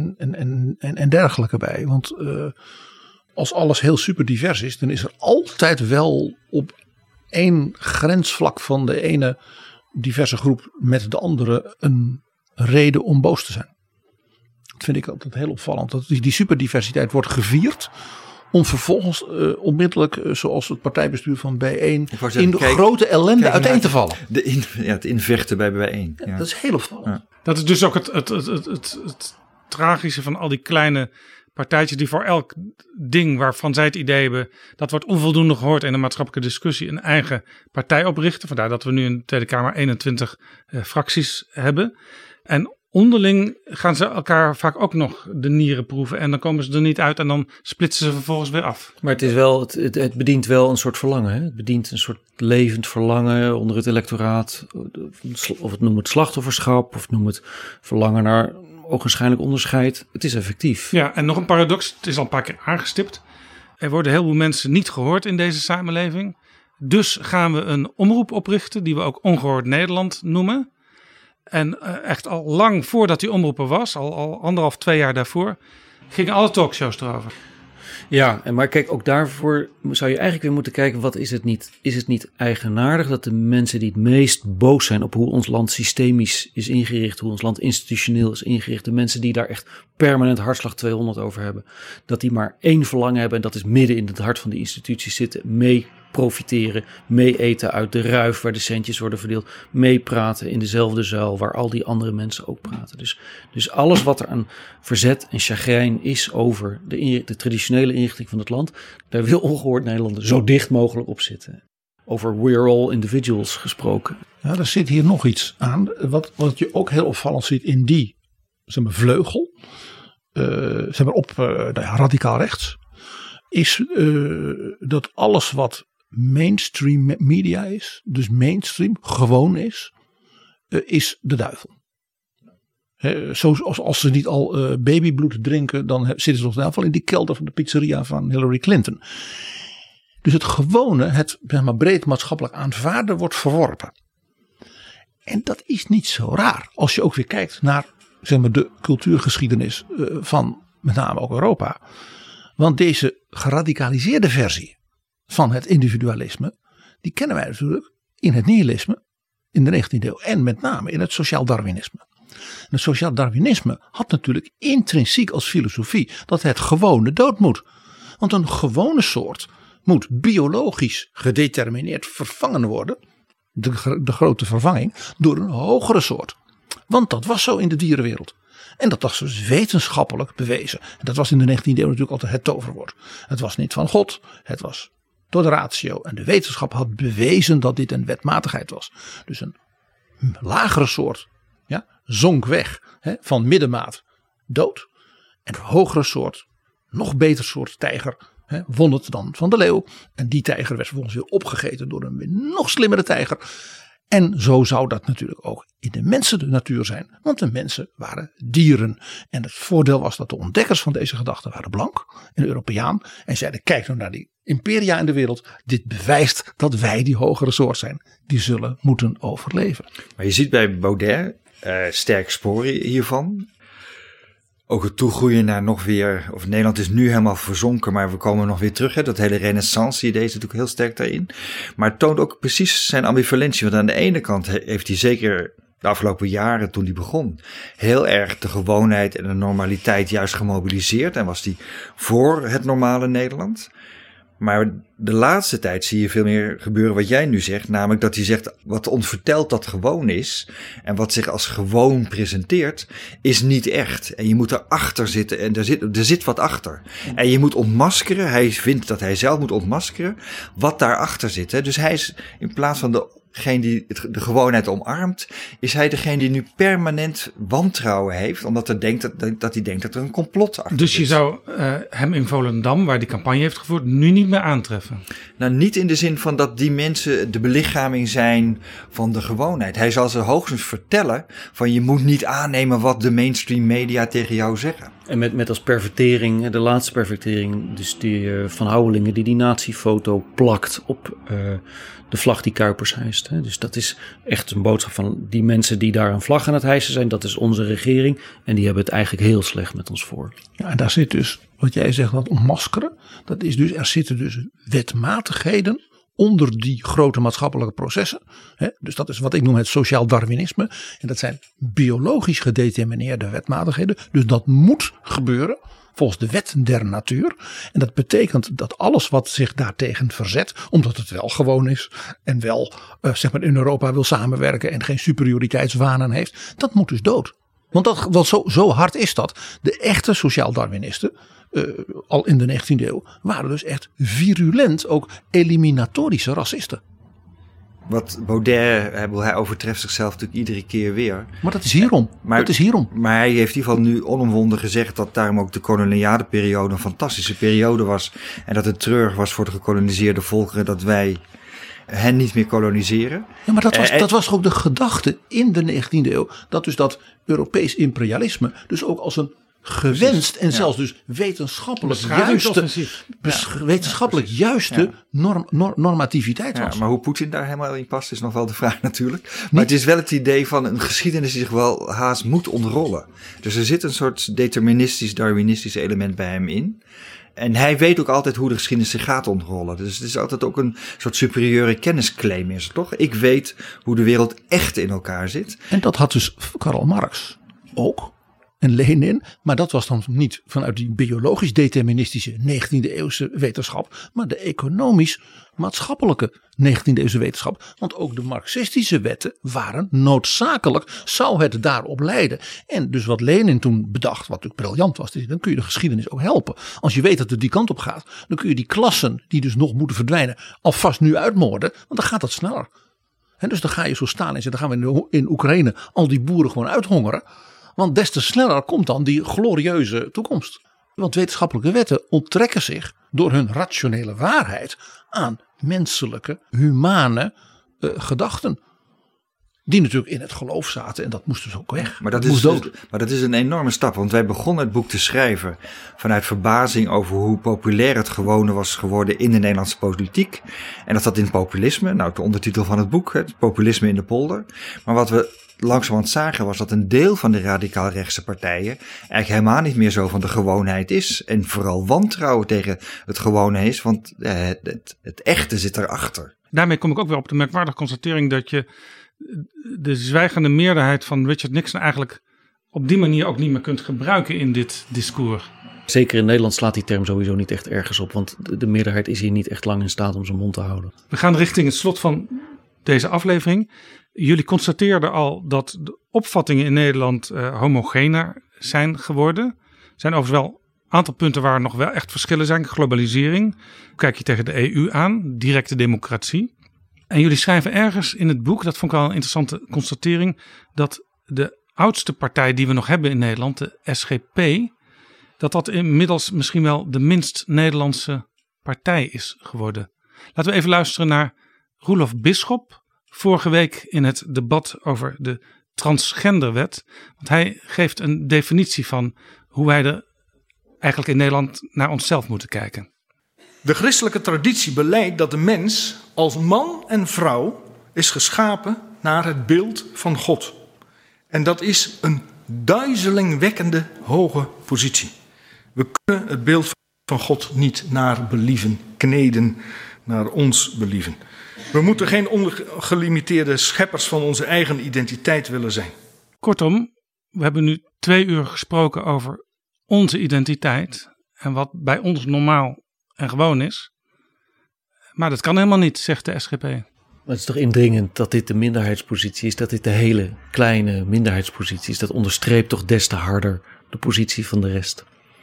en dergelijke bij. Want als alles heel super divers is, dan is er altijd wel op één grensvlak van de ene diverse groep met de andere een reden om boos te zijn. Dat vind ik altijd heel opvallend. Dat die superdiversiteit wordt gevierd om vervolgens onmiddellijk, zoals het partijbestuur van Bijeen, in de grote ellende uiteen te vallen. Het invechten bij Bijeen. Ja. Dat is heel opvallend. Ja. Dat is dus ook het tragische van al die kleine partijtjes die voor elk ding waarvan zij het idee hebben dat wordt onvoldoende gehoord in de maatschappelijke discussie een eigen partij oprichten. Vandaar dat we nu in de Tweede Kamer 21 fracties hebben. En onderling gaan ze elkaar vaak ook nog de nieren proeven en dan komen ze er niet uit en dan splitsen ze vervolgens weer af. Maar het is wel, het bedient wel een soort verlangen. Hè? Het bedient een soort levend verlangen onder het electoraat. Of het noem het slachtofferschap of noem het verlangen naar ogenschijnlijk onderscheid. Het is effectief. Ja, en nog een paradox. Het is al een paar keer aangestipt. Er worden heel veel mensen niet gehoord in deze samenleving. Dus gaan we een omroep oprichten die we ook Ongehoord Nederland noemen. En echt al lang voordat die omroep er was, al 1,5, 2 jaar daarvoor, gingen alle talkshows erover. Ja, maar kijk, ook daarvoor zou je eigenlijk weer moeten kijken, wat is het niet? Is het niet eigenaardig dat de mensen die het meest boos zijn op hoe ons land systemisch is ingericht, hoe ons land institutioneel is ingericht, de mensen die daar echt permanent hartslag 200 over hebben, dat die maar één verlangen hebben en dat is midden in het hart van die instituties zitten, mee profiteren, mee eten uit de ruif waar de centjes worden verdeeld, meepraten in dezelfde zuil waar al die andere mensen ook praten. Dus alles wat er aan verzet en chagrijn is over de traditionele inrichting van het land, daar wil Ongehoord Nederland zo dicht mogelijk op zitten. Over we're all individuals gesproken. Ja, er zit hier nog iets aan, wat je ook heel opvallend ziet in die vleugel, op radicaal rechts, is dat alles wat mainstream media is, dus mainstream gewoon is de duivel. Zoals als ze niet al babybloed drinken, dan zitten ze nog in ieder geval in die kelder van de pizzeria van Hillary Clinton. Dus het gewone, het breed maatschappelijk aanvaarden wordt verworpen. En dat is niet zo raar. Als je ook weer kijkt naar de cultuurgeschiedenis van met name ook Europa. Want deze geradicaliseerde versie van het individualisme, die kennen wij natuurlijk in het nihilisme in de 19e eeuw en met name in het sociaal darwinisme. En het sociaal darwinisme had natuurlijk intrinsiek als filosofie dat het gewone dood moet. Want een gewone soort moet biologisch gedetermineerd vervangen worden, de grote vervanging, door een hogere soort. Want dat was zo in de dierenwereld. En dat was dus wetenschappelijk bewezen. En dat was in de 19e eeuw natuurlijk altijd het toverwoord. Het was niet van God, het was door de ratio. En de wetenschap had bewezen dat dit een wetmatigheid was. Dus een lagere soort zonk weg van middenmaat dood. En een hogere soort, nog beter soort tijger won het dan van de leeuw. En die tijger werd vervolgens weer opgegeten door een nog slimmere tijger. En zo zou dat natuurlijk ook in de mensen de natuur zijn. Want de mensen waren dieren. En het voordeel was dat de ontdekkers van deze gedachten waren blank en Europeaan. En zeiden, kijk nou naar die imperia in de wereld. Dit bewijst dat wij die hogere soort zijn. Die zullen moeten overleven. Maar je ziet bij Baudet sterk sporen hiervan. Ook het toegroeien naar nog weer, of Nederland is nu helemaal verzonken, maar we komen nog weer terug. Dat hele renaissance-idee is natuurlijk heel sterk daarin. Maar het toont ook precies zijn ambivalentie. Want aan de ene kant heeft hij zeker de afgelopen jaren toen hij begon heel erg de gewoonheid en de normaliteit juist gemobiliseerd. En was hij voor het normale Nederland. Maar de laatste tijd zie je veel meer gebeuren wat jij nu zegt. Namelijk dat hij zegt wat ons vertelt dat gewoon is. En wat zich als gewoon presenteert is niet echt. En je moet erachter zitten. En er zit wat achter. En je moet ontmaskeren. Hij vindt dat hij zelf moet ontmaskeren wat daarachter zit. Hè. Dus hij is in plaats van degene die de gewoonheid omarmt, is hij degene die nu permanent wantrouwen heeft. Omdat hij denkt dat er een complot achter Dus zit. je zou hem in Volendam, waar die campagne heeft gevoerd, nu niet meer aantreffen? Nou, niet in de zin van dat die mensen de belichaming zijn van de gewoonheid. Hij zal ze hoogstens vertellen van je moet niet aannemen wat de mainstream media tegen jou zeggen. En met als pervertering, de laatste pervertering, dus die Van Houwelingen die natiefoto plakt op de vlag die Kuipers hijst. Hè. Dus dat is echt een boodschap van die mensen die daar een vlag aan het hijsen zijn. Dat is onze regering en die hebben het eigenlijk heel slecht met ons voor. Ja, en daar zit dus, wat jij zegt, dat ontmaskeren. Dat is dus, er zitten dus wetmatigheden onder die grote maatschappelijke processen. Dus dat is wat ik noem het sociaal darwinisme. En dat zijn biologisch gedetermineerde wetmatigheden. Dus dat moet gebeuren volgens de wet der natuur. En dat betekent dat alles wat zich daartegen verzet, omdat het wel gewoon is en wel in Europa wil samenwerken en geen superioriteitswanen heeft, dat moet dus dood. Want zo hard is dat. De echte sociaal darwinisten, al in de 19e eeuw, waren dus echt virulent ook eliminatorische racisten. Wat Baudet, hij overtreft zichzelf natuurlijk iedere keer weer. Maar dat is hierom. Maar hij heeft in ieder geval nu onomwonden gezegd dat daarom ook de koloniale periode een fantastische periode was. En dat het treurig was voor de gekoloniseerde volkeren dat wij hen niet meer koloniseren. Ja, maar dat was ook de gedachte in de 19e eeuw. Dat dus dat Europees imperialisme dus ook als een gewenst en zelfs dus wetenschappelijk juiste normativiteit was. Ja, maar hoe Poetin daar helemaal in past is nog wel de vraag natuurlijk. Maar het is wel het idee van een geschiedenis die zich wel haast moet ontrollen. Dus er zit een soort deterministisch, darwinistisch element bij hem in. En hij weet ook altijd hoe de geschiedenis zich gaat ontrollen. Dus het is altijd ook een soort superieure kennisclaim is het toch? Ik weet hoe de wereld echt in elkaar zit. En dat had dus Karl Marx ook. En Lenin, maar dat was dan niet vanuit die biologisch deterministische 19e eeuwse wetenschap, maar de economisch-maatschappelijke 19e eeuwse wetenschap. Want ook de marxistische wetten waren noodzakelijk, zou het daarop leiden. En dus wat Lenin toen bedacht, wat natuurlijk briljant was, dan kun je de geschiedenis ook helpen. Als je weet dat het die kant op gaat, dan kun je die klassen die dus nog moeten verdwijnen alvast nu uitmoorden, want dan gaat dat sneller. En dus dan ga je zo staan en zeggen, dan gaan we in Oekraïne al die boeren gewoon uithongeren. Want des te sneller komt dan die glorieuze toekomst. Want wetenschappelijke wetten onttrekken zich door hun rationele waarheid aan menselijke, humane gedachten. Die natuurlijk in het geloof zaten en dat moest dus ook weg. Maar dat is een enorme stap. Want wij begonnen het boek te schrijven vanuit verbazing over hoe populair het gewone was geworden in de Nederlandse politiek. En dat zat in populisme. Nou, de ondertitel van het boek, het populisme in de polder. Maar wat we langzamerhand zagen was dat een deel van de radicaal-rechtse partijen eigenlijk helemaal niet meer zo van de gewoonheid is. En vooral wantrouwen tegen het gewone is, want het echte zit erachter. Daarmee kom ik ook weer op de merkwaardige constatering dat je de zwijgende meerderheid van Richard Nixon eigenlijk op die manier ook niet meer kunt gebruiken in dit discours. Zeker in Nederland slaat die term sowieso niet echt ergens op, want de meerderheid is hier niet echt lang in staat om zijn mond te houden. We gaan richting het slot van deze aflevering. Jullie constateerden al dat de opvattingen in Nederland homogener zijn geworden. Er zijn overigens wel een aantal punten waar nog wel echt verschillen zijn. Globalisering, kijk je tegen de EU aan, directe democratie. En jullie schrijven ergens in het boek, dat vond ik wel een interessante constatering, dat de oudste partij die we nog hebben in Nederland, de SGP, dat inmiddels misschien wel de minst Nederlandse partij is geworden. Laten we even luisteren naar Roelof Bisschop, vorige week in het debat over de transgenderwet. Want hij geeft een definitie van hoe wij er eigenlijk in Nederland naar onszelf moeten kijken. De christelijke traditie beleidt dat de mens als man en vrouw is geschapen naar het beeld van God. En dat is een duizelingwekkende hoge positie. We kunnen het beeld van God niet naar believen kneden, naar ons believen. We moeten geen ongelimiteerde scheppers van onze eigen identiteit willen zijn. Kortom, we hebben nu 2 uur gesproken over onze identiteit en wat bij ons normaal en gewoon is. Maar dat kan helemaal niet, zegt de SGP. Maar het is toch indringend dat dit de minderheidspositie is, dat dit de hele kleine minderheidspositie is. Dat onderstreept toch des te harder de positie van de rest.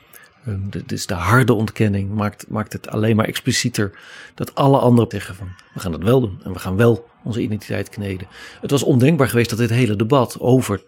Dus de harde ontkenning maakt het alleen maar explicieter dat alle anderen zeggen van we gaan het wel doen en we gaan wel onze identiteit kneden. Het was ondenkbaar geweest dat dit hele debat over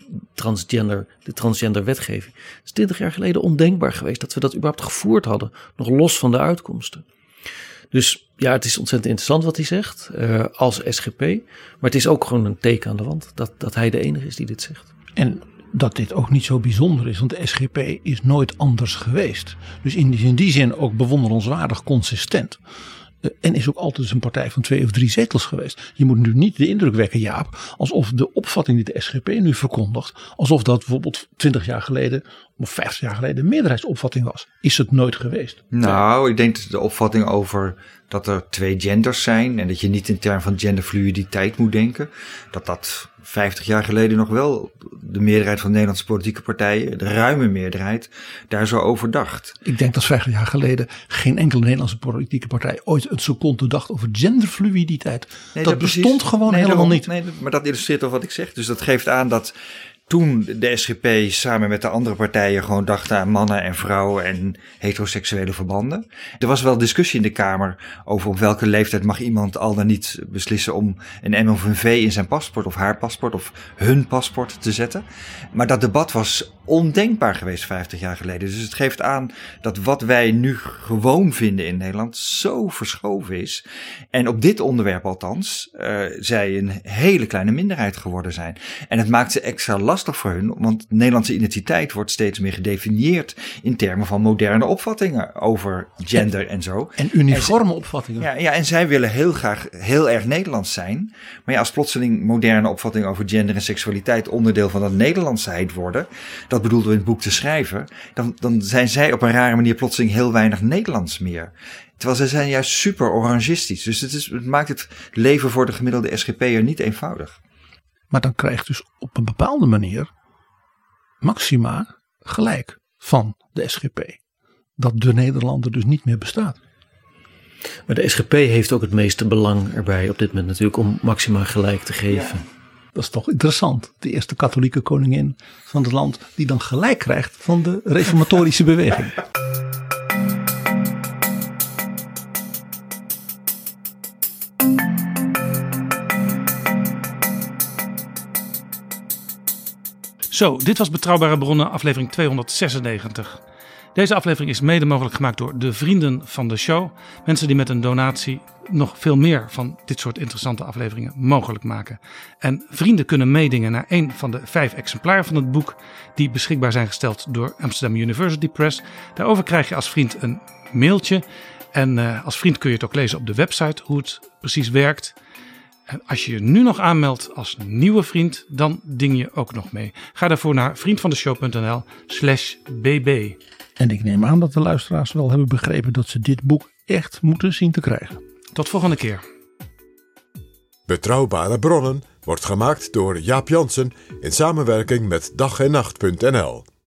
de transgender wetgeving, het is 20 jaar geleden ondenkbaar geweest dat we dat überhaupt gevoerd hadden, nog los van de uitkomsten. Dus ja, het is ontzettend interessant wat hij zegt als SGP, maar het is ook gewoon een teken aan de wand dat hij de enige is die dit zegt. En dat dit ook niet zo bijzonder is. Want de SGP is nooit anders geweest. Dus in die zin ook bewonderenswaardig consistent. En is ook altijd een partij van 2 of 3 zetels geweest. Je moet nu niet de indruk wekken, Jaap, alsof de opvatting die de SGP nu verkondigt, alsof dat bijvoorbeeld 20 jaar geleden of 50 jaar geleden een meerderheidsopvatting was. Is het nooit geweest? Nou, ik denk dat de opvatting over dat er 2 genders zijn en dat je niet in termen van genderfluiditeit moet denken, dat 50 jaar geleden nog wel de meerderheid van de Nederlandse politieke partijen, de ruime meerderheid, daar zo over dacht. Ik denk dat 50 jaar geleden geen enkele Nederlandse politieke partij ooit een seconde dacht over genderfluiditeit. Nee, dat bestond gewoon helemaal niet. Nee, maar dat illustreert al wat ik zeg. Dus dat geeft aan dat toen de SGP samen met de andere partijen gewoon dachten aan mannen en vrouwen en heteroseksuele verbanden. Er was wel discussie in de Kamer over op welke leeftijd mag iemand al dan niet beslissen om een M of een V in zijn paspoort of haar paspoort of hun paspoort te zetten. Maar dat debat was ondenkbaar geweest 50 jaar geleden. Dus het geeft aan dat wat wij nu gewoon vinden in Nederland zo verschoven is. En op dit onderwerp althans, zij een hele kleine minderheid geworden zijn. En het maakt ze extra lastig voor hun, want Nederlandse identiteit wordt steeds meer gedefinieerd in termen van moderne opvattingen over gender en zo. En uniforme opvattingen. Ja, en zij willen heel graag heel erg Nederlands zijn. Maar ja, als plotseling moderne opvattingen over gender en seksualiteit onderdeel van dat Nederlandsheid worden, dat bedoelden we in het boek te schrijven, dan zijn zij op een rare manier plotseling heel weinig Nederlands meer. Terwijl zij zijn juist super orangistisch. Dus het maakt het leven voor de gemiddelde SGP'er niet eenvoudig. Maar dan krijgt dus op een bepaalde manier Maxima gelijk van de SGP. Dat de Nederlander dus niet meer bestaat. Maar de SGP heeft ook het meeste belang erbij op dit moment natuurlijk om Maxima gelijk te geven. Ja. Dat is toch interessant. De eerste katholieke koningin van het land die dan gelijk krijgt van de reformatorische beweging. Zo, dit was Betrouwbare Bronnen, aflevering 296. Deze aflevering is mede mogelijk gemaakt door de vrienden van de show. Mensen die met een donatie nog veel meer van dit soort interessante afleveringen mogelijk maken. En vrienden kunnen meedingen naar een van de 5 exemplaren van het boek die beschikbaar zijn gesteld door Amsterdam University Press. Daarover krijg je als vriend een mailtje. En als vriend kun je het ook lezen op de website hoe het precies werkt. En als je je nu nog aanmeldt als nieuwe vriend, dan ding je ook nog mee. Ga daarvoor naar vriendvandeshow.nl/bb. En ik neem aan dat de luisteraars wel hebben begrepen dat ze dit boek echt moeten zien te krijgen. Tot volgende keer. Betrouwbare Bronnen wordt gemaakt door Jaap Jansen in samenwerking met dag-en-nacht.nl.